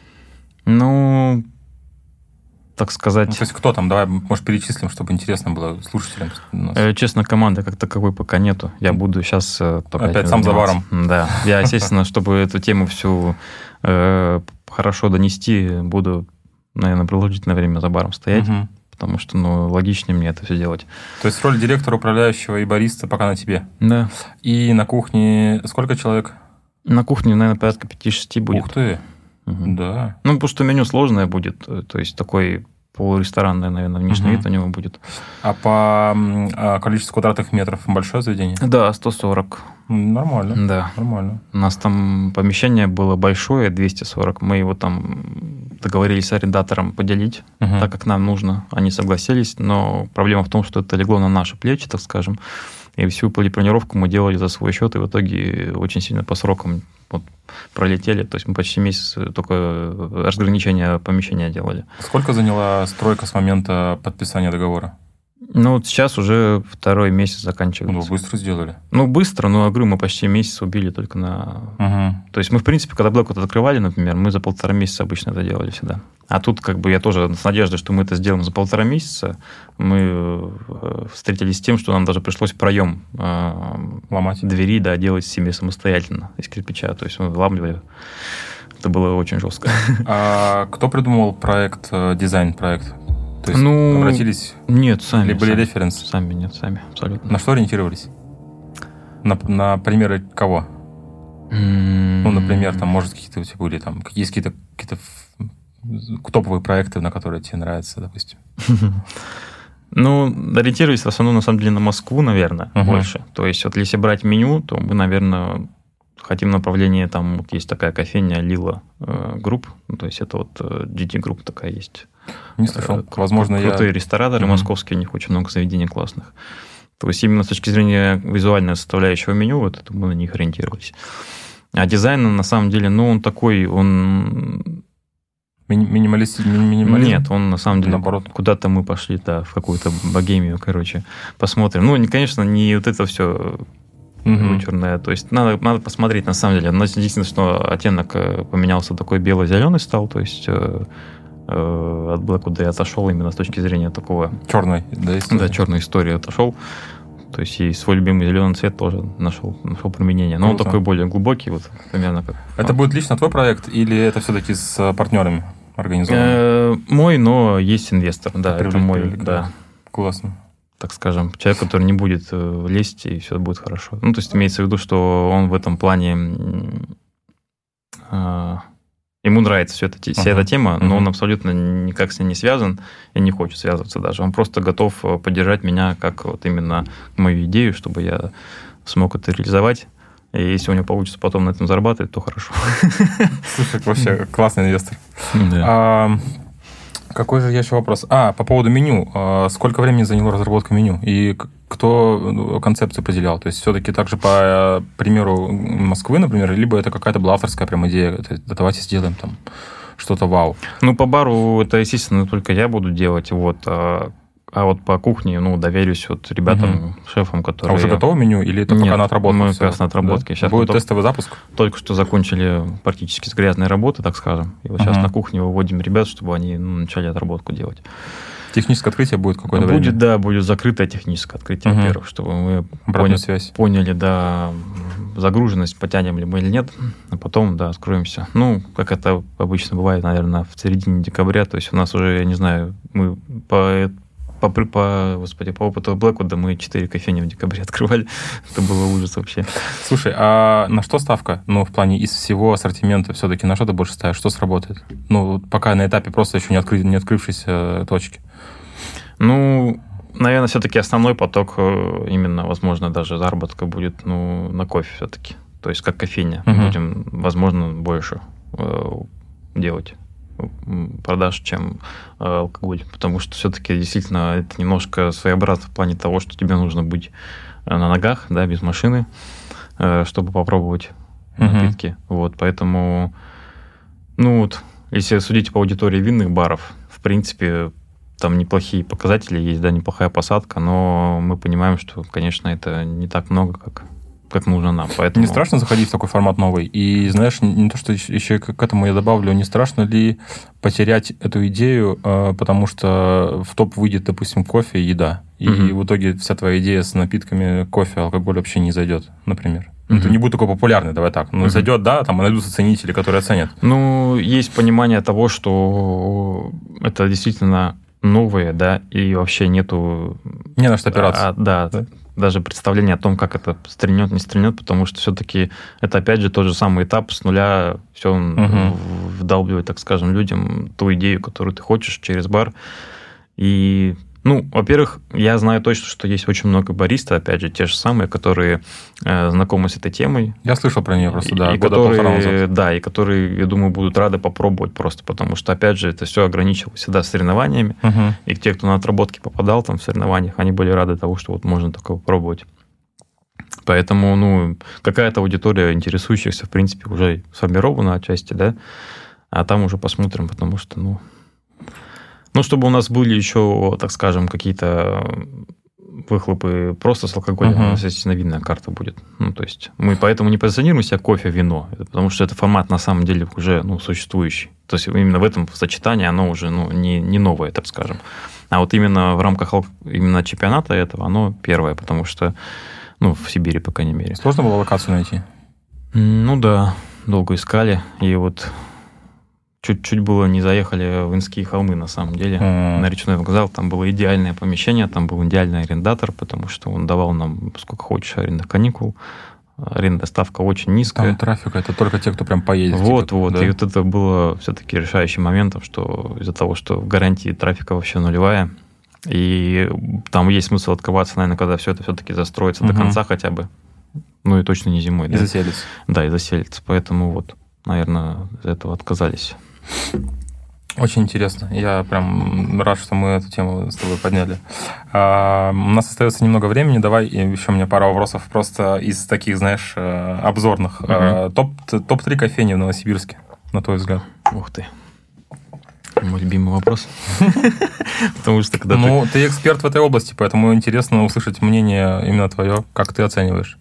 Ну, так сказать... Ну, то есть кто там? Давай, может, перечислим, чтобы интересно было слушателям. Честно, команды как таковой пока нету. Я буду сейчас только... Опять сам за баром. Да. Я, естественно, чтобы эту тему всю хорошо донести, буду, наверное, продолжительное время за баром стоять, потому что, ну, логичнее мне это все делать. То есть роль директора, управляющего и бариста пока на тебе? Да. И на кухне сколько человек? На кухне, наверное, порядка 5-6 будет. Ух ты! Да. Ну, потому что меню сложное будет, то есть такой полуресторанный, наверное, внешний вид у него будет. А по количеству квадратных метров большое заведение? Да, 140. Нормально. Да. Нормально. У нас там помещение было большое, 240. Мы его там договорились с арендатором поделить, так как нам нужно. Они согласились, но проблема в том, что это легло на наши плечи, так скажем. И всю планировку мы делали за свой счет, и в итоге очень сильно по срокам пролетели. То есть мы почти месяц только разграничение помещения делали. Сколько заняла стройка с момента подписания договора? Ну, вот сейчас уже 2-й месяц заканчивается. Ну, быстро сделали. Ну, быстро, но, я говорю, мы почти месяц убили только на... То есть мы, в принципе, когда Blackwood открывали, например, мы за 1,5 месяца обычно это делали всегда. А тут как бы я тоже с надеждой, что мы это сделаем за 1,5 месяца, мы встретились с тем, что нам даже пришлось проем ломать двери, да, делать себе самостоятельно из кирпича. То есть мы выламывали. Это было очень жестко. А кто придумал проект, дизайн-проект? То есть обратились? Нет, сами. Или были референсы? Сами, абсолютно. На что ориентировались? На примеры кого? Ну, например, там, может, какие-то у тебя были, там, есть какие-то топовые проекты, на которые тебе нравятся, допустим? Ну, ориентируюсь в основном, на самом деле, на Москву, наверное, больше. То есть, вот если брать меню, то мы, наверное, хотим направление, там вот есть такая кофейня Лила Групп, то есть это вот GT Групп такая есть. Не слышал. Возможно, крутые рестораторы московские, у них очень много заведений классных. То есть именно с точки зрения визуальной составляющего меню, вот это мы на них ориентировались. А дизайн, на самом деле, ну, он такой, он... Минимализм? Нет, он на самом деле... Наоборот. Куда-то мы пошли, да, в какую-то богемию, короче, посмотрим. Ну, конечно, не вот это все... вычурная. То есть надо посмотреть, на самом деле. Но единственное, что оттенок поменялся, такой бело-зеленый стал, то есть от Blackwood я отошел именно с точки зрения такого... Черной, да, истории? Да, черной истории отошел. То есть и свой любимый зеленый цвет тоже нашел применение. Но он такой более глубокий, вот примерно как... Это будет лично твой проект или это все-таки с партнерами организовано? Мой, но есть инвестор, да, это мой, да. Классно. Так скажем, человек, который не будет лезть, и все будет хорошо. Ну, то есть имеется в виду, что он в этом плане... Ему нравится вся эта тема, но он абсолютно никак с ней не связан и не хочет связываться даже. Он просто готов поддержать меня как вот именно мою идею, чтобы я смог это реализовать. И если у него получится потом на этом зарабатывать, то хорошо. Слушай, вообще классный инвестор. Да. Какой же еще вопрос? По поводу меню. Сколько времени заняло разработка меню? И кто концепцию определял? То есть все-таки также по примеру Москвы, например, либо это какая-то была авторская прям идея, давайте сделаем там что-то вау. Ну, по бару это, естественно, только я буду делать, вот. А вот по кухне, ну, доверюсь вот ребятам, шефам, которые... А уже готово меню или это пока на отработке? Мы как раз на отработке. Да? Сейчас будет тестовый запуск? Только что закончили практически с грязной работы, так скажем. И вот сейчас на кухне выводим ребят, чтобы они начали отработку делать. Техническое открытие будет какое-то время? Будет, да, будет закрытое техническое открытие, во-первых, чтобы мы поняли, да, загруженность, потянем ли мы или нет, а потом, да, откроемся. Ну, как это обычно бывает, наверное, в середине декабря, то есть у нас уже, я не знаю, мы по опыту Blackwood мы 4 кофейни в декабре открывали. Это было ужас вообще. Слушай, а на что ставка? Ну, в плане из всего ассортимента все-таки на что ты больше ставишь? Что сработает? Ну, пока на этапе просто еще не открывшейся точки. Ну, наверное, все-таки основной поток именно, возможно, даже заработка будет на кофе все-таки. То есть как кофейня. Мы будем, возможно, больше делать продаж, чем алкоголь. Потому что все-таки действительно это немножко своеобразно в плане того, что тебе нужно быть на ногах, да, без машины, чтобы попробовать напитки. Вот, поэтому Ну, вот, если судить по аудитории винных баров, в принципе, там неплохие показатели есть, да, неплохая посадка, но мы понимаем, что, конечно, это не так много, как нужно нам. Поэтому... Не страшно заходить в такой формат новый? И, знаешь, не то, что еще к этому я добавлю, не страшно ли потерять эту идею, потому что в топ выйдет, допустим, кофе и еда, и в итоге вся твоя идея с напитками, кофе, алкоголь вообще не зайдет, например? Это не будет такой популярный, давай так. Но зайдет, да, там найдутся ценители, которые оценят. Ну, есть понимание того, что это действительно новые, да, и вообще нету... Не на что опираться. Да, даже представления о том, как это стрельнет, не стрельнет, потому что все-таки это, опять же, тот же самый этап с нуля, все вдалбливает, так скажем, людям ту идею, которую ты хочешь через бар. И, ну, во-первых, я знаю точно, что есть очень много бариста, опять же, те же самые, которые знакомы с этой темой. Я слышал про нее просто, да, и года полтора назад. Да, и которые, я думаю, будут рады попробовать просто, потому что, опять же, это все ограничивалось всегда соревнованиями, и те, кто на отработки попадал там в соревнованиях, они были рады того, что вот можно такое попробовать. Поэтому, ну, какая-то аудитория интересующихся, в принципе, уже сформирована отчасти, да, а там уже посмотрим, потому что, ну, чтобы у нас были еще, так скажем, какие-то выхлопы просто с алкоголем, у нас, естественно, винная карта будет. Ну, то есть мы поэтому не позиционируем себя кофе, вино, потому что это формат на самом деле уже, ну, существующий. То есть именно в этом сочетании оно уже, ну, не новое, так скажем. А вот именно в рамках именно чемпионата этого оно первое, потому что, ну, в Сибири, по крайней мере. Сложно было локацию найти? Ну да, долго искали, и вот чуть было не заехали в Инские холмы, на самом деле, на речной вокзал. Там было идеальное помещение, там был идеальный арендатор, потому что он давал нам сколько хочешь арендных каникул. Арендная ставка очень низкая. Там трафик, это только те, кто прям поедет. Вот. Да? И вот это было все-таки решающим моментом, что из-за того, что гарантия трафика вообще нулевая, и там есть смысл открываться, наверное, когда все это все-таки застроится до конца хотя бы. Ну и точно не зимой. И заселится. Да, и заселится. Поэтому вот, наверное, из этого отказались. Очень интересно. Я прям рад, что мы эту тему с тобой подняли. У нас остается немного времени. Давай еще у меня пара вопросов просто из таких, знаешь, обзорных. Топ-3 кофейни в Новосибирске, на твой взгляд? Ух ты. Мой любимый вопрос. Потому что когда ты эксперт в этой области, поэтому интересно услышать мнение именно твое, как ты оцениваешь.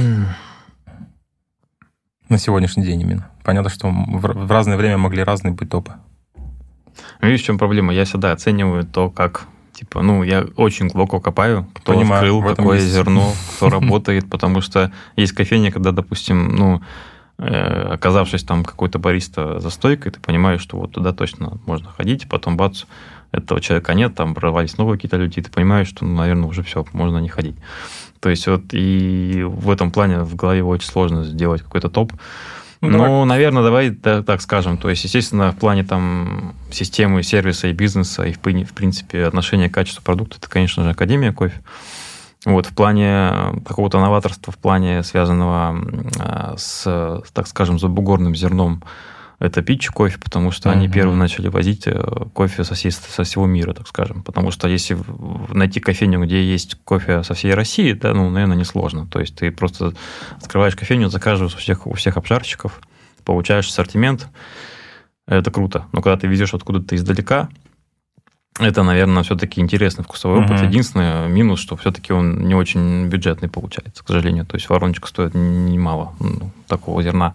На сегодняшний день именно. Понятно, что в разное время могли разные быть топы. Видишь, в чем проблема? Я всегда оцениваю то, как... Типа, ну, я очень глубоко копаю, кто открыл, какое зерно, кто работает, потому что есть кофейня, когда, допустим, ну, оказавшись там какой-то бариста за стойкой, ты понимаешь, что вот туда точно можно ходить, потом бац, этого человека нет, там прорвались новые какие-то люди, и ты понимаешь, что, ну, наверное, уже все, можно не ходить. То есть вот и в этом плане в голове очень сложно сделать какой-то топ. Ну, наверное, давай так скажем. То есть, естественно, в плане там системы, сервиса и бизнеса, и, в принципе, отношения к качеству продукта, это, конечно же, Академия кофе. Вот, в плане какого-то новаторства, в плане связанного с, так скажем, забугорным зерном, это Питч кофе, потому что они первые начали возить кофе со всего мира, так скажем. Потому что если найти кофейню, где есть кофе со всей России, да, ну, наверное, несложно. То есть ты просто открываешь кофейню, заказываешь у всех обжарщиков, получаешь ассортимент. Это круто. Но когда ты везешь откуда-то издалека, это, наверное, все-таки интересный вкусовой опыт. Единственный минус, что все-таки он не очень бюджетный получается, к сожалению. То есть вороночка стоит немало такого зерна.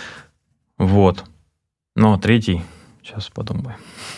Вот. Но третий, сейчас подумаю.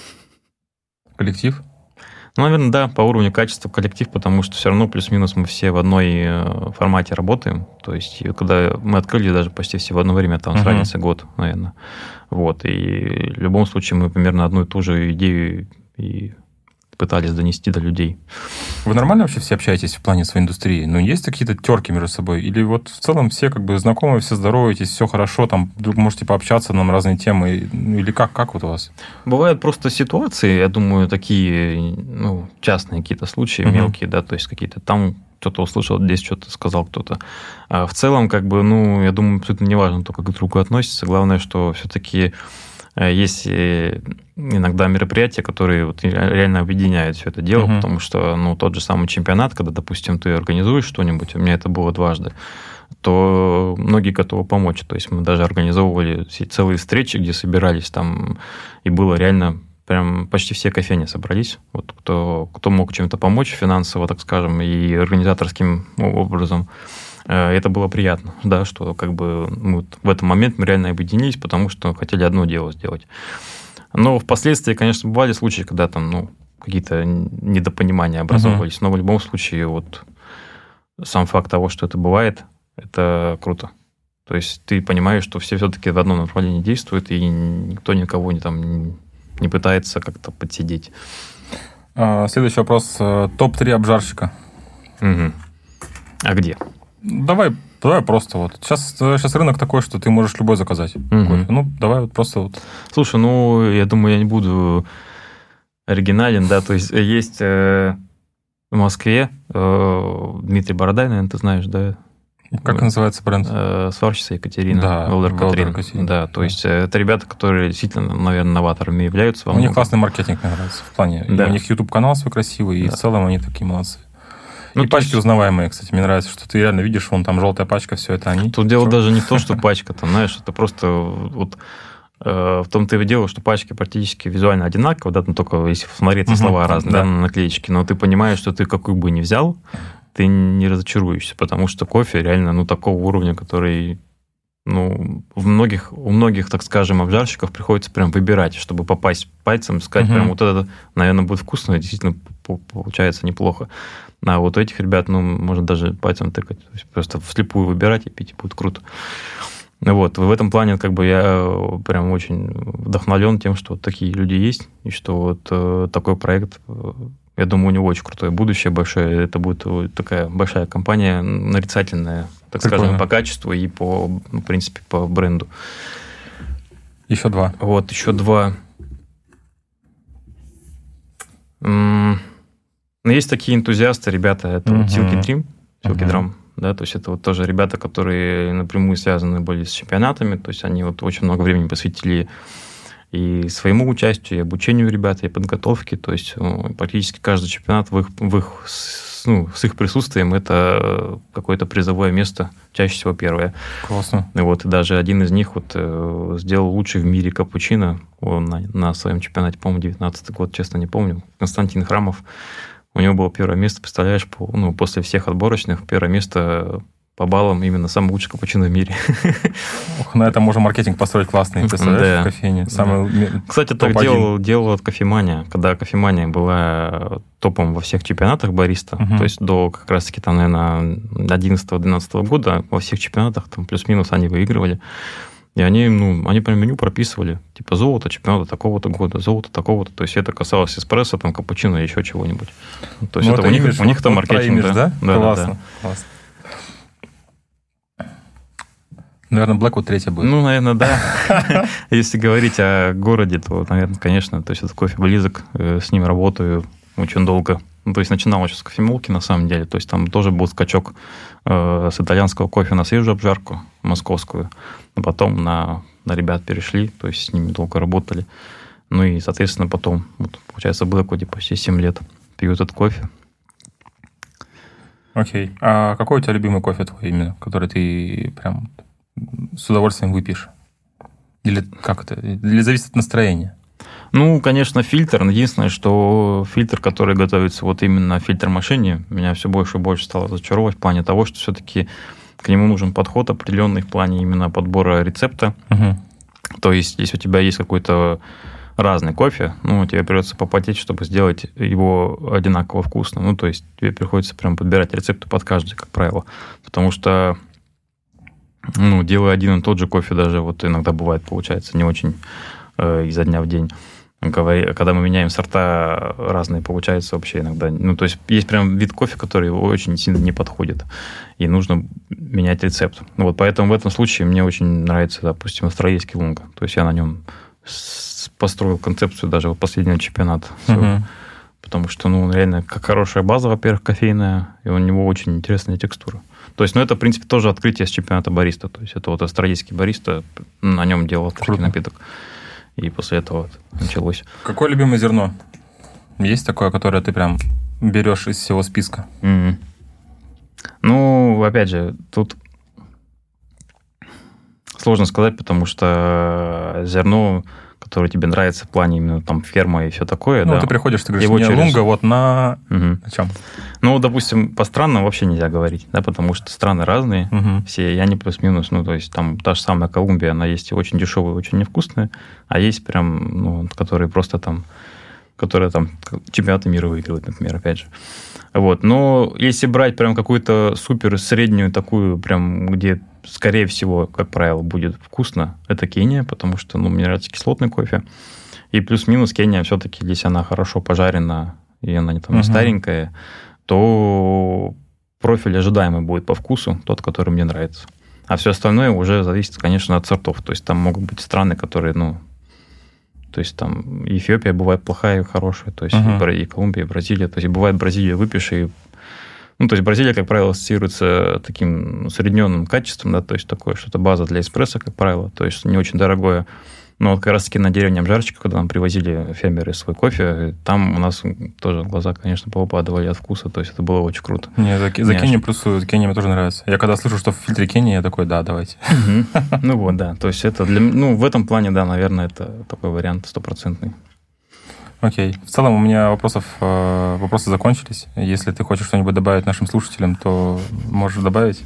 Коллектив? Ну, наверное, да, по уровню качества коллектив, потому что все равно плюс-минус мы все в одной формате работаем. То есть, когда мы открыли даже почти все в одно время, там с разницей год, наверное. Вот. И в любом случае мы примерно одну и ту же идею и пытались донести до людей. Вы нормально вообще все общаетесь в плане своей индустрии? Ну, есть какие-то терки между собой? Или вот в целом все как бы знакомы, все здороваетесь, все хорошо, там вдруг можете пообщаться на разные темы? Или как вот у вас? Бывают просто ситуации, я думаю, такие, ну, частные какие-то случаи, мелкие, да, то есть какие-то там кто-то услышал, здесь что-то сказал кто-то. А в целом, как бы, ну, я думаю, абсолютно неважно, кто как к другу относится. Главное, что все-таки есть иногда мероприятия, которые вот реально объединяют все это дело, потому что, ну, тот же самый чемпионат, когда, допустим, ты организуешь что-нибудь, у меня это было дважды, то многие готовы помочь. То есть мы даже организовывали целые встречи, где собирались там, и было реально прям почти все кофейни собрались. Вот кто мог чем-то помочь финансово, так скажем, и организаторским образом. Это было приятно, да, что как бы в этот момент мы реально объединились, потому что хотели одно дело сделать. Но впоследствии, конечно, бывали случаи, когда там, какие-то недопонимания образовывались. Но в любом случае, вот сам факт того, что это бывает, это круто. То есть ты понимаешь, что все все-таки в одном направлении действуют, и никто никого не пытается как-то подсидеть. Следующий вопрос. Топ-3 обжарщика. Угу. А где? Давай просто вот. Сейчас рынок такой, что ты можешь любой заказать кофе. Давай вот просто вот. Слушай, я думаю, я не буду оригинален, да, то есть в Москве Дмитрий Бородай, наверное, ты знаешь, да? Как называется бренд? Сварщица Екатерина. Да, Велдер Катрин. Да, то есть это ребята, которые действительно, наверное, новаторами являются. У них классный маркетинг, мне нравится, в плане. Да. У них YouTube-канал свой красивый, и в целом они такие молодцы. И пачки узнаваемые, кстати, мне нравится, что ты реально видишь, вон там желтая пачка, все это они. Тут дело даже не в том, что пачка, там, знаешь, это просто вот в том-то и дело, что пачки практически визуально одинаковые, да, только если смотреть слова разные, да, на наклеечке, но ты понимаешь, что ты какую бы ни взял, ты не разочаруешься, потому что кофе реально, такого уровня, который, у многих, так скажем, обжарщиков приходится прям выбирать, чтобы попасть пальцем, сказать, прям вот это, наверное, будет вкусно, и действительно получается неплохо. А вот у этих ребят, можно даже пальцем тыкать, то есть просто вслепую выбирать и пить, и будет круто. Вот, в этом плане как бы я прям очень вдохновлен тем, что вот такие люди есть, и что вот такой проект, я думаю, у него очень крутое будущее большое. Это будет такая большая компания, нарицательная, так скажем, по качеству и по, в принципе, по бренду. Еще 2. Вот, еще 2. Есть такие энтузиасты, ребята, это вот Silky Drum, да, то есть это вот тоже ребята, которые напрямую связаны были с чемпионатами, то есть они вот очень много времени посвятили и своему участию, и обучению ребят, и подготовке, то есть практически каждый чемпионат с их присутствием это какое-то призовое место, чаще всего первое. Классно. И даже один из них сделал лучший в мире капучино на своем чемпионате, по-моему, 19-й год, честно не помню, Константин Храмов. У него было первое место, представляешь, после всех отборочных, первое место по баллам именно самый лучший капучино в мире. На этом можно маркетинг построить классный, представляешь, в кофейне. Кстати, так делала кофемания, когда кофемания была топом во всех чемпионатах бариста, то есть до как раз-таки, там, наверное, 11-12 года во всех чемпионатах там плюс-минус они выигрывали. И они прям меню прописывали. Типа золото чемпионата такого-то года, золото такого-то. То есть это касалось эспрессо, там, капучино и еще чего-нибудь. То есть это у них там маркетинг. Да? Классно. Наверное, Blackwood 3 будет. Наверное, да. Если говорить о городе, то, наверное, конечно, то есть это кофе близок. С ним работаю очень долго. То есть начинал еще с кофемолки, на самом деле. То есть там тоже был скачок с итальянского кофе на свежую обжарку московскую. А потом на ребят перешли, то есть с ними долго работали. И, соответственно, потом, получается, в Blackwood почти 7 лет пью этот кофе. Окей. А какой у тебя любимый кофе твой именно, который ты прям с удовольствием выпьешь? Или как это? Или зависит от настроения? Конечно, фильтр. Единственное, что фильтр, который готовится именно в фильтр-машине, меня все больше и больше стало разочаровывать в плане того, что все-таки к нему нужен подход определенный в плане именно подбора рецепта. То есть, если у тебя есть какой-то разный кофе, тебе придется попотеть, чтобы сделать его одинаково вкусно. То есть, тебе приходится прям подбирать рецепты под каждый, как правило. Потому что, делая один и тот же кофе даже, иногда бывает, получается, не очень изо дня в день. Когда мы меняем сорта разные, получается вообще иногда... то есть, есть прям вид кофе, который очень сильно не подходит. И нужно менять рецепт. Поэтому в этом случае мне очень нравится, допустим, австралийский лунга. То есть, я на нем построил концепцию даже последнего чемпионата. Потому что, реально, как хорошая база, во-первых, кофейная, и у него очень интересная текстура. То есть, это, в принципе, тоже открытие с чемпионата бариста. То есть, это австралийский бариста, на нем делал австралийский напиток. И после этого началось. Какое любимое зерно? Есть такое, которое ты прям берешь из всего списка? Опять же, тут Сложно сказать, потому что зерно, которое тебе нравится в плане именно там ферма и все такое. Ну, да, ты приходишь, ты говоришь, не лунга, вот на... Угу. На чем? Ну, допустим, по странам вообще нельзя говорить, да, потому что страны разные, все, и они плюс-минус, ну, то есть там та же самая Колумбия, она есть и очень дешевая, очень невкусная, а есть прям, ну, которые просто там, которые там чемпионаты мира выигрывают, например, опять же. Вот, но если брать прям какую-то супер среднюю такую, прям, где, скорее всего, как правило, будет вкусно, это Кения, потому что, ну, мне нравится кислотный кофе. И плюс-минус Кения все-таки, если она хорошо пожарена, и она там не старенькая, то профиль ожидаемый будет по вкусу, тот, который мне нравится. А все остальное уже зависит, конечно, от сортов. То есть там могут быть страны, которые, ну, то есть там Эфиопия бывает плохая и хорошая, то есть и Колумбия, и Бразилия. То есть бывает Бразилия выпьешь, и... Ну, то есть Бразилия, как правило, ассоциируется таким усредненным качеством, да, то есть такое что-то база для эспрессо, как правило, то есть не очень дорогое. Но вот как раз-таки на деревне Обжарчика, когда нам привозили фермеры свой кофе, там у нас тоже глаза, конечно, повыпадывали от вкуса, то есть это было очень круто. Не, за Кению плюсую, Кения мне тоже нравится. Я когда слышу, что в фильтре Кении, я такой, да, давайте. Ну вот, да, то есть это для... Ну, в этом плане, да, наверное, это такой вариант стопроцентный. Окей. В целом у меня вопросы закончились. Если ты хочешь что-нибудь добавить нашим слушателям, то можешь добавить.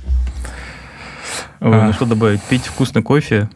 Ну, что добавить? Пить вкусный кофе,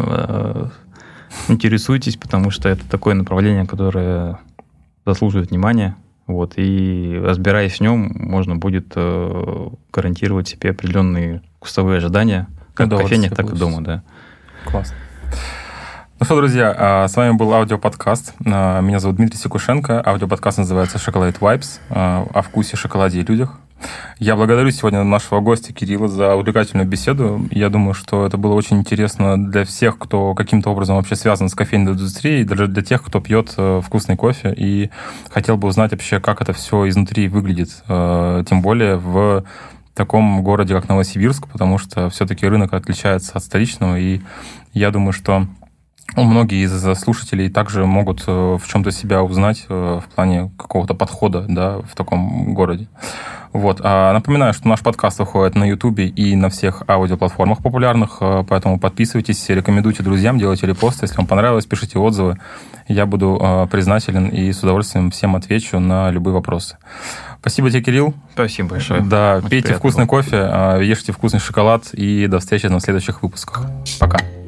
интересуйтесь, потому что это такое направление, которое заслуживает внимания. Вот, и разбираясь в нем, можно будет гарантировать себе определенные вкусовые ожидания, как в кофейнях, так и дома. Да. Класс. Ну что, друзья, с вами был аудиоподкаст. Меня зовут Дмитрий Сикушенко. Аудиоподкаст называется «Chocolate Vibes» о вкусе, шоколаде и людях. Я благодарю сегодня нашего гостя Кирилла за увлекательную беседу. Я думаю, что это было очень интересно для всех, кто каким-то образом вообще связан с кофейной индустрией, даже для тех, кто пьет вкусный кофе и хотел бы узнать вообще, как это все изнутри выглядит, тем более в таком городе, как Новосибирск, потому что все-таки рынок отличается от столичного, и я думаю, что многие из слушателей также могут в чем-то себя узнать в плане какого-то подхода, да, в таком городе. Вот. Напоминаю, что наш подкаст выходит на Ютубе и на всех аудиоплатформах популярных, поэтому подписывайтесь, рекомендуйте друзьям, делайте репосты. Если вам понравилось, пишите отзывы. Я буду признателен и с удовольствием всем отвечу на любые вопросы. Спасибо тебе, Кирилл. Спасибо большое. Да, пейте вкусный кофе, ешьте вкусный шоколад и до встречи на следующих выпусках. Пока.